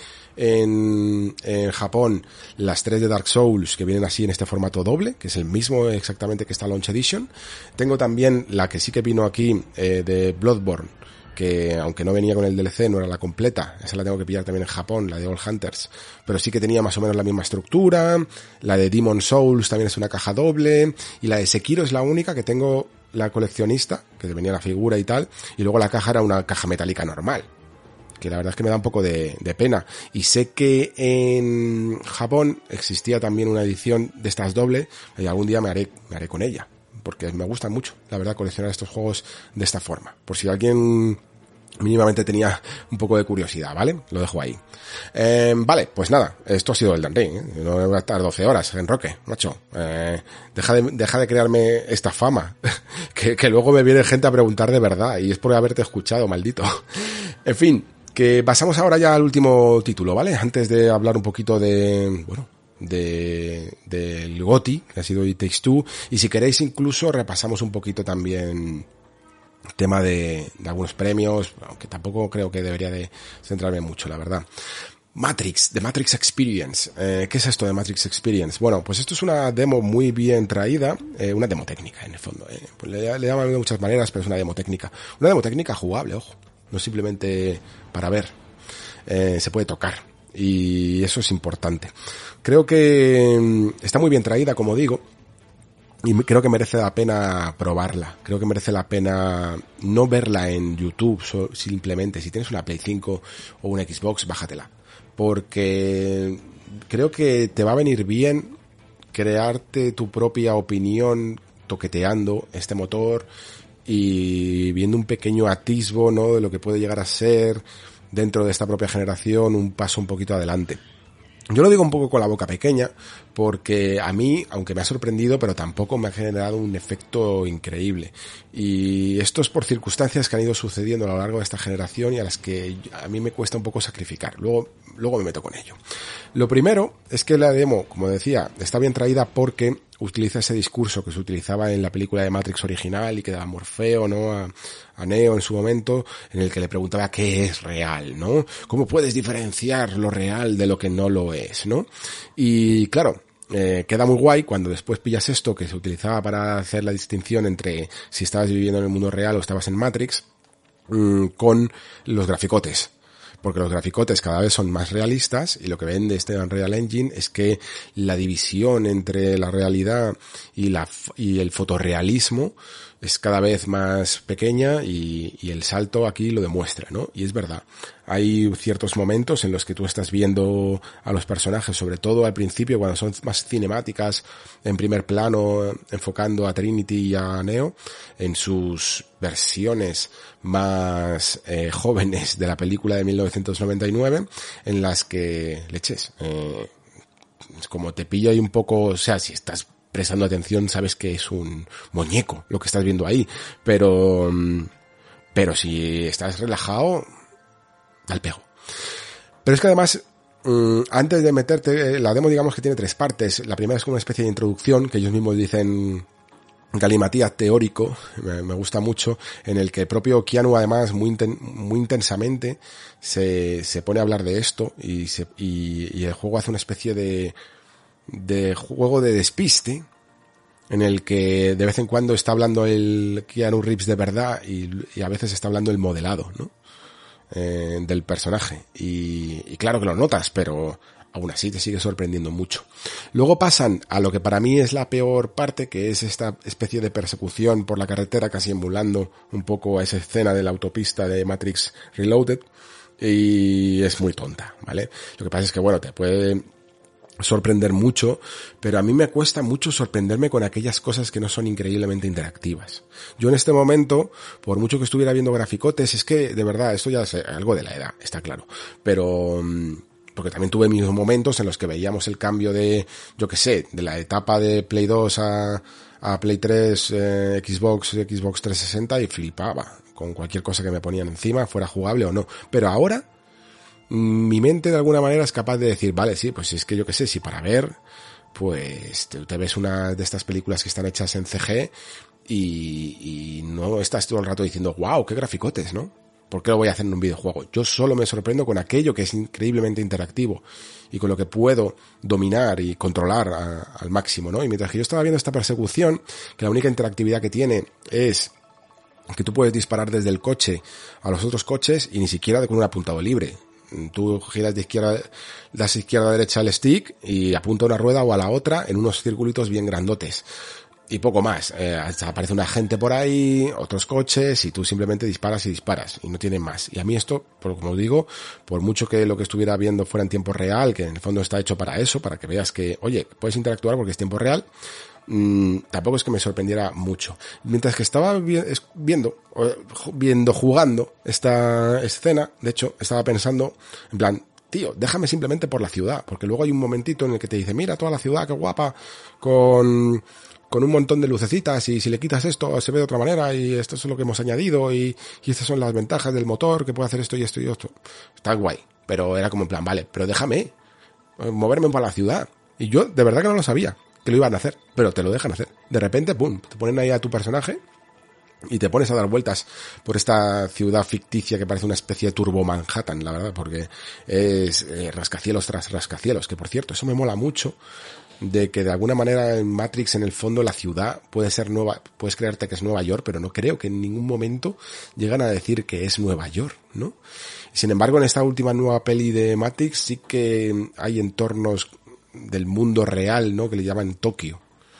en, en Japón las tres de Dark Souls que vienen así en este formato doble, que es el mismo exactamente que esta Launch Edition. Tengo también la que sí que vino aquí eh, de Bloodborne, que aunque no venía con el D L C, no era la completa. Esa la tengo que pillar también en Japón, la de All Hunters, pero sí que tenía más o menos la misma estructura. La de Demon Souls también es una caja doble, y la de Sekiro es la única que tengo la coleccionista, que venía la figura y tal, y luego la caja era una caja metálica normal, que la verdad es que me da un poco de, de pena. Y sé que en Japón existía también una edición de estas doble, y algún día me haré, me haré con ella, porque me gusta mucho, la verdad, coleccionar estos juegos de esta forma. Por si alguien mínimamente tenía un poco de curiosidad, ¿vale? Lo dejo ahí. Eh, vale, pues nada, esto ha sido Elden Ring, ¿eh? No voy a estar doce horas en Roque, macho. Eh, deja de, deja de crearme esta fama, que, que luego me viene gente a preguntar de verdad, y es por haberte escuchado, maldito. En fin, que pasamos ahora ya al último título, ¿vale? Antes de hablar un poquito de, bueno, de del GOTY, que ha sido It Takes Two, y si queréis incluso repasamos un poquito también tema de, de algunos premios, aunque tampoco creo que debería de centrarme mucho, la verdad. Matrix, The Matrix Experience. Eh, ¿Qué es esto de Matrix Experience? Bueno, pues esto es una demo muy bien traída, eh, una demo técnica en el fondo. Eh. Pues le, le llaman de muchas maneras, pero es una demo técnica. Una demo técnica jugable, ojo, no simplemente para ver. Eh, se puede tocar y eso es importante. Creo que está muy bien traída, como digo, y creo que merece la pena probarla. Creo que merece la pena no verla en YouTube, simplemente si tienes una Play cinco o una Xbox, bájatela. Porque creo que te va a venir bien crearte tu propia opinión toqueteando este motor y viendo un pequeño atisbo, ¿no?, de lo que puede llegar a ser dentro de esta propia generación, un paso un poquito adelante. Yo lo digo un poco con la boca pequeña, porque a mí, aunque me ha sorprendido, pero tampoco me ha generado un efecto increíble. Y esto es por circunstancias que han ido sucediendo a lo largo de esta generación y a las que a mí me cuesta un poco sacrificar. Luego, luego me meto con ello. Lo primero es que la demo, como decía, está bien traída porque utiliza ese discurso que se utilizaba en la película de Matrix original y que daba Morfeo, ¿no? A, a Neo en su momento, en el que le preguntaba qué es real, ¿no? ¿Cómo puedes diferenciar lo real de lo que no lo es, ¿no? Y claro, eh, queda muy guay cuando después pillas esto que se utilizaba para hacer la distinción entre si estabas viviendo en el mundo real o estabas en Matrix, mmm, con los graficotes. Porque los graficotes cada vez son más realistas y lo que vende este Unreal Engine es que la división entre la realidad y la y el fotorrealismo es cada vez más pequeña y, y el salto aquí lo demuestra, ¿no? Y es verdad. Hay ciertos momentos en los que tú estás viendo a los personajes, sobre todo al principio cuando son más cinemáticas, en primer plano, enfocando a Trinity y a Neo, en sus versiones más eh, jóvenes de la película de mil novecientos noventa y nueve, en las que, leches, eh, como te pilla ahí un poco, o sea, si estás prestando atención sabes que es un muñeco lo que estás viendo ahí, pero pero si estás relajado, da el pego. Pero es que además, antes de meterte, la demo digamos que tiene tres partes. La primera es como una especie de introducción, que ellos mismos dicen galimatías teórico, me, me gusta mucho, en el que el propio Keanu además muy inten, muy intensamente se, se pone a hablar de esto y, se, y, y el juego hace una especie de de juego de despiste en el que de vez en cuando está hablando el Keanu Reeves de verdad y, y a veces está hablando el modelado, ¿no? Eh, del personaje y, y claro que lo notas, pero aún así te sigue sorprendiendo mucho. Luego pasan a lo que para mí es la peor parte, que es esta especie de persecución por la carretera, casi emulando un poco a esa escena de la autopista de Matrix Reloaded, y es muy tonta, ¿vale? Lo que pasa es que, bueno, te puede sorprender mucho, pero a mí me cuesta mucho sorprenderme con aquellas cosas que no son increíblemente interactivas. Yo en este momento, por mucho que estuviera viendo graficotes, es que de verdad, esto ya es algo de la edad, está claro, pero porque también tuve mis momentos en los que veíamos el cambio de, yo qué sé, de la etapa de Play dos a, a Play tres, eh, Xbox, Xbox trescientos sesenta y flipaba con cualquier cosa que me ponían encima, fuera jugable o no, pero ahora mi mente de alguna manera es capaz de decir, vale, sí, pues es que yo qué sé, si para ver, pues te, te ves una de estas películas que están hechas en C G y, y no estás todo el rato diciendo, wow, qué graficotes, ¿no? ¿Por qué lo voy a hacer en un videojuego? Yo solo me sorprendo con aquello que es increíblemente interactivo y con lo que puedo dominar y controlar a, al máximo, ¿no? Y mientras que yo estaba viendo esta persecución, que la única interactividad que tiene es que tú puedes disparar desde el coche a los otros coches y ni siquiera con un apuntado libre. Tú giras de izquierda, das izquierda a derecha el stick y apunta a una rueda o a la otra en unos circulitos bien grandotes. Y poco más. Eh, aparece una gente por ahí, otros coches, y tú simplemente disparas y disparas. Y no tiene más. Y a mí esto, por como digo, por mucho que lo que estuviera viendo fuera en tiempo real, que en el fondo está hecho para eso, para que veas que, oye, puedes interactuar porque es tiempo real, mmm, tampoco es que me sorprendiera mucho. Mientras que estaba vi- viendo, viendo, jugando esta escena, de hecho, estaba pensando, en plan, tío, déjame simplemente por la ciudad, porque luego hay un momentito en el que te dice, mira toda la ciudad, qué guapa, con... con un montón de lucecitas, y si le quitas esto se ve de otra manera, y esto es lo que hemos añadido, y, y estas son las ventajas del motor, que puede hacer esto y esto y esto. Está guay, pero era como en plan, vale, pero déjame moverme por la ciudad. Y yo de verdad que no lo sabía que lo iban a hacer, pero te lo dejan hacer. De repente, pum, te ponen ahí a tu personaje y te pones a dar vueltas por esta ciudad ficticia que parece una especie de Turbo Manhattan, la verdad, porque es eh, rascacielos tras rascacielos, que por cierto, eso me mola mucho, de que de alguna manera en Matrix en el fondo la ciudad puede ser nueva, puedes creerte que es Nueva York, pero no creo que en ningún momento llegan a decir que es Nueva York, ¿no? Sin embargo, en esta última nueva peli de Matrix sí que hay entornos del mundo real, ¿no? Que le llaman Tokio.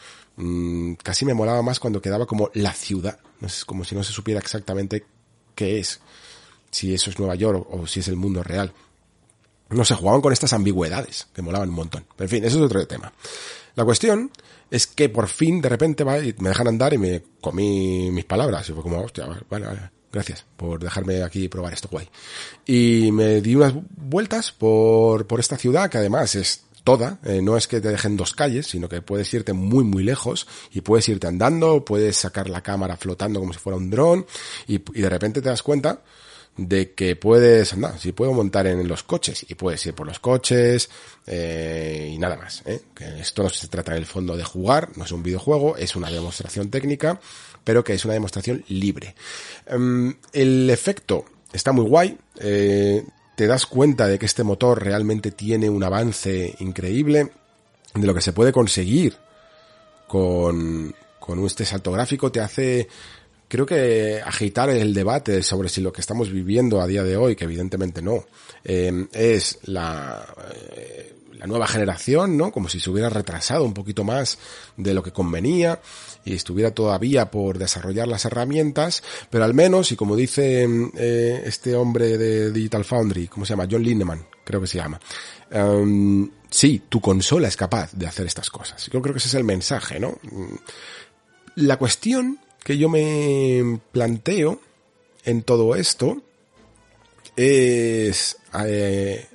Mm, casi me molaba más cuando quedaba como la ciudad, no sé, como si no se supiera exactamente qué es, si eso es Nueva York o, o si es el mundo real. No se jugaban con estas ambigüedades, que molaban un montón. Pero en fin, eso es otro tema. La cuestión es que por fin, de repente, va y me dejan andar y me comí mis palabras. Y fue como, hostia, vale, vale, Gracias por dejarme aquí probar esto guay. Y me di unas vueltas por, por esta ciudad, que además es toda, eh, no es que te dejen dos calles, sino que puedes irte muy muy lejos y puedes irte andando, puedes sacar la cámara flotando como si fuera un dron y, y de repente te das cuenta de que puedes andar, si puedo montar en los coches y puedes ir por los coches eh, y nada más, ¿eh? Que esto no se trata en el fondo de jugar, no es un videojuego, es una demostración técnica, pero que es una demostración libre. Um, el efecto está muy guay, eh, te das cuenta de que este motor realmente tiene un avance increíble, de lo que se puede conseguir con, con este salto gráfico. Te hace, creo que, agitar el debate sobre si lo que estamos viviendo a día de hoy, que evidentemente no, eh, es la... Eh, la nueva generación, ¿no? Como si se hubiera retrasado un poquito más de lo que convenía y estuviera todavía por desarrollar las herramientas, pero al menos, y como dice eh, este hombre de Digital Foundry, ¿cómo se llama? John Lindemann, creo que se llama. Um, sí, tu consola es capaz de hacer estas cosas. Yo creo que ese es el mensaje, ¿no? La cuestión que yo me planteo en todo esto es... Eh,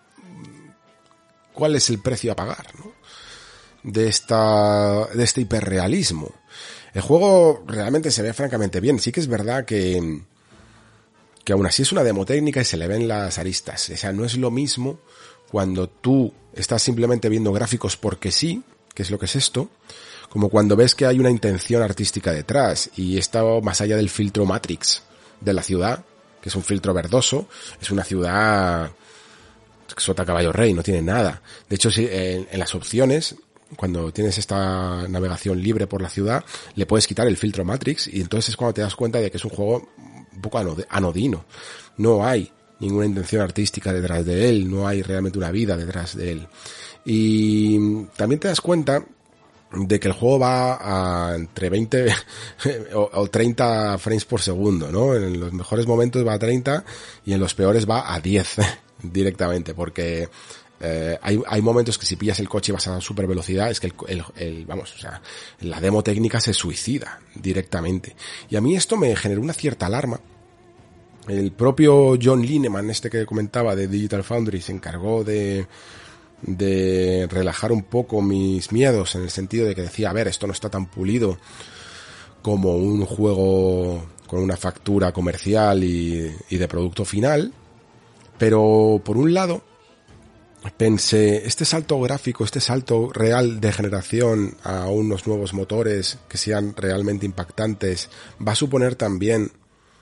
¿cuál es el precio a pagar, ¿no? de esta de este hiperrealismo? El juego realmente se ve francamente bien. Sí que es verdad que que aún así es una demo técnica y se le ven las aristas. O sea, no es lo mismo cuando tú estás simplemente viendo gráficos porque sí, que es lo que es esto, como cuando ves que hay una intención artística detrás y está más allá del filtro Matrix de la ciudad, que es un filtro verdoso, es una ciudad sota caballo rey, no tiene nada. De hecho, si en, en las opciones, cuando tienes esta navegación libre por la ciudad, le puedes quitar el filtro Matrix y entonces es cuando te das cuenta de que es un juego un poco anodino. No hay ninguna intención artística detrás de él, no hay realmente una vida detrás de él. Y también te das cuenta de que el juego va a entre veinte o treinta frames por segundo, ¿no? En los mejores momentos va a treinta y en los peores va a diez directamente, porque eh, hay, hay momentos que si pillas el coche y vas a super velocidad, es que el, el, el, vamos, o sea, la demo técnica se suicida directamente. Y a mí esto me generó una cierta alarma. El propio John Lindemann, este que comentaba de Digital Foundry, se encargó de de relajar un poco mis miedos, en el sentido de que decía, a ver, esto no está tan pulido como un juego con una factura comercial y, y de producto final, pero por un lado pensé, este salto gráfico, este salto real de generación a unos nuevos motores que sean realmente impactantes, va a suponer también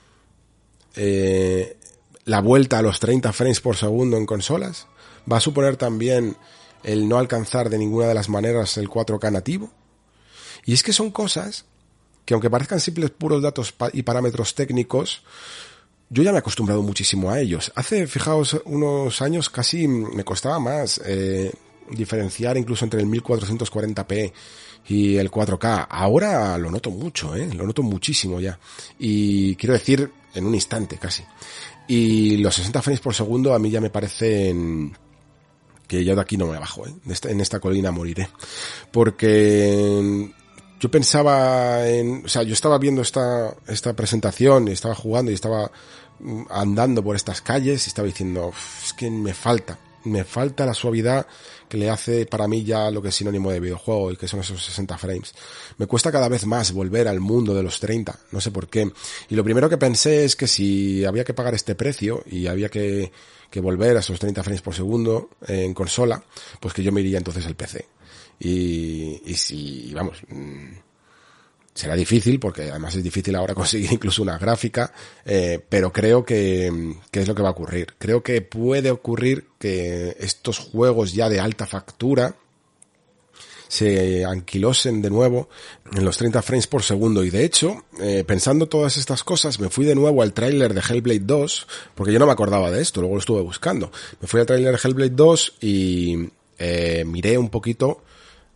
eh, la vuelta a los treinta frames por segundo en consolas. Va a suponer también el no alcanzar de ninguna de las maneras el cuatro K nativo. Y es que son cosas que, aunque parezcan simples puros datos y parámetros técnicos, yo ya me he acostumbrado muchísimo a ellos. Hace, fijaos, unos años casi me costaba más eh, diferenciar incluso entre el mil cuatrocientos cuarenta p y el cuatro K. Ahora lo noto mucho, eh, lo noto muchísimo ya. Y quiero decir, en un instante casi. Y los sesenta frames por segundo a mí ya me parecen... que yo de aquí no me bajo, ¿eh? En esta colina moriré. Porque yo pensaba en... O sea, yo estaba viendo esta esta presentación y estaba jugando y estaba andando por estas calles y estaba diciendo, es que me falta, me falta la suavidad que le hace para mí ya lo que es sinónimo de videojuego y que son esos sesenta frames. Me cuesta cada vez más volver al mundo de los treinta, no sé por qué. Y lo primero que pensé es que si había que pagar este precio y había que, que volver a esos treinta frames por segundo en consola, pues que yo me iría entonces al P C. Y, y si, vamos, será difícil, porque además es difícil ahora conseguir incluso una gráfica, eh, pero creo que, que es lo que va a ocurrir. Creo que puede ocurrir que estos juegos ya de alta factura se anquilosen de nuevo en los treinta frames por segundo. Y de hecho, eh, pensando todas estas cosas, me fui de nuevo al tráiler de Hellblade dos, porque yo no me acordaba de esto, luego lo estuve buscando. Me fui al tráiler de Hellblade dos y eh, miré un poquito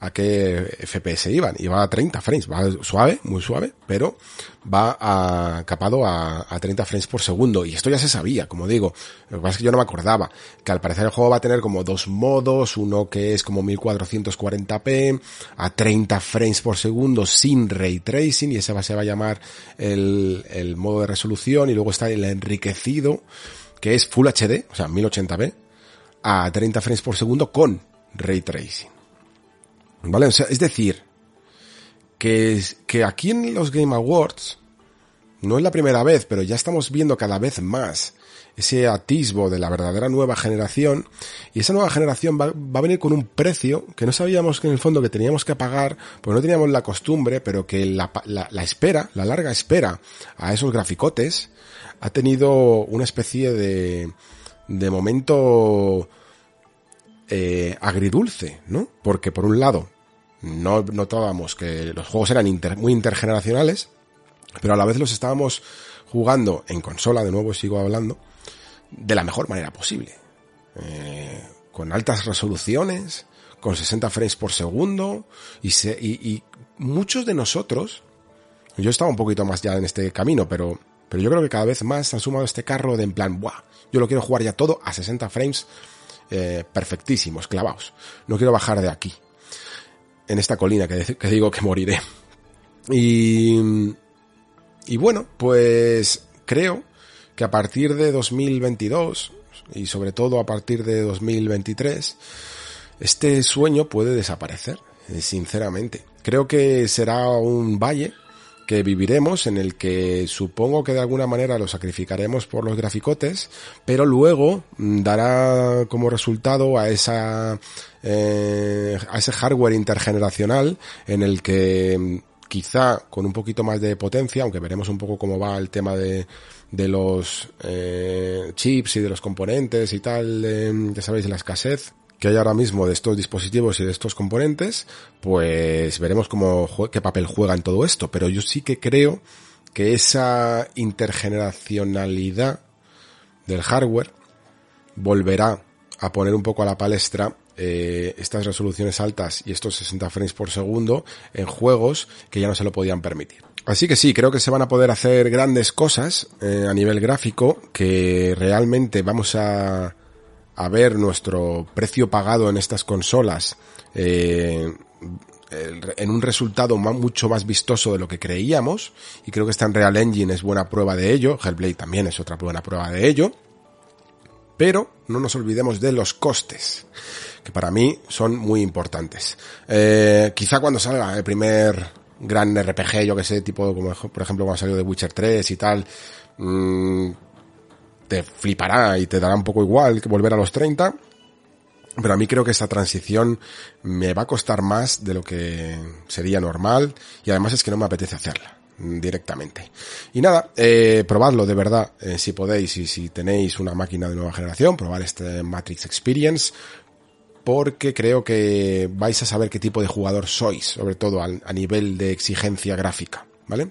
a qué F P S iban. Y va a treinta frames, va suave, muy suave, pero va a, capado a, a treinta frames por segundo. Y esto ya se sabía, como digo. Lo que pasa es que yo no me acordaba. Que al parecer el juego va a tener como dos modos, uno que es como mil cuatrocientos cuarenta p, a treinta frames por segundo, sin ray tracing, y ese va, se va a llamar el, el modo de resolución, y luego está el enriquecido, que es Full H D, o sea, mil ochenta p, a treinta frames por segundo con ray tracing. ¿Vale? O sea, es decir, que, que aquí en los Game Awards, no es la primera vez, pero ya estamos viendo cada vez más ese atisbo de la verdadera nueva generación, y esa nueva generación va, va a venir con un precio que no sabíamos que en el fondo que teníamos que pagar, porque no teníamos la costumbre, pero que la, la, la espera, la larga espera a esos graficotes, ha tenido una especie de, de momento eh, agridulce, ¿no? Porque por un lado, no notábamos que los juegos eran inter, muy intergeneracionales, pero a la vez los estábamos jugando en consola, de nuevo sigo hablando, de la mejor manera posible. Eh, con altas resoluciones, con sesenta frames por segundo, y, se, y, y muchos de nosotros, yo estaba un poquito más ya en este camino, pero, pero yo creo que cada vez más se han sumado a este carro de en plan, ¡buah! Yo lo quiero jugar ya todo a sesenta frames eh, perfectísimos, clavados. No quiero bajar de aquí, en esta colina que, que digo que moriré. Y, y bueno, pues creo que a partir de dos mil veintidós, y sobre todo a partir de dos mil veintitrés, este sueño puede desaparecer, sinceramente. Creo que será un valle que viviremos, en el que supongo que de alguna manera lo sacrificaremos por los graficotes, pero luego dará como resultado a esa eh, a ese hardware intergeneracional, en el que quizá con un poquito más de potencia, aunque veremos un poco cómo va el tema de de los eh, chips y de los componentes y tal, eh, ya sabéis, de la escasez que hay ahora mismo de estos dispositivos y de estos componentes, pues veremos cómo qué papel juega en todo esto. Pero yo sí que creo que esa intergeneracionalidad del hardware volverá a poner un poco a la palestra eh, estas resoluciones altas y estos sesenta frames por segundo en juegos que ya no se lo podían permitir. Así que sí, creo que se van a poder hacer grandes cosas eh, a nivel gráfico, que realmente vamos a a ver nuestro precio pagado en estas consolas eh, en un resultado mucho más vistoso de lo que creíamos, y creo que esta Unreal Engine es buena prueba de ello. Hellblade también es otra buena prueba de ello, pero no nos olvidemos de los costes, que para mí son muy importantes. Eh, quizá cuando salga el primer gran R P G, yo que sé, tipo como por ejemplo cuando salió The Witcher tres y tal, mmm, te flipará y te dará un poco igual que volver a los treinta, pero a mí creo que esta transición me va a costar más de lo que sería normal, y además es que no me apetece hacerla directamente. Y nada, eh, probadlo de verdad, eh, si podéis, y si tenéis una máquina de nueva generación, probar este Matrix Experience, porque creo que vais a saber qué tipo de jugador sois, sobre todo a, a nivel de exigencia gráfica, ¿vale?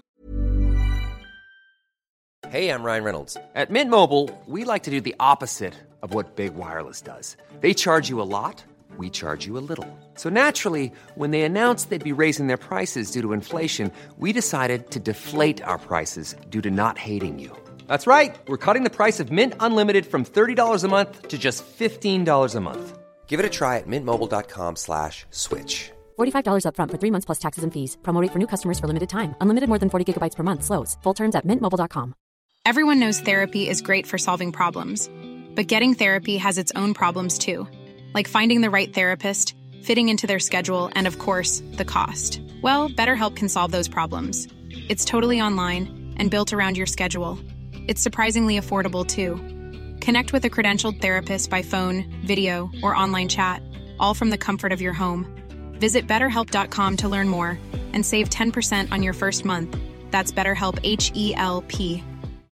Hey, I'm Ryan Reynolds. At Mint Mobile, we like to do the opposite of what Big Wireless does. They charge you a lot, we charge you a little. So naturally, when they announced they'd be raising their prices due to inflation, we decided to deflate our prices due to not hating you. That's right. We're cutting the price of Mint Unlimited from thirty dollars a month to just fifteen dollars a month. Give it a try at mintmobile.com slash switch. forty-five dollars up front for three months plus taxes and fees. Promo rate for new customers for limited time. Unlimited more than forty gigabytes per month slows. Full terms at mint mobile dot com. Everyone knows therapy is great for solving problems, but getting therapy has its own problems too, like finding the right therapist, fitting into their schedule, and of course, the cost. Well, BetterHelp can solve those problems. It's totally online and built around your schedule. It's surprisingly affordable too. Connect with a credentialed therapist by phone, video, or online chat, all from the comfort of your home. Visit better help dot com to learn more and save ten percent on your first month. That's BetterHelp, H E L P.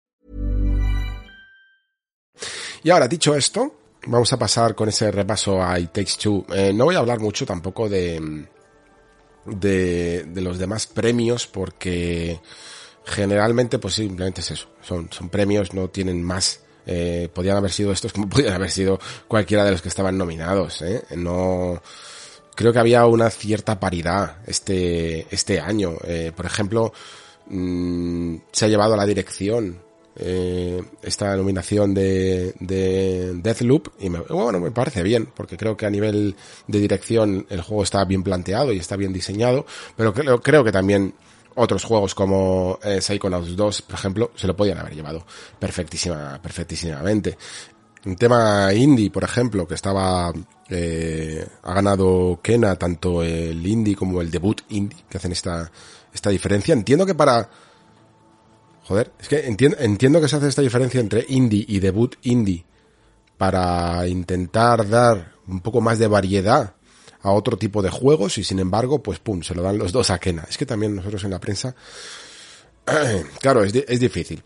Y ahora, dicho esto, vamos a pasar con ese repaso a It Takes Two. Eh, no voy a hablar mucho tampoco de, de, de los demás premios, porque generalmente pues simplemente es eso. Son, son premios, no tienen más. Eh, podían haber sido estos como podían haber sido cualquiera de los que estaban nominados. ¿eh? No... creo que había una cierta paridad este, este año. Eh, por ejemplo, mmm, se ha llevado a la dirección eh, esta nominación de, de Deathloop y me, bueno, me parece bien, porque creo que a nivel de dirección el juego está bien planteado y está bien diseñado, pero creo, creo que también otros juegos como eh, Psychonauts dos, por ejemplo, se lo podían haber llevado perfectísima, perfectísimamente. Un tema indie, por ejemplo, que estaba eh, ha ganado Kena, tanto el indie como el debut indie, que hacen esta esta diferencia. Entiendo que para joder, es que entiendo, entiendo que se hace esta diferencia entre indie y debut indie para intentar dar un poco más de variedad a otro tipo de juegos, y sin embargo, pues pum, se lo dan los dos a Kena. Es que también nosotros en la prensa, claro, es, es difícil.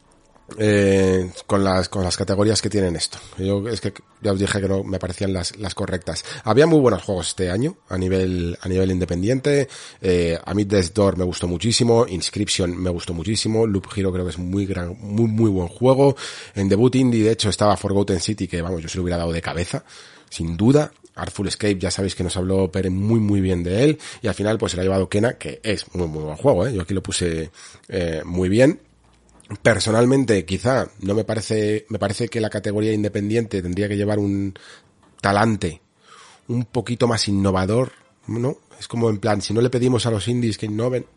Eh, con las con las categorías que tienen esto. Yo es que ya os dije que no me parecían las las correctas. Había muy buenos juegos este año a nivel a nivel independiente. Eh, a mí Death's Door me gustó muchísimo, Inscription me gustó muchísimo, Loop Hero creo que es muy gran muy muy buen juego. En debut indie de hecho estaba Forgotten City, que vamos, yo se lo hubiera dado de cabeza, sin duda. Artful Escape, ya sabéis que nos habló Pere muy muy bien de él, y al final pues se lo ha llevado Kena, que es muy muy buen juego, ¿eh? Yo aquí lo puse eh, muy bien. Personalmente, quizá, no me parece, me parece que la categoría independiente tendría que llevar un talante un poquito más innovador, ¿no? Es como en plan, si no le pedimos a los indies que innoven,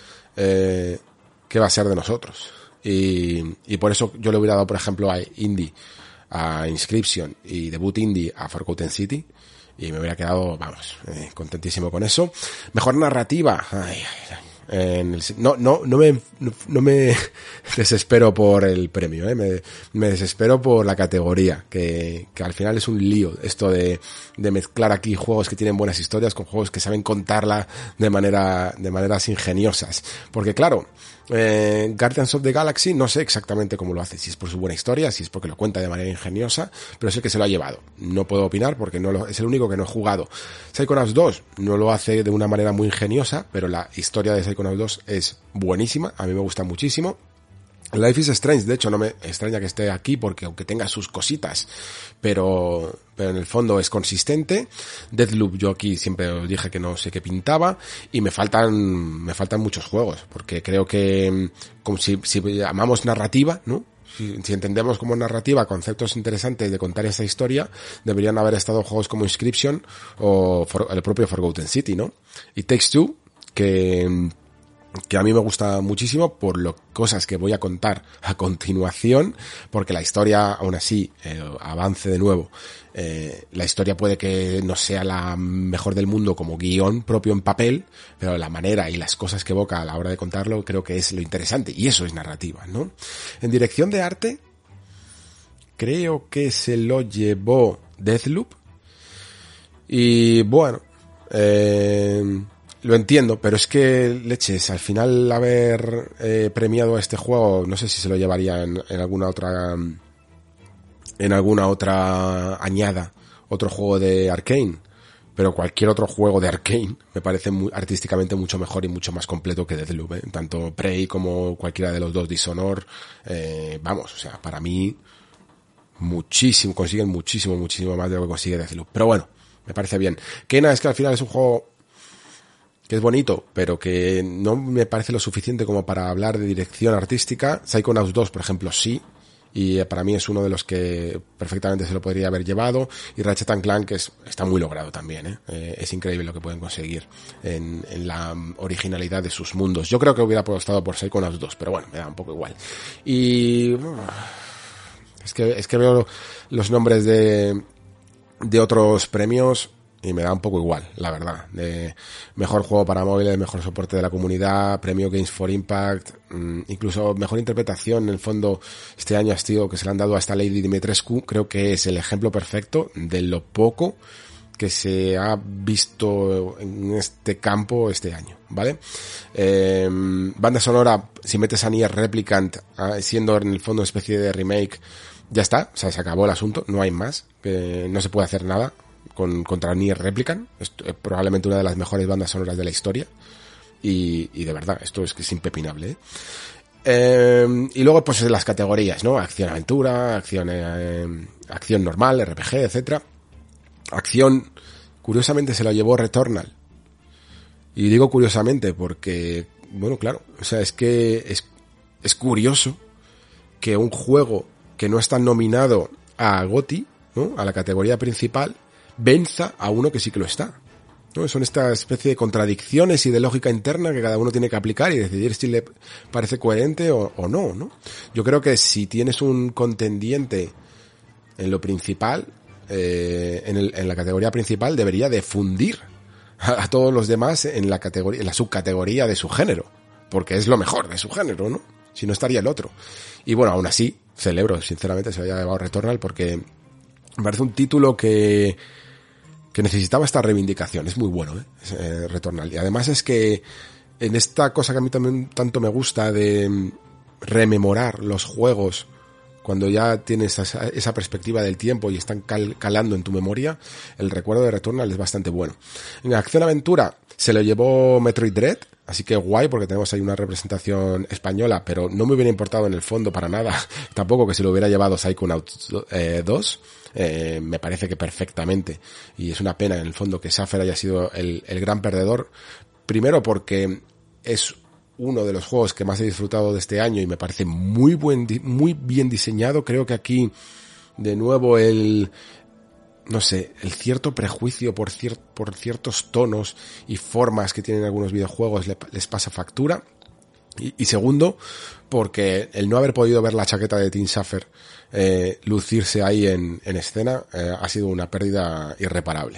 eh, ¿qué va a ser de nosotros? Y, y por eso yo le hubiera dado, por ejemplo, a indie, a Inscription, y debut indie a Forgotten City, y me hubiera quedado, vamos, eh, contentísimo con eso. Mejor narrativa, ay, ay, ay. En el, no, no, no me, no, no me desespero por el premio, eh, me, me desespero por la categoría, que, que al final es un lío esto de, de mezclar aquí juegos que tienen buenas historias con juegos que saben contarla de manera, de maneras ingeniosas. Porque claro, eh, Guardians of the Galaxy no sé exactamente cómo lo hace, si es por su buena historia, si es porque lo cuenta de manera ingeniosa, pero es el que se lo ha llevado. No puedo opinar porque no lo, es el único que no he jugado. Psychonauts dos no lo hace de una manera muy ingeniosa, pero la historia de Psychonauts dos es buenísima, a mí me gusta muchísimo. Life is Strange, de hecho, no me extraña que esté aquí porque aunque tenga sus cositas, pero, pero en el fondo es consistente. Deathloop, yo aquí siempre os dije que no sé qué pintaba, y me faltan, me faltan muchos juegos, porque creo que, como si, si llamamos narrativa, ¿no? Si, si entendemos como narrativa conceptos interesantes de contar esta historia, deberían haber estado juegos como Inscription o for, el propio Forgotten City, ¿no? Y Takes Two, que, que a mí me gusta muchísimo por las cosas que voy a contar a continuación, porque la historia, aún así, eh, avance de nuevo, eh, la historia puede que no sea la mejor del mundo como guión propio en papel, pero la manera y las cosas que evoca a la hora de contarlo creo que es lo interesante, y eso es narrativa, ¿no? En dirección de arte, creo que se lo llevó Deathloop, y bueno, eh... lo entiendo, pero es que, leches, al final haber eh, premiado a este juego, no sé si se lo llevaría en, en alguna otra, en alguna otra añada, otro juego de Arcane, pero cualquier otro juego de Arcane me parece muy, artísticamente mucho mejor y mucho más completo que Deathloop, ¿eh? Tanto Prey como cualquiera de los dos, Dishonored, eh, vamos, o sea, para mí, muchísimo, consiguen muchísimo, muchísimo más de lo que consigue Deathloop, pero bueno, me parece bien. Kena es que al final es un juego que es bonito, pero que no me parece lo suficiente como para hablar de dirección artística. Psychonauts dos, por ejemplo, sí, y para mí es uno de los que perfectamente se lo podría haber llevado, y Ratchet and Clank es, está muy logrado también, ¿eh? Eh, es increíble lo que pueden conseguir en, en la originalidad de sus mundos. Yo creo que hubiera apostado por Psychonauts dos, pero bueno, me da un poco igual. Y es que, es que veo los nombres de, de otros premios y me da un poco igual, la verdad. De mejor juego para móviles, mejor soporte de la comunidad, premio Games for Impact, incluso mejor interpretación. En el fondo, este año ha sido que se le han dado a esta Lady Dimitrescu. Creo que es el ejemplo perfecto de lo poco que se ha visto en este campo este año, ¿vale? Eh, banda sonora, si metes a Nier Replicant, siendo en el fondo una especie de remake, ya está, o sea, se acabó el asunto, no hay más, eh, no se puede hacer nada con contra Nier Replicant. Esto es probablemente una de las mejores bandas sonoras de la historia, y, y de verdad, esto es que es impepinable, ¿eh? Eh, y luego pues las categorías, ¿no? Acción aventura, acción eh, acción normal, R P G, etcétera. Acción, curiosamente se lo llevó Returnal. Y digo curiosamente porque, bueno, claro, o sea, es que es, es curioso que un juego que no está nominado a GOTY, ¿no?, a la categoría principal, venza a uno que sí que lo está, ¿no? Son esta especie de contradicciones y de lógica interna que cada uno tiene que aplicar y decidir si le parece coherente o, o no, ¿no? Yo creo que si tienes un contendiente en lo principal, eh, en, el, en la categoría principal, debería de fundir a, a todos los demás en la categoría, en la subcategoría de su género, porque es lo mejor de su género, ¿no? Si no estaría el otro. Y bueno, aún así, celebro, sinceramente, se haya llevado Returnal porque me parece un título que que necesitaba esta reivindicación. Es muy bueno, ¿eh? eh Returnal. Y además es que en esta cosa que a mí también tanto me gusta de rememorar los juegos cuando ya tienes esa, esa perspectiva del tiempo y están cal, calando en tu memoria, el recuerdo de Returnal es bastante bueno. En acción-aventura se lo llevó Metroid Dread, así que guay porque tenemos ahí una representación española, pero no me hubiera importado en el fondo para nada tampoco que se lo hubiera llevado Psychonauts eh, dos. Eh, me parece que perfectamente, y es una pena en el fondo que Safer haya sido el, el gran perdedor, primero porque es uno de los juegos que más he disfrutado de este año y me parece muy buen, muy bien diseñado. Creo que aquí de nuevo el, no sé, el cierto prejuicio por, cier, por ciertos tonos y formas que tienen algunos videojuegos le, les pasa factura. Y, y segundo, porque el no haber podido ver la chaqueta de Tim Schafer eh, lucirse ahí en, en escena eh, ha sido una pérdida irreparable.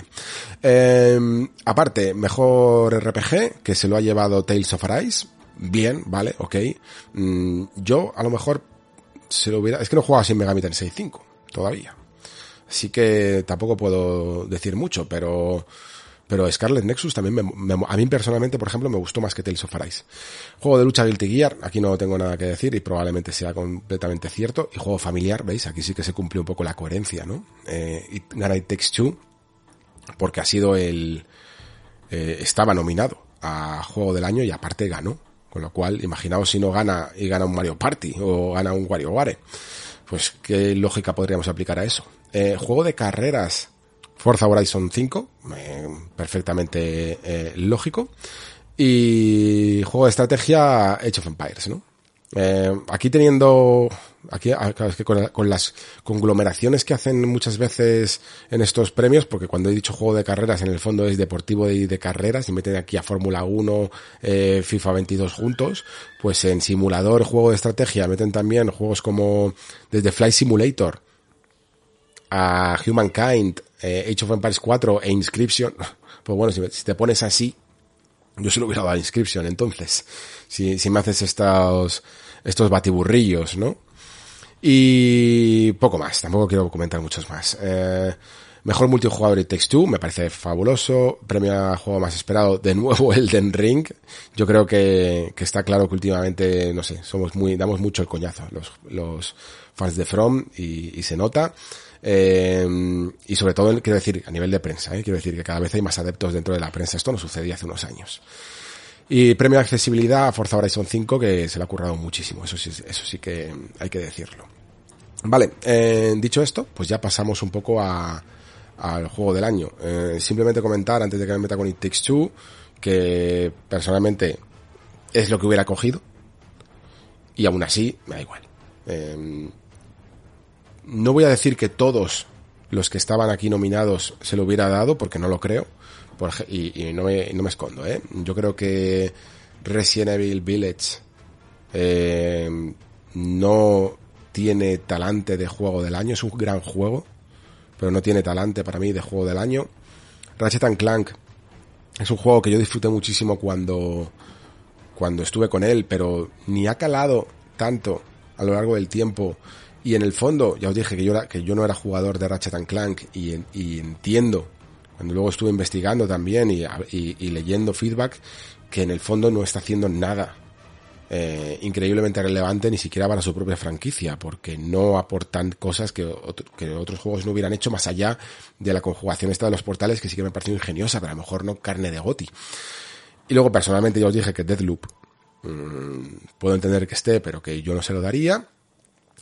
Eh, aparte, mejor R P G, que se lo ha llevado Tales of Arise. Bien, vale, ok. Mm, yo, a lo mejor, se lo hubiera... Es que no jugaba sin Megami Tensei cinco todavía. Así que tampoco puedo decir mucho, pero... Pero Scarlet Nexus también me, me, a mí personalmente, por ejemplo, me gustó más que Tales of Arise. Juego de lucha Guilty Gear, aquí no tengo nada que decir y probablemente sea completamente cierto. Y juego familiar, ¿veis? Aquí sí que se cumplió un poco la coherencia, ¿no? Eh, y gana It Takes Two, porque ha sido el... Eh, estaba nominado a Juego del Año y aparte ganó. Con lo cual, imaginaos si no gana y gana un Mario Party o gana un WarioWare. Pues qué lógica podríamos aplicar a eso. Eh, juego de carreras... Forza Horizon cinco, eh, perfectamente eh, lógico. Y juego de estrategia Age of Empires, ¿no? Eh, aquí teniendo... Aquí, claro, es que con, con las conglomeraciones que hacen muchas veces en estos premios, porque cuando he dicho juego de carreras, en el fondo es deportivo y de, de carreras, y meten aquí a Fórmula uno, eh, FIFA veintidós juntos, pues en simulador, juego de estrategia, meten también juegos como desde Flight Simulator a Humankind, eh, Age of Empires cuatro e Inscription. Pues bueno, si, si te pones así, yo se lo hubiera dado a Inscription entonces, si, si me haces estos, estos batiburrillos, ¿no? Y poco más, tampoco quiero comentar muchos más. Eh, mejor multijugador It Takes Two, me parece fabuloso. Premio a juego más esperado, de nuevo Elden Ring. Yo creo que, que está claro que últimamente, no sé, somos muy, damos mucho el coñazo los, los fans de From y, y se nota. Eh, y sobre todo, quiero decir, a nivel de prensa, ¿eh? Quiero decir que cada vez hay más adeptos dentro de la prensa. Esto no sucedía hace unos años. Y premio de accesibilidad a Forza Horizon cinco, que se le ha currado muchísimo. Eso sí, eso sí que hay que decirlo. Vale, eh, dicho esto, pues ya pasamos un poco a, al juego del año. Eh, simplemente comentar, antes de que me meta con It Takes Two, que personalmente es lo que hubiera cogido. Y aún así, me da igual. Eh, No voy a decir que todos los que estaban aquí nominados se lo hubiera dado, porque no lo creo. Por, y y no, me, no me escondo, ¿eh? Yo creo que Resident Evil Village eh, no tiene talante de juego del año. Es un gran juego, pero no tiene talante para mí de juego del año. Ratchet and Clank es un juego que yo disfruté muchísimo cuando, cuando estuve con él, pero ni ha calado tanto a lo largo del tiempo. Y en el fondo, ya os dije que yo, era, que yo no era jugador de Ratchet and Clank y, y entiendo, cuando luego estuve investigando también y, y, y leyendo feedback, que en el fondo no está haciendo nada eh, increíblemente relevante ni siquiera para su propia franquicia, porque no aportan cosas que, otro, que otros juegos no hubieran hecho más allá de la conjugación esta de los portales, que sí que me pareció ingeniosa, pero a lo mejor no carne de GOTY. Y luego personalmente ya os dije que Deathloop mmm, puedo entender que esté, pero que yo no se lo daría.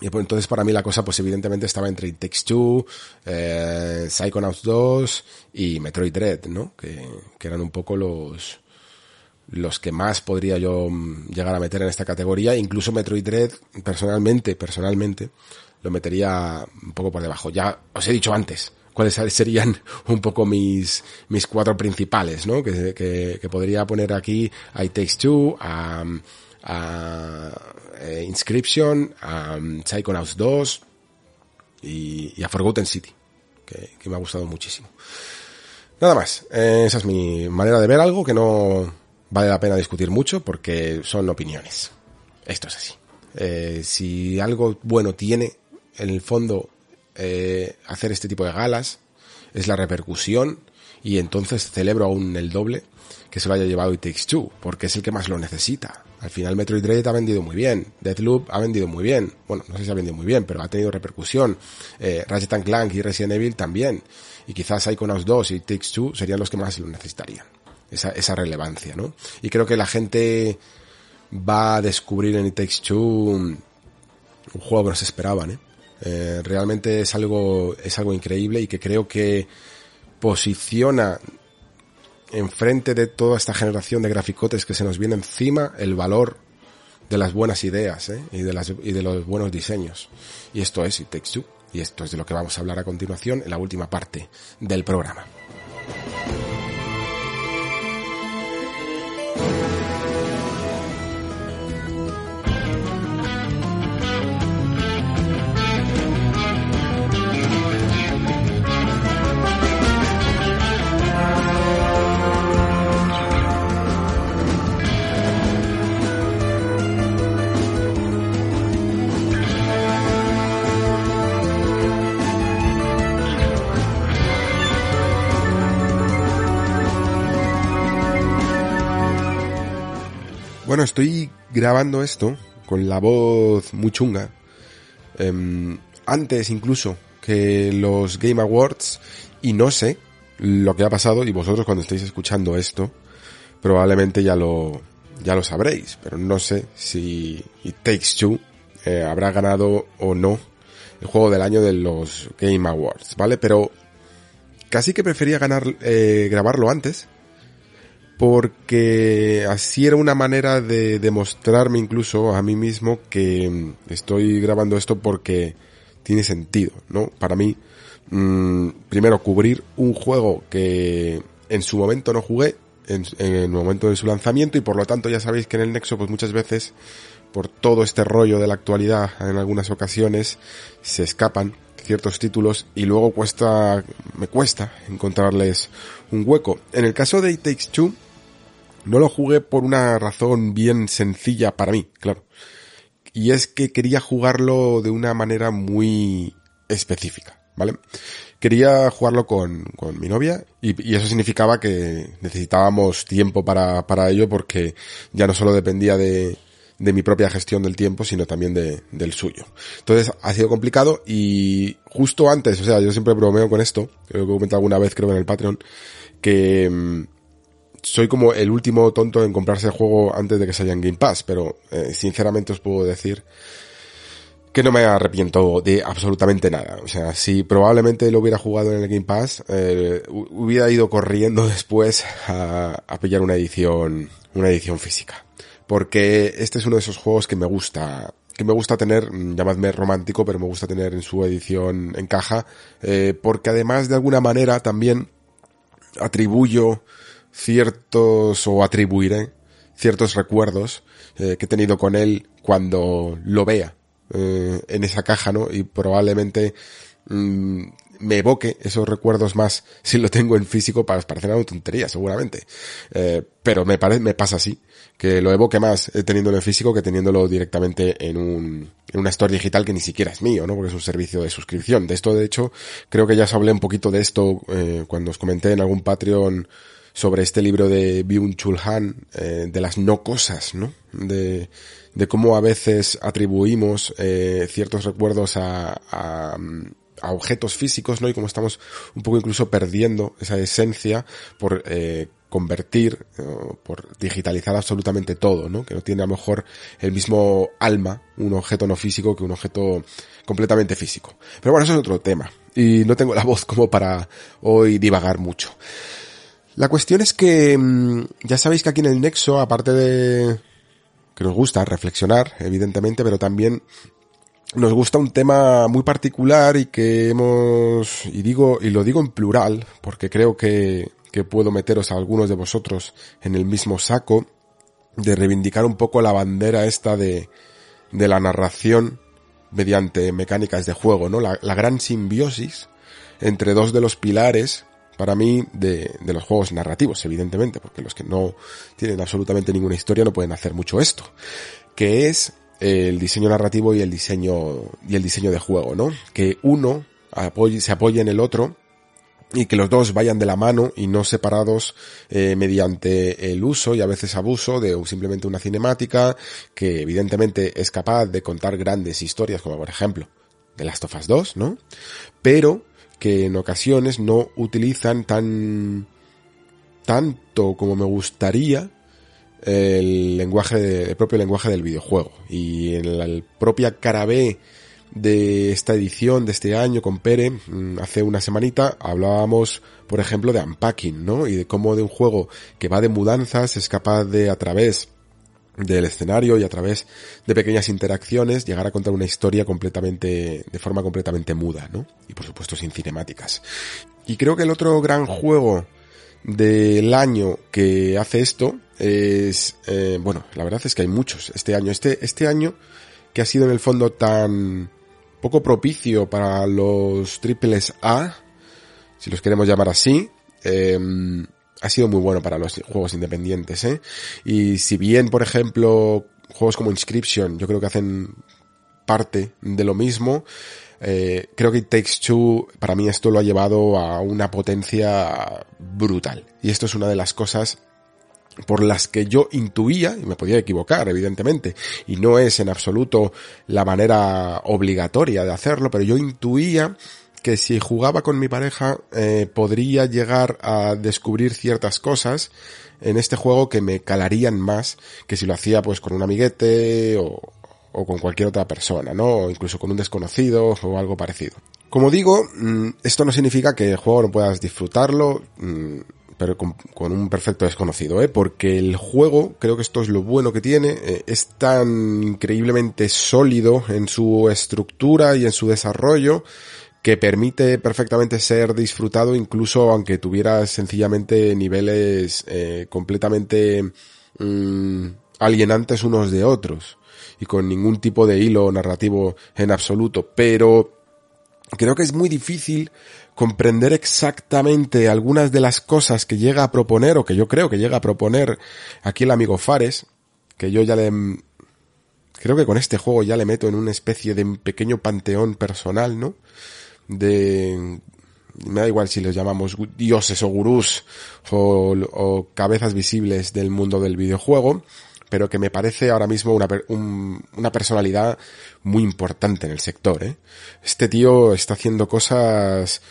Y pues entonces para mí la cosa pues evidentemente estaba entre It Takes Two, eh, Psychonauts dos y Metroid Dread, ¿no? Que, que eran un poco los los que más podría yo llegar a meter en esta categoría. Incluso Metroid Dread, personalmente, personalmente, lo metería un poco por debajo. Ya os he dicho antes cuáles serían un poco mis mis cuatro principales, ¿no? Que, que, que podría poner aquí a It Takes Two, a... a eh, Inscription, a um, Psychonauts dos y, y a Forgotten City, que, que me ha gustado muchísimo. Nada más, eh, esa es mi manera de ver algo que no vale la pena discutir mucho porque son opiniones. Esto es así. Eh, si algo bueno tiene, en el fondo, eh, hacer este tipo de galas, es la repercusión, y entonces celebro aún el doble que se lo haya llevado It Takes Two, porque es el que más lo necesita. Al final Metroid Dread ha vendido muy bien, Deathloop ha vendido muy bien, bueno, no sé si ha vendido muy bien, pero ha tenido repercusión, eh, Ratchet and Clank y Resident Evil también, y quizás Psychonauts dos y It Takes Two serían los que más lo necesitarían, esa, esa relevancia, ¿no? Y creo que la gente va a descubrir en It Takes Two un juego que no se esperaban, ¿eh? Eh, realmente es algo, es algo increíble y que creo que posiciona enfrente de toda esta generación de graficotes que se nos viene encima el valor de las buenas ideas, ¿eh? y de las y de los buenos diseños. Y esto es It Takes Two, y esto es de lo que vamos a hablar a continuación en la última parte del programa. Bueno, estoy grabando esto con la voz muy chunga, eh, antes incluso que los Game Awards, y no sé lo que ha pasado, y vosotros cuando estéis escuchando esto probablemente ya lo ya lo sabréis, pero no sé si It Takes Two eh, habrá ganado o no el juego del año de los Game Awards, ¿vale? Pero casi que prefería ganar eh, grabarlo antes, porque así era una manera de demostrarme incluso a mí mismo que estoy grabando esto porque tiene sentido, ¿no? Para mí, mmm, primero, cubrir un juego que en su momento no jugué, en, en el momento de su lanzamiento, y por lo tanto ya sabéis que en el Nexo pues muchas veces, por todo este rollo de la actualidad, en algunas ocasiones se escapan ciertos títulos y luego cuesta, me cuesta encontrarles un hueco. En el caso de It Takes Two, no lo jugué por una razón bien sencilla para mí, claro. Y es que quería jugarlo de una manera muy específica, ¿vale? Quería jugarlo con, con mi novia y, y eso significaba que necesitábamos tiempo para, para ello, porque ya no solo dependía de, de mi propia gestión del tiempo, sino también de, del suyo. Entonces ha sido complicado, y justo antes, o sea, yo siempre bromeo con esto, creo que he comentado alguna vez, creo en el Patreon, que mmm, soy como el último tonto en comprarse el juego antes de que salga en Game Pass, pero eh, sinceramente os puedo decir que no me arrepiento de absolutamente nada. O sea, si probablemente lo hubiera jugado en el Game Pass, eh, hubiera ido corriendo después a, a pillar una edición, una edición física. Porque este es uno de esos juegos que me gusta, que me gusta tener, llamadme romántico, pero me gusta tener en su edición en caja, eh, porque además de alguna manera también atribuyo ciertos, o atribuiré ciertos recuerdos eh, que he tenido con él cuando lo vea eh, en esa caja, ¿no? Y probablemente mmm, me evoque esos recuerdos más si lo tengo en físico. Para parecer una tontería seguramente, eh, pero me parece, me pasa así, que lo evoque más eh, teniéndolo en físico que teniéndolo directamente en un en una store digital que ni siquiera es mío, ¿no? Porque es un servicio de suscripción. De esto, de hecho, creo que ya os hablé un poquito de esto eh, cuando os comenté en algún Patreon sobre este libro de Byung-Chul Han, eh, de las no cosas, ¿no? De, de cómo a veces atribuimos eh, ciertos recuerdos a, a, a objetos físicos, ¿no? Y como estamos un poco incluso perdiendo esa esencia por eh, convertir, eh, por digitalizar absolutamente todo, ¿no? Que no tiene a lo mejor el mismo alma un objeto no físico que un objeto completamente físico. Pero bueno, eso es otro tema. Y no tengo la voz como para hoy divagar mucho. La cuestión es que ya sabéis que aquí en el Nexo, aparte de que nos gusta reflexionar, evidentemente, pero también nos gusta un tema muy particular y que hemos, y digo, y lo digo en plural, porque creo que, que puedo meteros a algunos de vosotros en el mismo saco, de reivindicar un poco la bandera esta de, de la narración mediante mecánicas de juego, ¿no? La, la gran simbiosis entre dos de los pilares, para mí, de, de los juegos narrativos, evidentemente, porque los que no tienen absolutamente ninguna historia no pueden hacer mucho esto, que es el diseño narrativo y el diseño, y el diseño de juego, ¿no? Que uno apoye, se apoye en el otro y que los dos vayan de la mano y no separados eh, mediante el uso y a veces abuso de simplemente una cinemática que evidentemente es capaz de contar grandes historias, como por ejemplo The Last of Us dos, ¿no? Pero que en ocasiones no utilizan tan tanto como me gustaría el lenguaje de, el propio lenguaje del videojuego. Y en la, la propia cara B de esta edición de este año con Pere, hace una semanita hablábamos, por ejemplo, de unpacking, ¿no? Y de cómo de un juego que va de mudanzas es capaz de, a través del escenario y a través de pequeñas interacciones, llegar a contar una historia completamente, de forma completamente muda, ¿no? Y por supuesto sin cinemáticas. Y creo que el otro gran juego del año que hace esto es, eh, bueno, la verdad es que hay muchos este año. Este, este año que ha sido en el fondo tan poco propicio para los triples A, si los queremos llamar así, eh, ha sido muy bueno para los juegos independientes, ¿eh? Y si bien, por ejemplo, juegos como Inscription, yo creo que hacen parte de lo mismo, eh, creo que It Takes Two, para mí esto lo ha llevado a una potencia brutal. Y esto es una de las cosas por las que yo intuía, y me podía equivocar, evidentemente, y no es en absoluto la manera obligatoria de hacerlo, pero yo intuía que si jugaba con mi pareja eh, podría llegar a descubrir ciertas cosas en este juego que me calarían más que si lo hacía pues con un amiguete o, o con cualquier otra persona, ¿no? O incluso con un desconocido o algo parecido. Como digo, esto no significa que el juego no puedas disfrutarlo, pero con, con un perfecto desconocido, ¿eh? Porque el juego, creo que esto es lo bueno que tiene, eh, es tan increíblemente sólido en su estructura y en su desarrollo que permite perfectamente ser disfrutado incluso aunque tuviera sencillamente niveles eh, completamente mmm, alienantes unos de otros y con ningún tipo de hilo narrativo en absoluto. Pero creo que es muy difícil comprender exactamente algunas de las cosas que llega a proponer, o que yo creo que llega a proponer aquí el amigo Fares, que yo ya le... creo que con este juego ya le meto en una especie de pequeño panteón personal, ¿no? De... me da igual si los llamamos dioses o gurús o, o cabezas visibles del mundo del videojuego, pero que me parece ahora mismo una, un, una personalidad muy importante en el sector, ¿eh? Este tío está haciendo cosas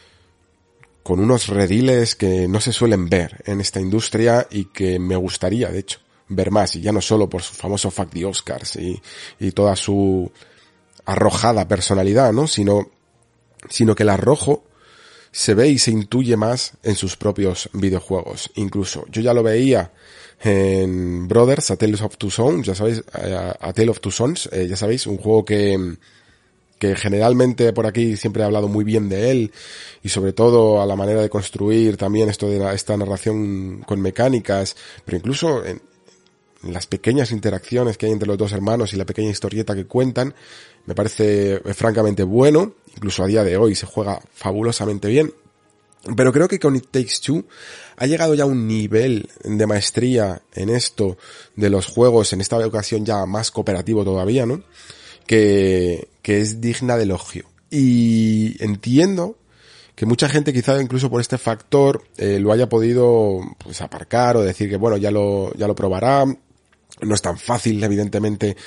con unos rediles que no se suelen ver en esta industria y que me gustaría, de hecho, ver más, y ya no solo por su famoso Fuck the Oscars y, y toda su arrojada personalidad, ¿no? Sino, sino que el arrojo se ve y se intuye más en sus propios videojuegos. Incluso, yo ya lo veía en Brothers, A Tale of Two Sons, ya sabéis, A, a Tale of Two Sons, eh, ya sabéis, un juego que, que generalmente por aquí siempre he hablado muy bien de él, y sobre todo a la manera de construir también esto de la, esta narración con mecánicas, pero incluso en, en las pequeñas interacciones que hay entre los dos hermanos y la pequeña historieta que cuentan, me parece francamente bueno. Incluso a día de hoy se juega fabulosamente bien. Pero creo que con It Takes Two ha llegado ya a un nivel de maestría en esto de los juegos, en esta ocasión ya más cooperativo todavía, ¿no? Que, que es digna de elogio. Y entiendo que mucha gente quizá incluso por este factor eh, lo haya podido pues aparcar o decir que bueno, ya lo, ya lo probará. No es tan fácil, evidentemente,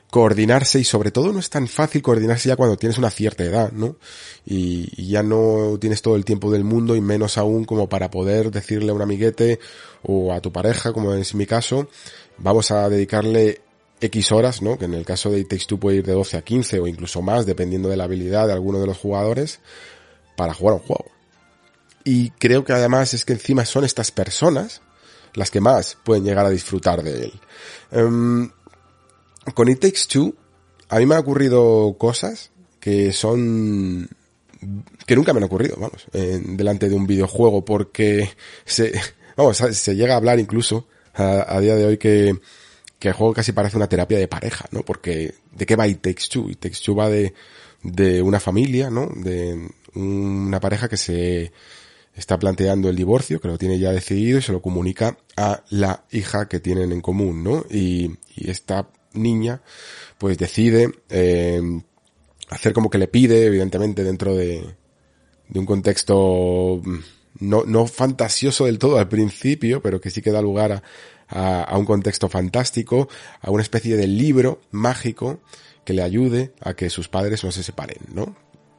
coordinarse, y sobre todo no es tan fácil coordinarse ya cuando tienes una cierta edad, ¿no? Y, y ya no tienes todo el tiempo del mundo, y menos aún como para poder decirle a un amiguete o a tu pareja, como es mi caso, vamos a dedicarle X horas, ¿no? Que en el caso de It Takes Two puede ir de doce a quince o incluso más, dependiendo de la habilidad de alguno de los jugadores, para jugar un juego. Y creo que además es que encima son estas personas las que más pueden llegar a disfrutar de él. Um, con It Takes Two, a mí me han ocurrido cosas que son... que nunca me han ocurrido, vamos, en, delante de un videojuego, porque se, vamos, se llega a hablar incluso a, a día de hoy que, que el juego casi parece una terapia de pareja, ¿no? Porque, ¿de qué va It Takes Two? It Takes Two va de, de una familia, ¿no? De una pareja que se está planteando el divorcio, que lo tiene ya decidido, y se lo comunica a la hija que tienen en común, ¿no? Y, y esta niña, pues decide, eh, hacer como que le pide, evidentemente dentro de, de un contexto no, no fantasioso del todo al principio, pero que sí que da lugar a, a, a un contexto fantástico, a una especie de libro mágico que le ayude a que sus padres no se separen, ¿no?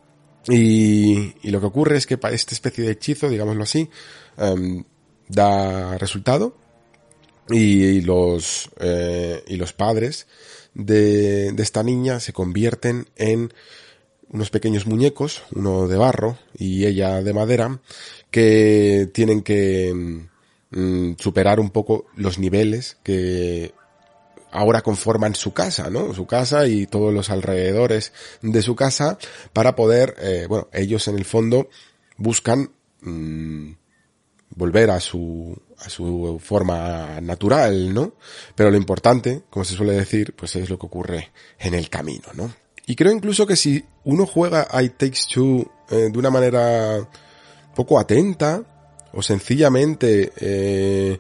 Y, y lo que ocurre es que para esta especie de hechizo, digámoslo así, um, da resultado, y los, eh, y los padres de, de esta niña se convierten en unos pequeños muñecos, uno de barro y ella de madera, que tienen que mm, superar un poco los niveles que ahora conforman su casa, ¿no? Su casa y todos los alrededores de su casa, para poder, eh, bueno, ellos en el fondo buscan mmm, volver a su a su forma natural, ¿no? Pero lo importante, como se suele decir, pues es lo que ocurre en el camino, ¿no? Y creo incluso que si uno juega a It Takes Two eh, de una manera poco atenta, o sencillamente eh,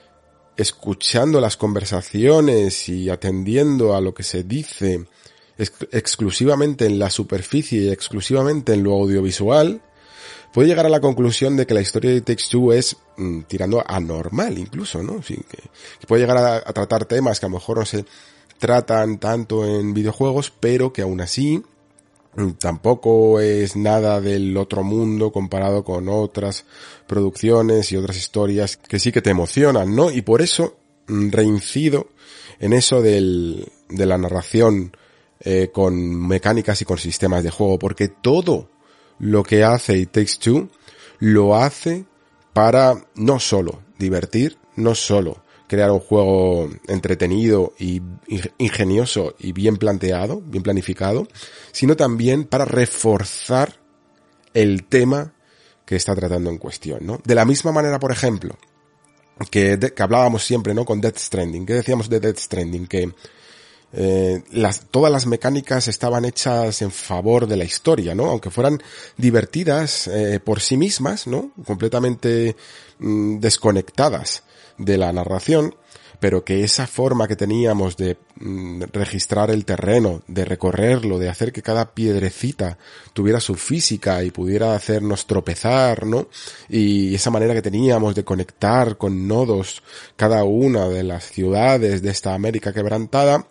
escuchando las conversaciones y atendiendo a lo que se dice ex- exclusivamente en la superficie y exclusivamente en lo audiovisual, puede llegar a la conclusión de que la historia de It Takes Two es mmm, tirando anormal incluso, ¿no? Sí, que, que puede llegar a, a tratar temas que a lo mejor no se tratan tanto en videojuegos, pero que aún así mmm, tampoco es nada del otro mundo comparado con otras producciones y otras historias que sí que te emocionan, ¿no? Y por eso mmm, reincido en eso del, de la narración eh, con mecánicas y con sistemas de juego, porque todo lo que hace It Takes Two lo hace para no solo divertir, no solo crear un juego entretenido y ingenioso y bien planteado, bien planificado, sino también para reforzar el tema que está tratando en cuestión, ¿no? De la misma manera, por ejemplo, que, de, que hablábamos siempre, ¿no? Con Death Stranding. ¿Qué decíamos de Death Stranding? Que Eh, las, todas las mecánicas estaban hechas en favor de la historia, ¿no? Aunque fueran divertidas eh, por sí mismas, ¿no? Completamente mmm, desconectadas de la narración, pero que esa forma que teníamos de mmm, registrar el terreno, de recorrerlo, de hacer que cada piedrecita tuviera su física y pudiera hacernos tropezar, ¿no? Y esa manera que teníamos de conectar con nodos cada una de las ciudades de esta América quebrantada,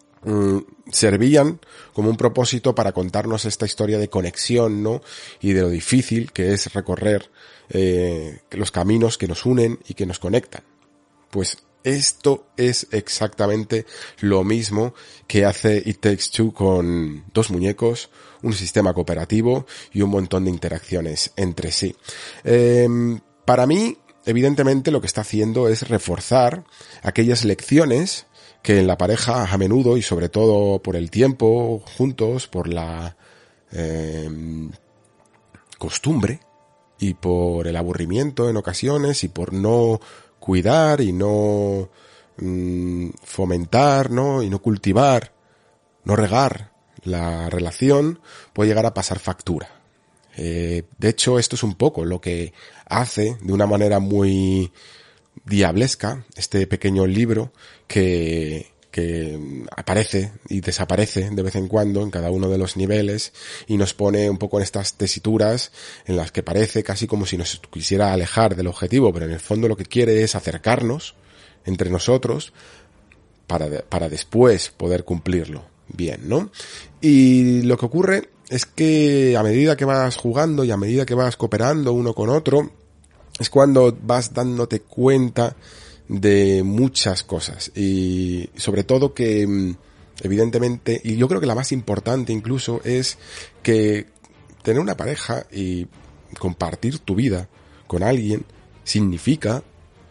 servían como un propósito para contarnos esta historia de conexión, ¿no? Y de lo difícil que es recorrer eh, los caminos que nos unen y que nos conectan. Pues esto es exactamente lo mismo que hace It Takes Two con dos muñecos, un sistema cooperativo y un montón de interacciones entre sí. Eh, para mí, evidentemente, lo que está haciendo es reforzar aquellas lecciones que en la pareja a menudo, y sobre todo por el tiempo juntos, por la eh, costumbre y por el aburrimiento en ocasiones y por no cuidar y no mmm, fomentar, ¿no? Y no cultivar, no regar la relación, puede llegar a pasar factura. Eh, de hecho, esto es un poco lo que hace de una manera muy diablesca este pequeño libro que, que aparece y desaparece de vez en cuando en cada uno de los niveles y nos pone un poco en estas tesituras en las que parece casi como si nos quisiera alejar del objetivo, pero en el fondo lo que quiere es acercarnos entre nosotros para, para después poder cumplirlo. bien, ¿no? Y lo que ocurre es que a medida que vas jugando y a medida que vas cooperando uno con otro, es cuando vas dándote cuenta de muchas cosas. Y sobre todo que, evidentemente, y yo creo que la más importante incluso, es que tener una pareja y compartir tu vida con alguien significa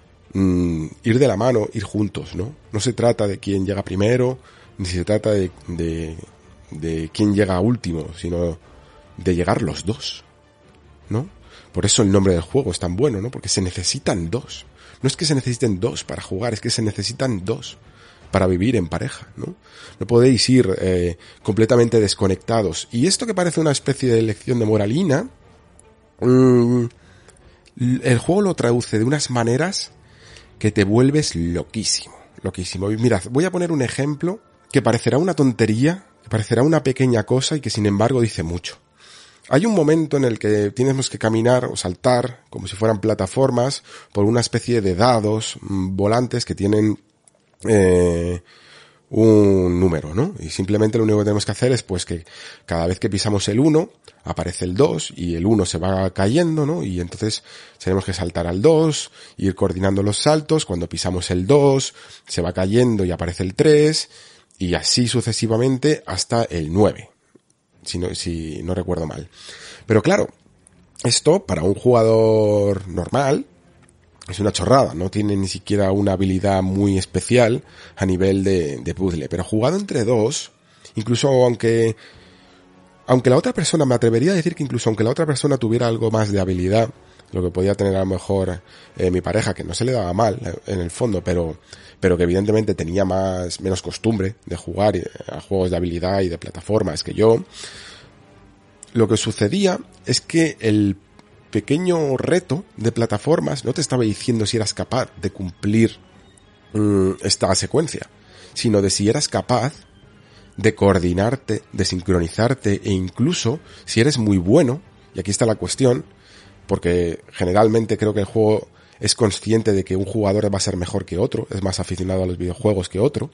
mm, ir de la mano, ir juntos, ¿no? No se trata de quién llega primero, ni se trata de, de, de quién llega último, sino de llegar los dos, ¿no? Por eso el nombre del juego es tan bueno, ¿no? Porque se necesitan dos. No es que se necesiten dos para jugar, es que se necesitan dos para vivir en pareja, ¿no? No podéis ir eh, completamente desconectados. Y esto que parece una especie de lección de moralina, mmm, el juego lo traduce de unas maneras que te vuelves loquísimo, loquísimo. Y mirad, voy a poner un ejemplo que parecerá una tontería, que parecerá una pequeña cosa y que sin embargo dice mucho. Hay un momento en el que tenemos que caminar o saltar, como si fueran plataformas, por una especie de dados mmm, volantes que tienen eh, un número, ¿no? Y simplemente lo único que tenemos que hacer es pues que cada vez que pisamos el uno, aparece el dos y el uno se va cayendo, ¿no? Y entonces tenemos que saltar al dos, ir coordinando los saltos. Cuando pisamos el dos, se va cayendo y aparece el tres, y así sucesivamente hasta el nueve. Si no, si no recuerdo mal. Pero claro, esto para un jugador normal es una chorrada, no tiene ni siquiera una habilidad muy especial a nivel de, de puzzle. Pero jugado entre dos, incluso aunque, aunque la otra persona, me atrevería a decir que incluso aunque la otra persona tuviera algo más de habilidad, lo que podía tener a lo mejor eh, mi pareja, que no se le daba mal en el fondo, pero pero que evidentemente tenía más menos costumbre de jugar a juegos de habilidad y de plataformas que yo, lo que sucedía es que el pequeño reto de plataformas no te estaba diciendo si eras capaz de cumplir mmm, esta secuencia, sino de si eras capaz de coordinarte, de sincronizarte, e incluso si eres muy bueno, y aquí está la cuestión, porque generalmente creo que el juego es consciente de que un jugador va a ser mejor que otro, es más aficionado a los videojuegos que otro.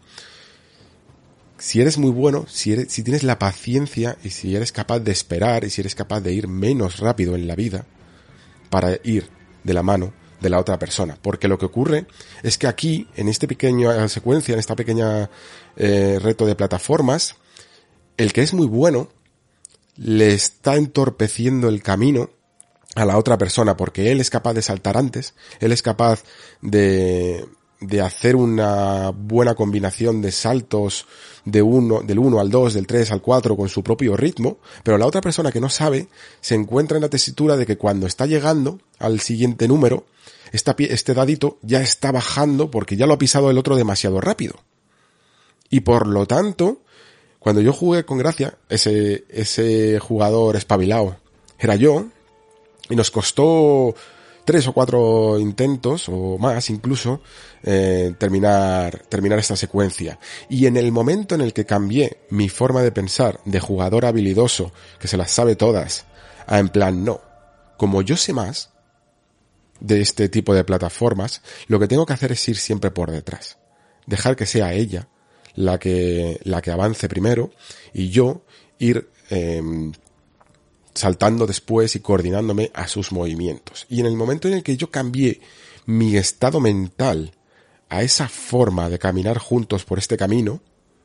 Si eres muy bueno, si, eres, si tienes la paciencia y si eres capaz de esperar y si eres capaz de ir menos rápido en la vida para ir de la mano de la otra persona. Porque lo que ocurre es que aquí, en esta pequeña secuencia, en esta pequeña eh, reto de plataformas, el que es muy bueno le está entorpeciendo el camino a la otra persona, porque él es capaz de saltar antes, él es capaz de, de hacer una buena combinación de saltos de uno, del uno al dos, del tres al cuatro con su propio ritmo, pero la otra persona que no sabe se encuentra en la tesitura de que cuando está llegando al siguiente número, esta, este dadito ya está bajando porque ya lo ha pisado el otro demasiado rápido. Y por lo tanto, cuando yo jugué con Gracia, ese, ese jugador espabilado era yo, y nos costó tres o cuatro intentos, o más incluso, eh, terminar, terminar esta secuencia. Y en el momento en el que cambié mi forma de pensar de jugador habilidoso, que se las sabe todas, a en plan, no, como yo sé más de este tipo de plataformas, lo que tengo que hacer es ir siempre por detrás. Dejar que sea ella la que, la que avance primero, y yo ir, eh, saltando después y coordinándome a sus movimientos. Y en el momento en el que yo cambié mi estado mental a esa forma de caminar juntos por este camino,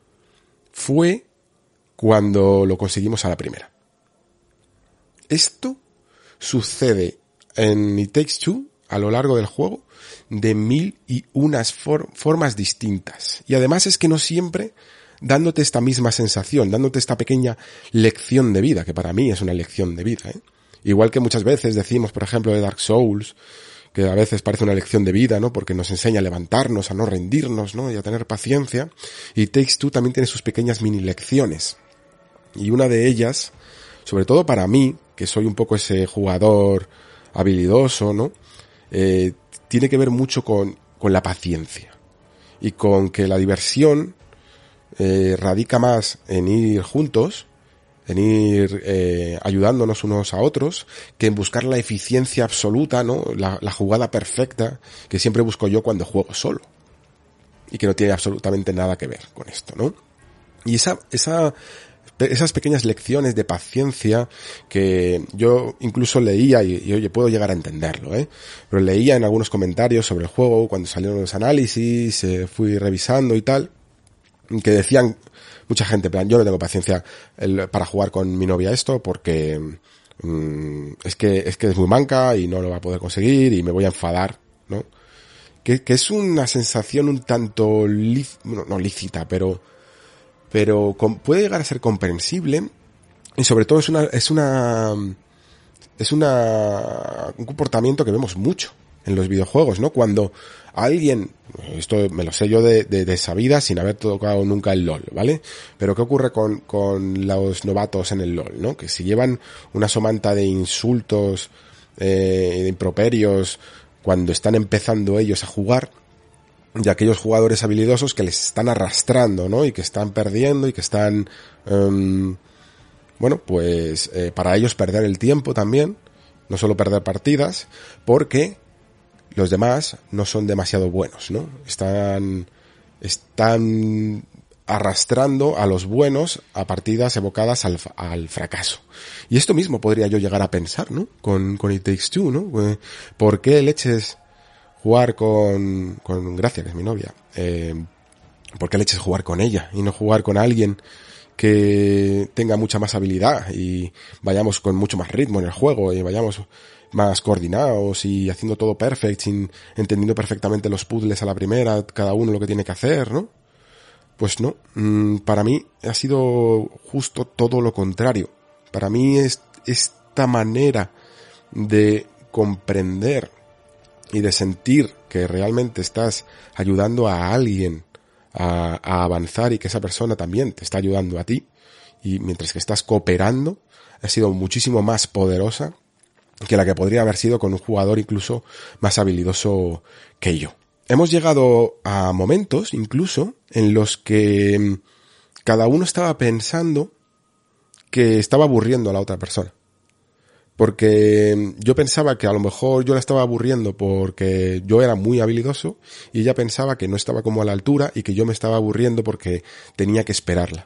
fue cuando lo conseguimos a la primera. Esto sucede en It Takes Two a lo largo del juego de mil y unas for- formas distintas. Y además es que no siempre dándote esta misma sensación, dándote esta pequeña lección de vida, que para mí es una lección de vida, ¿eh? Igual que muchas veces decimos, por ejemplo, de Dark Souls, que a veces parece una lección de vida, ¿no? Porque nos enseña a levantarnos, a no rendirnos, ¿no? Y a tener paciencia. Y Takes Two también tiene sus pequeñas mini lecciones. Y una de ellas, sobre todo para mí, que soy un poco ese jugador habilidoso, ¿no? Eh, tiene que ver mucho con, con la paciencia. Y con que la diversión Eh, radica más en ir juntos, en ir eh, ayudándonos unos a otros, que en buscar la eficiencia absoluta, ¿no? La, la jugada perfecta que siempre busco yo cuando juego solo y que no tiene absolutamente nada que ver con esto, ¿no? Y esa, esa, esas pequeñas lecciones de paciencia que yo incluso leía y, y oye, puedo llegar a entenderlo, ¿eh? Pero leía en algunos comentarios sobre el juego, cuando salieron los análisis, eh, fui revisando y tal, que decían mucha gente, plan, yo no tengo paciencia el, para jugar con mi novia esto porque mmm, es que es que es muy manca y no lo va a poder conseguir y me voy a enfadar, ¿no? Que, que es una sensación un tanto líc- no, no lícita, pero pero com- puede llegar a ser comprensible y sobre todo es una es una es una un comportamiento que vemos mucho en los videojuegos, ¿no? Cuando alguien, esto me lo sé yo de, de, de esa vida sin haber tocado nunca el LOL, ¿vale? Pero ¿qué ocurre con, con los novatos en el LOL, ¿no? Que si llevan una somanta de insultos, eh, de improperios, cuando están empezando ellos a jugar, y aquellos jugadores habilidosos que les están arrastrando, ¿no? Y que están perdiendo y que están, um, bueno, pues eh, para ellos perder el tiempo también, no solo perder partidas, porque los demás no son demasiado buenos, ¿no? Están, están arrastrando a los buenos a partidas evocadas al, al fracaso. Y esto mismo podría yo llegar a pensar, ¿no? Con, con It Takes Two, ¿no? ¿Por qué leches jugar con, con Gracia, que es mi novia? Eh, ¿por qué leches jugar con ella y no jugar con alguien que tenga mucha más habilidad y vayamos con mucho más ritmo en el juego y vayamos más coordinados y haciendo todo perfect, sin, entendiendo perfectamente los puzzles a la primera, cada uno lo que tiene que hacer, ¿no? Pues no, mm, para mí ha sido justo todo lo contrario. Para mí es esta manera de comprender y de sentir que realmente estás ayudando a alguien a, a avanzar y que esa persona también te está ayudando a ti, y mientras que estás cooperando, ha sido muchísimo más poderosa que la que podría haber sido con un jugador incluso más habilidoso que yo. Hemos llegado a momentos incluso en los que cada uno estaba pensando que estaba aburriendo a la otra persona. Porque yo pensaba que a lo mejor yo la estaba aburriendo porque yo era muy habilidoso y ella pensaba que no estaba como a la altura y que yo me estaba aburriendo porque tenía que esperarla.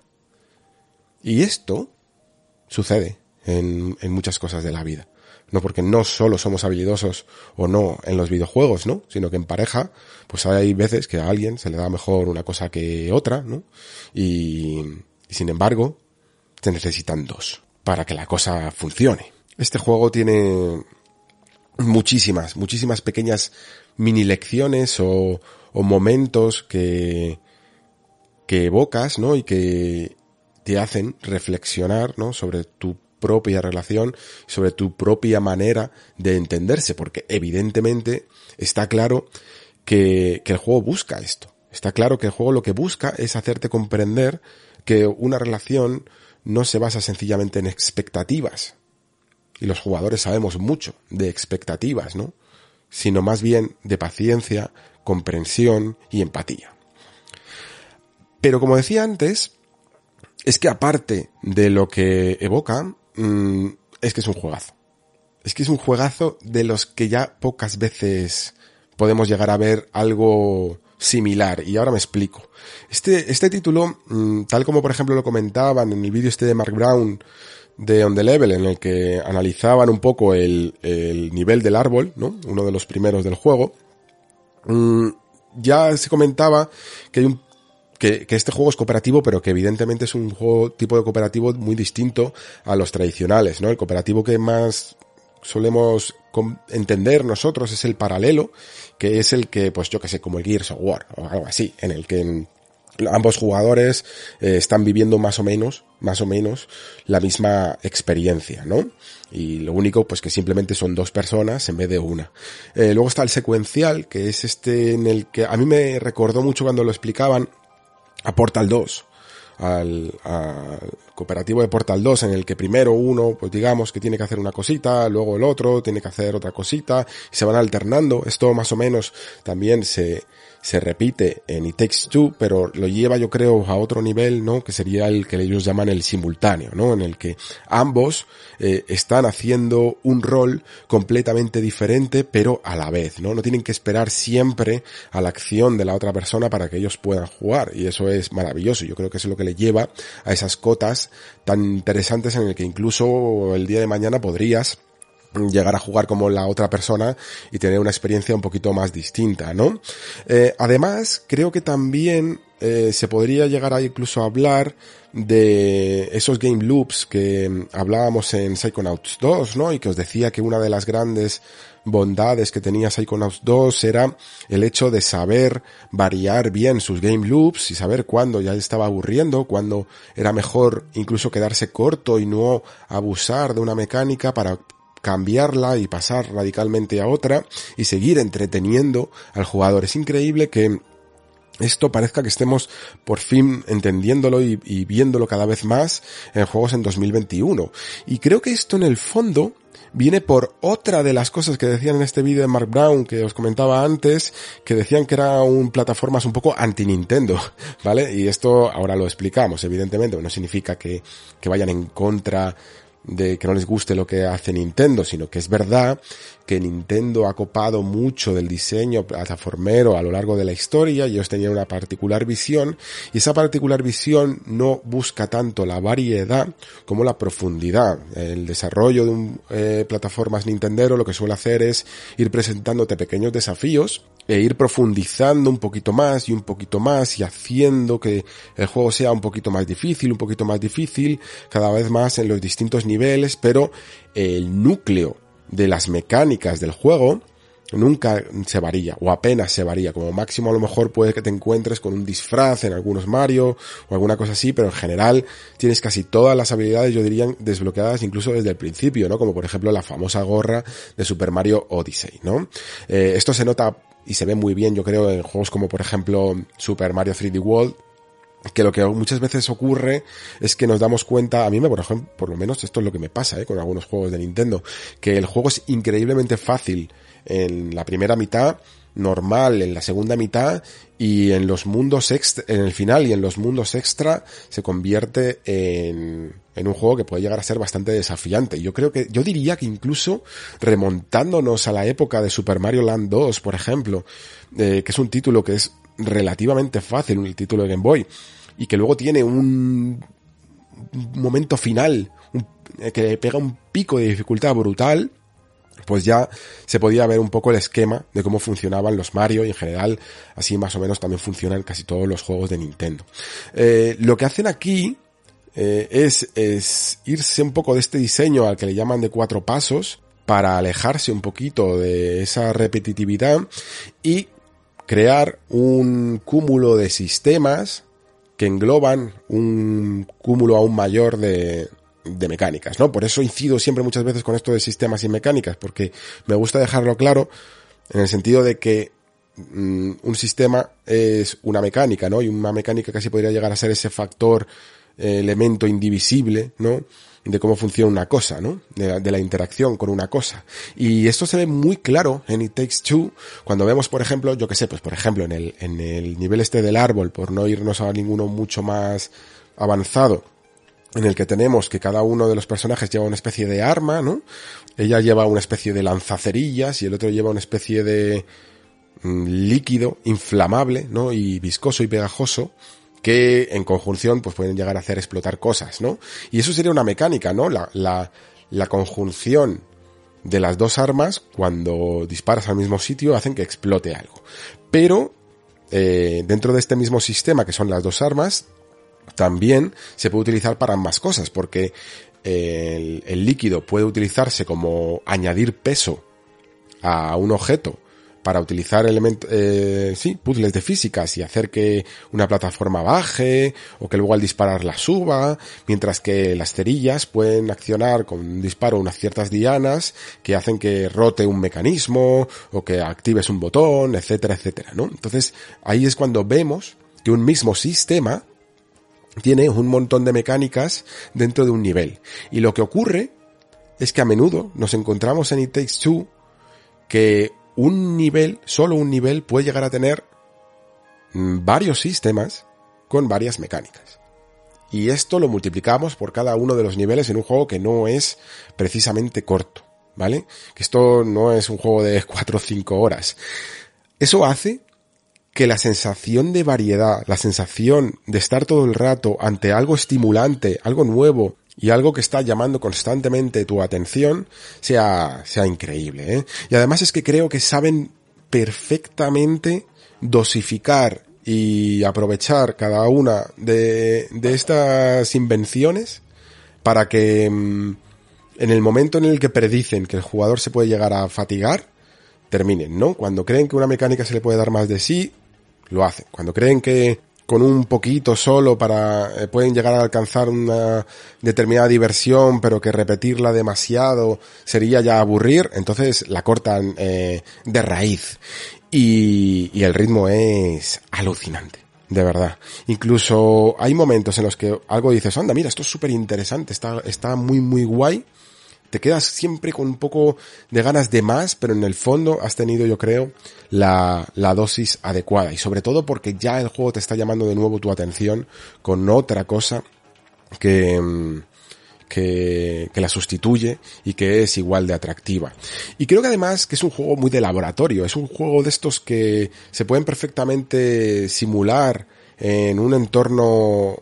Y esto sucede en, en muchas cosas de la vida. No porque no solo somos habilidosos o no en los videojuegos, ¿no? Sino que en pareja, pues hay veces que a alguien se le da mejor una cosa que otra, ¿no? Y, y sin embargo, se necesitan dos para que la cosa funcione. Este juego tiene muchísimas, muchísimas pequeñas mini lecciones o, o momentos que, que evocas, ¿no? Y que te hacen reflexionar, ¿no? Sobre tu propia relación, sobre tu propia manera de entenderse, porque evidentemente está claro que, que el juego busca esto. Está claro que el juego lo que busca es hacerte comprender que una relación no se basa sencillamente en expectativas. Y los jugadores sabemos mucho de expectativas, ¿no? Sino más bien de paciencia, comprensión y empatía. Pero como decía antes, es que aparte de lo que evoca, mmm, es que es un juegazo. Es que es un juegazo de los que ya pocas veces podemos llegar a ver algo similar. Y ahora me explico. Este, este título, mmm, tal como por ejemplo lo comentaban en el vídeo este de Mark Brown de On The Level, en el que analizaban un poco el, el nivel del árbol, ¿no? Uno de los primeros del juego, mmm, ya se comentaba que hay un Que, que este juego es cooperativo, pero que evidentemente es un juego tipo de cooperativo muy distinto a los tradicionales, ¿no? El cooperativo que más solemos entender nosotros es el paralelo, que es el que, pues yo que sé, como el Gears of War o algo así, en el que ambos jugadores eh, están viviendo más o menos, más o menos la misma experiencia, ¿no? Y lo único, pues que simplemente son dos personas en vez de una. Eh, luego está el secuencial, que es este en el que a mí me recordó mucho cuando lo explicaban a Portal dos, al, a, cooperativo de Portal dos, en el que primero uno, pues digamos que tiene que hacer una cosita, luego el otro tiene que hacer otra cosita, y se van alternando. Esto más o menos también se... se repite en It Takes Two, pero lo lleva yo creo a otro nivel, ¿no? Que sería el que ellos llaman el simultáneo, ¿no? En el que ambos eh, están haciendo un rol completamente diferente, pero a la vez, ¿no? No tienen que esperar siempre a la acción de la otra persona para que ellos puedan jugar, y eso es maravilloso. Yo creo que eso es lo que le lleva a esas cotas tan interesantes en el que incluso el día de mañana podrías llegar a jugar como la otra persona y tener una experiencia un poquito más distinta, ¿no? Eh, además, creo que también eh, se podría llegar a incluso hablar de esos game loops que hablábamos en Psychonauts dos, ¿no? Y que os decía que una de las grandes bondades que tenía Psychonauts dos era el hecho de saber variar bien sus game loops y saber cuándo ya estaba aburriendo, cuándo era mejor incluso quedarse corto y no abusar de una mecánica para cambiarla y pasar radicalmente a otra y seguir entreteniendo al jugador. Es increíble que esto parezca que estemos por fin entendiéndolo y, y viéndolo cada vez más en juegos en dos mil veintiuno. Y creo que esto en el fondo viene por otra de las cosas que decían en este vídeo de Mark Brown que os comentaba antes, que decían que era un plataformas un poco anti-Nintendo, ¿vale? Y esto ahora lo explicamos, evidentemente, no significa que, que vayan en contra de que no les guste lo que hace Nintendo, sino que es verdad que Nintendo ha copado mucho del diseño plataformero a lo largo de la historia y ellos tenían una particular visión, y esa particular visión no busca tanto la variedad como la profundidad. El desarrollo de un eh, plataformas nintendero lo que suele hacer es ir presentándote pequeños desafíos e ir profundizando un poquito más y un poquito más y haciendo que el juego sea un poquito más difícil, un poquito más difícil, cada vez más en los distintos niveles, pero el núcleo de las mecánicas del juego nunca se varía, o apenas se varía. Como máximo a lo mejor puede que te encuentres con un disfraz en algunos Mario o alguna cosa así, pero en general tienes casi todas las habilidades, yo diría, desbloqueadas incluso desde el principio, ¿no? Como por ejemplo la famosa gorra de Super Mario Odyssey, ¿no? Eh, esto se nota y se ve muy bien, yo creo, en juegos como por ejemplo Super Mario tres D World, que lo que muchas veces ocurre es que nos damos cuenta, a mí me, por ejemplo, por lo menos esto es lo que me pasa, ¿eh? Con algunos juegos de Nintendo, que el juego es increíblemente fácil en la primera mitad, normal en la segunda mitad, y en los mundos extra, en el final y en los mundos extra se convierte en, en un juego que puede llegar a ser bastante desafiante. Yo creo que, yo diría que incluso remontándonos a la época de Super Mario Land dos, por ejemplo, eh, que es un título que es relativamente fácil, el título de Game Boy, y que luego tiene un momento final un, que pega un pico de dificultad brutal, pues ya se podía ver un poco el esquema de cómo funcionaban los Mario, y en general así más o menos también funcionan casi todos los juegos de Nintendo. Eh, lo que hacen aquí eh, es, es irse un poco de este diseño al que le llaman de cuatro pasos, para alejarse un poquito de esa repetitividad y crear un cúmulo de sistemas que engloban un cúmulo aún mayor de, de mecánicas, ¿no? Por eso incido siempre muchas veces con esto de sistemas y mecánicas, porque me gusta dejarlo claro en el sentido de que mmm, un sistema es una mecánica, ¿no? Y una mecánica casi podría llegar a ser ese factor, eh, elemento indivisible, ¿no? De cómo funciona una cosa, ¿no? De la, de la interacción con una cosa. Y esto se ve muy claro en It Takes Two, cuando vemos, por ejemplo, yo que sé, pues por ejemplo, en el, en el nivel este del árbol, por no irnos a ninguno mucho más avanzado, en el que tenemos que cada uno de los personajes lleva una especie de arma, ¿no? Ella lleva una especie de lanzacerillas y el otro lleva una especie de mm, líquido inflamable, ¿no? Y viscoso y pegajoso, que en conjunción pues pueden llegar a hacer explotar cosas, ¿no? Y eso sería una mecánica, ¿no? La, la, la conjunción de las dos armas, cuando disparas al mismo sitio, hacen que explote algo. Pero, eh, dentro de este mismo sistema, que son las dos armas, también se puede utilizar para más cosas, porque el, el líquido puede utilizarse como añadir peso a un objeto, para utilizar elementos, eh, sí, puzzles de físicas y hacer que una plataforma baje o que luego al disparar la suba, mientras que las cerillas pueden accionar con un disparo unas ciertas dianas que hacen que rote un mecanismo o que actives un botón, etcétera, etcétera, ¿no? Entonces, ahí es cuando vemos que un mismo sistema tiene un montón de mecánicas dentro de un nivel. Y lo que ocurre es que a menudo nos encontramos en It Takes Two que un nivel, solo un nivel, puede llegar a tener varios sistemas con varias mecánicas. Y esto lo multiplicamos por cada uno de los niveles en un juego que no es precisamente corto, ¿vale? Que esto no es un juego de cuatro o cinco horas. Eso hace que la sensación de variedad, la sensación de estar todo el rato ante algo estimulante, algo nuevo y algo que está llamando constantemente tu atención, sea, sea increíble, ¿eh? Y además es que creo que saben perfectamente dosificar y aprovechar cada una de, de estas invenciones para que mmm, en el momento en el que predicen que el jugador se puede llegar a fatigar, terminen, ¿no? Cuando creen que una mecánica se le puede dar más de sí, lo hacen. Cuando creen que con un poquito solo para eh, pueden llegar a alcanzar una determinada diversión, pero que repetirla demasiado sería ya aburrir, entonces la cortan eh, de raíz. Y, y el ritmo es alucinante, de verdad. Incluso hay momentos en los que algo dices, anda, mira, esto es súper interesante, está, está muy, muy guay. Te quedas siempre con un poco de ganas de más, pero en el fondo has tenido, yo creo, la, la dosis adecuada. Y sobre todo porque ya el juego te está llamando de nuevo tu atención con otra cosa que, que, que la sustituye y que es igual de atractiva. Y creo que además que es un juego muy de laboratorio. Es un juego de estos que se pueden perfectamente simular en un entorno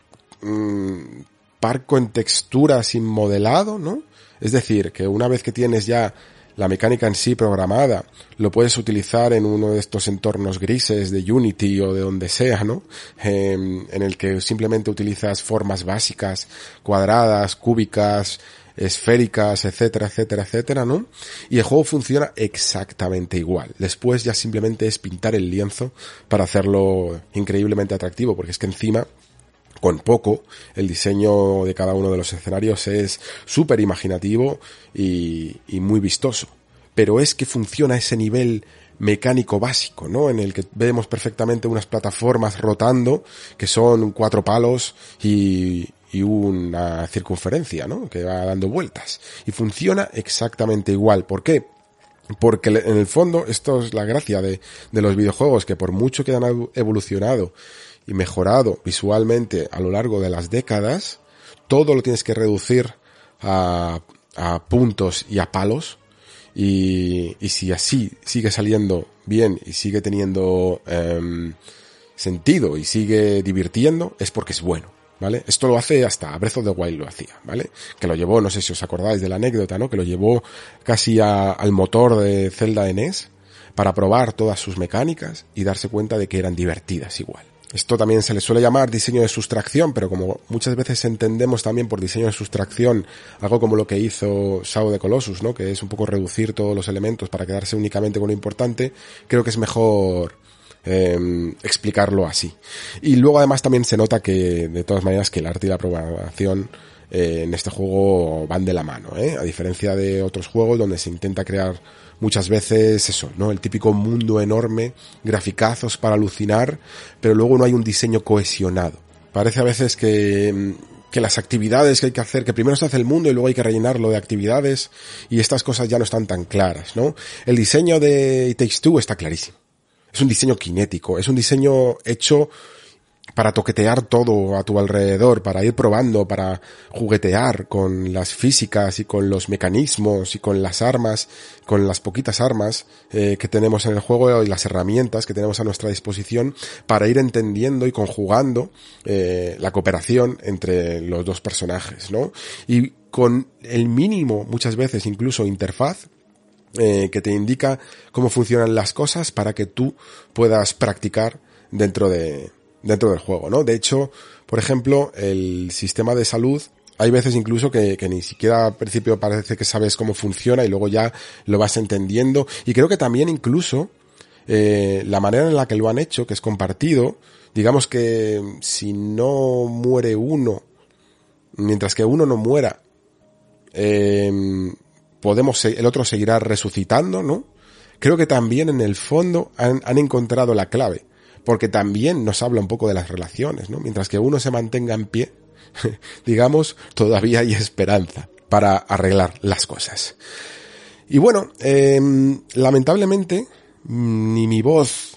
mmm, parco en textura sin modelado, ¿no? Es decir, que una vez que tienes ya la mecánica en sí programada, lo puedes utilizar en uno de estos entornos grises de Unity o de donde sea, ¿no? Eh, en el que simplemente utilizas formas básicas, cuadradas, cúbicas, esféricas, etcétera, etcétera, etcétera, ¿no? Y el juego funciona exactamente igual. Después ya simplemente es pintar el lienzo para hacerlo increíblemente atractivo, porque es que encima, con poco, el diseño de cada uno de los escenarios es súper imaginativo y, y muy vistoso. Pero es que funciona ese nivel mecánico básico, ¿no? En el que vemos perfectamente unas plataformas rotando, que son cuatro palos y, y una circunferencia, ¿no? Que va dando vueltas. Y funciona exactamente igual. ¿Por qué? Porque en el fondo, esto es la gracia de, de los videojuegos, que por mucho que han evolucionado y mejorado visualmente a lo largo de las décadas, todo lo tienes que reducir a, a puntos y a palos, y, y si así sigue saliendo bien y sigue teniendo eh, sentido y sigue divirtiendo, es porque es bueno, ¿vale? Esto lo hace hasta Breath of the Wild lo hacía, ¿vale? Que lo llevó, no sé si os acordáis de la anécdota, ¿no? Que lo llevó casi a, al motor de Zelda en E S para probar todas sus mecánicas y darse cuenta de que eran divertidas igual. Esto también se le suele llamar diseño de sustracción, pero como muchas veces entendemos también por diseño de sustracción algo como lo que hizo Shadow of the Colossus, ¿no? Que es un poco reducir todos los elementos para quedarse únicamente con lo importante, creo que es mejor eh, explicarlo así. Y luego además también se nota que, de todas maneras, que el arte y la programación eh, en este juego van de la mano, ¿eh? A diferencia de otros juegos donde se intenta crear muchas veces eso, ¿no? El típico mundo enorme, graficazos para alucinar, pero luego no hay un diseño cohesionado. Parece a veces que, que las actividades que hay que hacer, que primero se hace el mundo y luego hay que rellenarlo de actividades, y estas cosas ya no están tan claras, ¿no? El diseño de It Takes Two está clarísimo. Es un diseño cinético, es un diseño hecho para toquetear todo a tu alrededor, para ir probando, para juguetear con las físicas y con los mecanismos y con las armas, con las poquitas armas eh, que tenemos en el juego y las herramientas que tenemos a nuestra disposición para ir entendiendo y conjugando eh, la cooperación entre los dos personajes, ¿no? Y con el mínimo, muchas veces incluso interfaz, eh, que te indica cómo funcionan las cosas para que tú puedas practicar dentro de dentro del juego, ¿no? De hecho, por ejemplo, el sistema de salud, hay veces incluso que, que ni siquiera al principio parece que sabes cómo funciona y luego ya lo vas entendiendo. Y creo que también incluso eh, la manera en la que lo han hecho, que es compartido, digamos que si no muere uno, mientras que uno no muera, eh, podemos, el otro seguirá resucitando, ¿no? Creo que también en el fondo han, han encontrado la clave porque también nos habla un poco de las relaciones, ¿no? Mientras que uno se mantenga en pie, digamos, todavía hay esperanza para arreglar las cosas. Y bueno, eh, lamentablemente, ni mi voz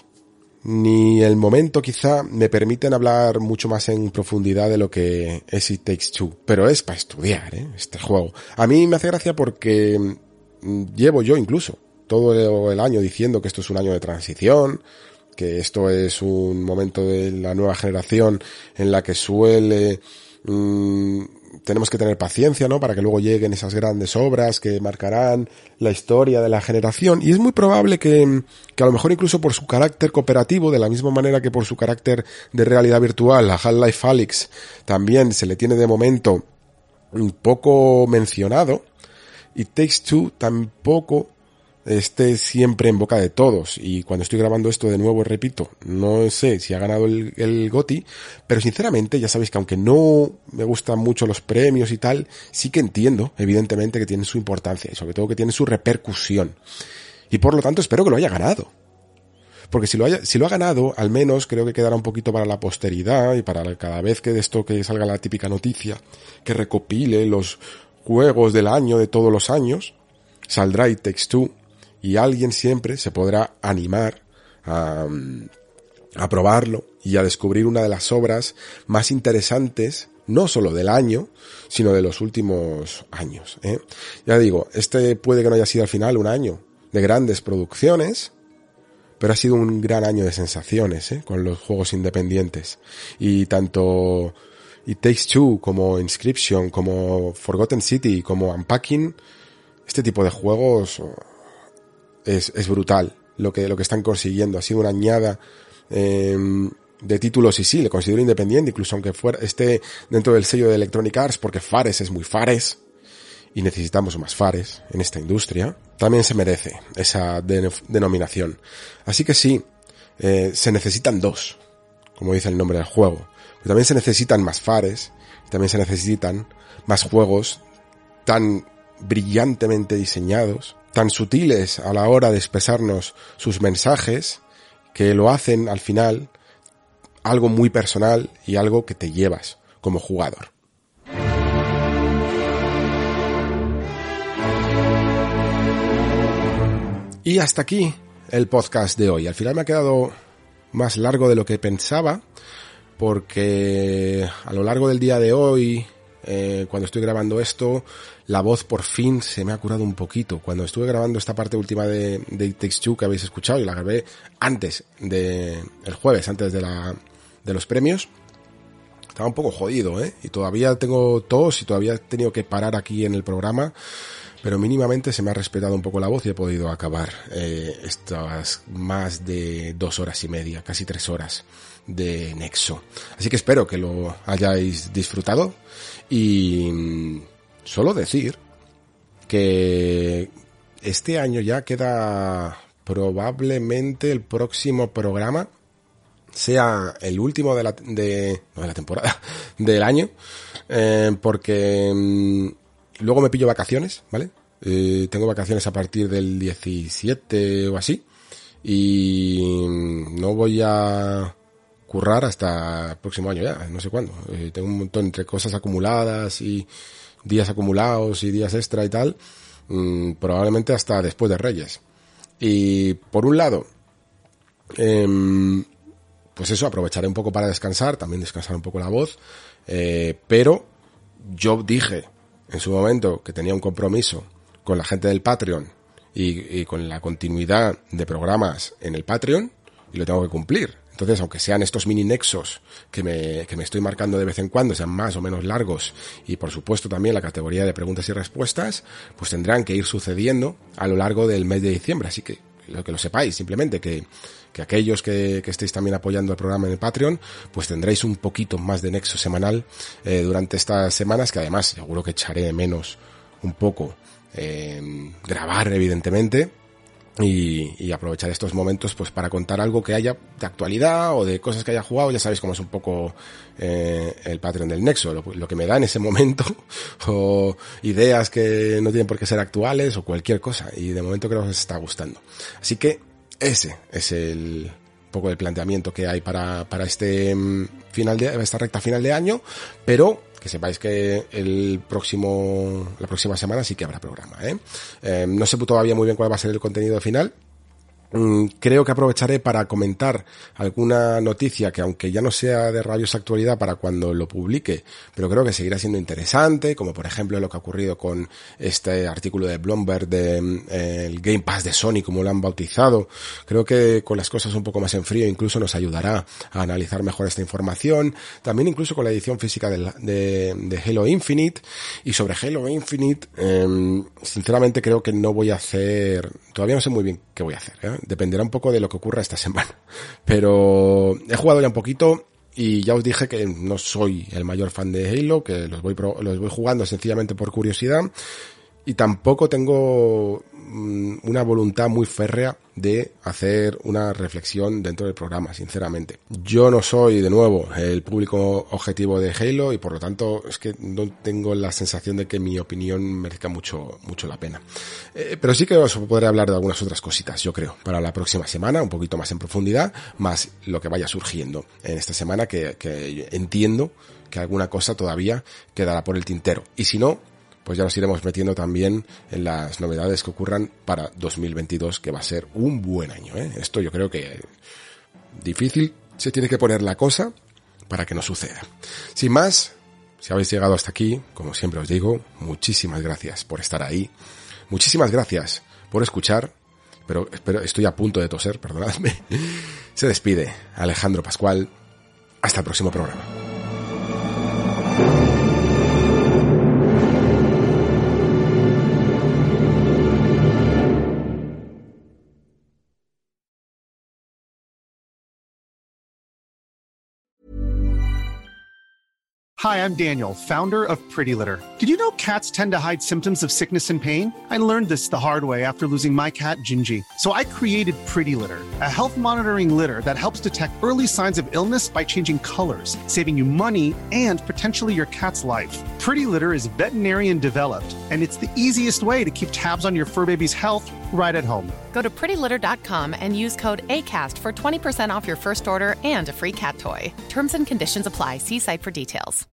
ni el momento quizá me permiten hablar mucho más en profundidad de lo que es It Takes Two, pero es para estudiar, ¿eh? Este juego. A mí me hace gracia porque llevo yo incluso todo el año diciendo que esto es un año de transición, que esto es un momento de la nueva generación en la que suele... Mmm, tenemos que tener paciencia, ¿no? Para que luego lleguen esas grandes obras que marcarán la historia de la generación. Y es muy probable que, que a lo mejor incluso por su carácter cooperativo, de la misma manera que por su carácter de realidad virtual, a Half-Life Alyx también se le tiene de momento un poco mencionado. It Takes Two tampoco esté siempre en boca de todos, y cuando estoy grabando esto de nuevo, repito, no sé si ha ganado el, el GOTY, pero sinceramente ya sabéis que aunque no me gustan mucho los premios y tal, sí que entiendo evidentemente que tiene su importancia y sobre todo que tiene su repercusión, y por lo tanto espero que lo haya ganado, porque si lo haya, si lo ha ganado, al menos creo que quedará un poquito para la posteridad y para cada vez que de esto que salga la típica noticia que recopile los juegos del año de todos los años, saldrá It Takes Two. Y alguien siempre se podrá animar a, a probarlo y a descubrir una de las obras más interesantes, no solo del año, sino de los últimos años, ¿eh? Ya digo, este puede que no haya sido al final un año de grandes producciones, pero ha sido un gran año de sensaciones, ¿eh? Con los juegos independientes. Y tanto It Takes Two como Inscription, como Forgotten City, como Unpacking, este tipo de juegos... Es, es brutal lo que, lo que están consiguiendo. Ha sido una añada eh, de títulos, y sí, le considero independiente, incluso aunque fuera, esté dentro del sello de Electronic Arts, porque Fares es muy Fares, y necesitamos más Fares en esta industria. También se merece esa de, denominación. Así que sí, eh, se necesitan dos, como dice el nombre del juego. Pero también se necesitan más Fares, y también se necesitan más juegos tan brillantemente diseñados, tan sutiles a la hora de expresarnos sus mensajes, que lo hacen al final algo muy personal y algo que te llevas como jugador. Y hasta aquí el podcast de hoy. Al final me ha quedado más largo de lo que pensaba, porque a lo largo del día de hoy, eh, cuando estoy grabando esto, la voz por fin se me ha curado un poquito. Cuando estuve grabando esta parte última de, de It Takes Two que habéis escuchado, y la grabé antes de, el jueves, antes de la, de los premios, estaba un poco jodido, ¿eh? Y todavía tengo tos y todavía he tenido que parar aquí en el programa, pero mínimamente se me ha respetado un poco la voz y he podido acabar, eh, estas más de dos horas y media, casi tres horas de Nexo. Así que espero que lo hayáis disfrutado y solo decir que este año ya queda, probablemente el próximo programa sea el último de la, de, no de la temporada, del año, eh, porque mmm, luego me pillo vacaciones, ¿vale? Eh, tengo vacaciones a partir del diecisiete o así, y no voy a currar hasta el próximo año ya, no sé cuándo. Eh, tengo un montón entre cosas acumuladas y días acumulados y días extra y tal, mmm, probablemente hasta después de Reyes. Y por un lado, eh, pues eso, aprovecharé un poco para descansar, también descansar un poco la voz, eh, pero yo dije en su momento que tenía un compromiso con la gente del Patreon y, y con la continuidad de programas en el Patreon, y lo tengo que cumplir. Entonces, aunque sean estos mini nexos que me, que me estoy marcando de vez en cuando, sean más o menos largos, y por supuesto también la categoría de preguntas y respuestas, pues tendrán que ir sucediendo a lo largo del mes de diciembre. Así que, lo que lo sepáis, simplemente que, que aquellos que, que estéis también apoyando el programa en el Patreon, pues tendréis un poquito más de nexo semanal eh, durante estas semanas, que además seguro que echaré de menos un poco eh, grabar, evidentemente, y, y aprovechar estos momentos pues para contar algo que haya de actualidad o de cosas que haya jugado. Ya sabéis cómo es un poco eh, el Patreon del Nexo, lo, lo que me da en ese momento, o ideas que no tienen por qué ser actuales, o cualquier cosa, y de momento creo que os está gustando. Así que ese es el poco el planteamiento que hay para, para este final de, esta recta final de año, pero que sepáis que el próximo, la próxima semana sí que habrá programa, ¿eh? Eh, no sé todavía muy bien cuál va a ser el contenido final. Creo que aprovecharé para comentar alguna noticia que, aunque ya no sea de rabiosa actualidad para cuando lo publique, pero creo que seguirá siendo interesante, como por ejemplo lo que ha ocurrido con este artículo de Bloomberg de eh, el Game Pass de Sony, como lo han bautizado. Creo que con las cosas un poco más en frío incluso nos ayudará a analizar mejor esta información. También incluso con la edición física de, de, de Halo Infinite. Y sobre Halo Infinite, eh, sinceramente creo que no voy a hacer... Todavía no sé muy bien qué voy a hacer, ¿eh? Dependerá un poco de lo que ocurra esta semana. Pero he jugado ya un poquito y ya os dije que no soy el mayor fan de Halo, que los voy, pro, los voy jugando sencillamente por curiosidad. Y tampoco tengo mmm, una voluntad muy férrea de hacer una reflexión dentro del programa, sinceramente. Yo no soy, de nuevo, el público objetivo de Halo y por lo tanto es que no tengo la sensación de que mi opinión merezca mucho, mucho la pena. Eh, pero sí que os podré hablar de algunas otras cositas, yo creo, para la próxima semana, un poquito más en profundidad, más lo que vaya surgiendo en esta semana, que, que entiendo que alguna cosa todavía quedará por el tintero. Y si no, pues ya nos iremos metiendo también en las novedades que ocurran para dos mil veintidós, que va a ser un buen año, ¿eh? Esto yo creo que difícil se tiene que poner la cosa para que no suceda. Sin más, si habéis llegado hasta aquí, como siempre os digo, muchísimas gracias por estar ahí, muchísimas gracias por escuchar, pero, pero estoy a punto de toser, perdonadme. Se despide Alejandro Pascual, hasta el próximo programa. Hi, I'm Daniel, founder of Pretty Litter. Did you know cats tend to hide symptoms of sickness and pain? I learned this the hard way after losing my cat, Gingy. So I created Pretty Litter, a health monitoring litter that helps detect early signs of illness by changing colors, saving you money and potentially your cat's life. Pretty Litter is veterinarian developed, and it's the easiest way to keep tabs on your fur baby's health right at home. Go to pretty litter dot com and use code ACAST for twenty percent off your first order and a free cat toy. Terms and conditions apply. See site for details.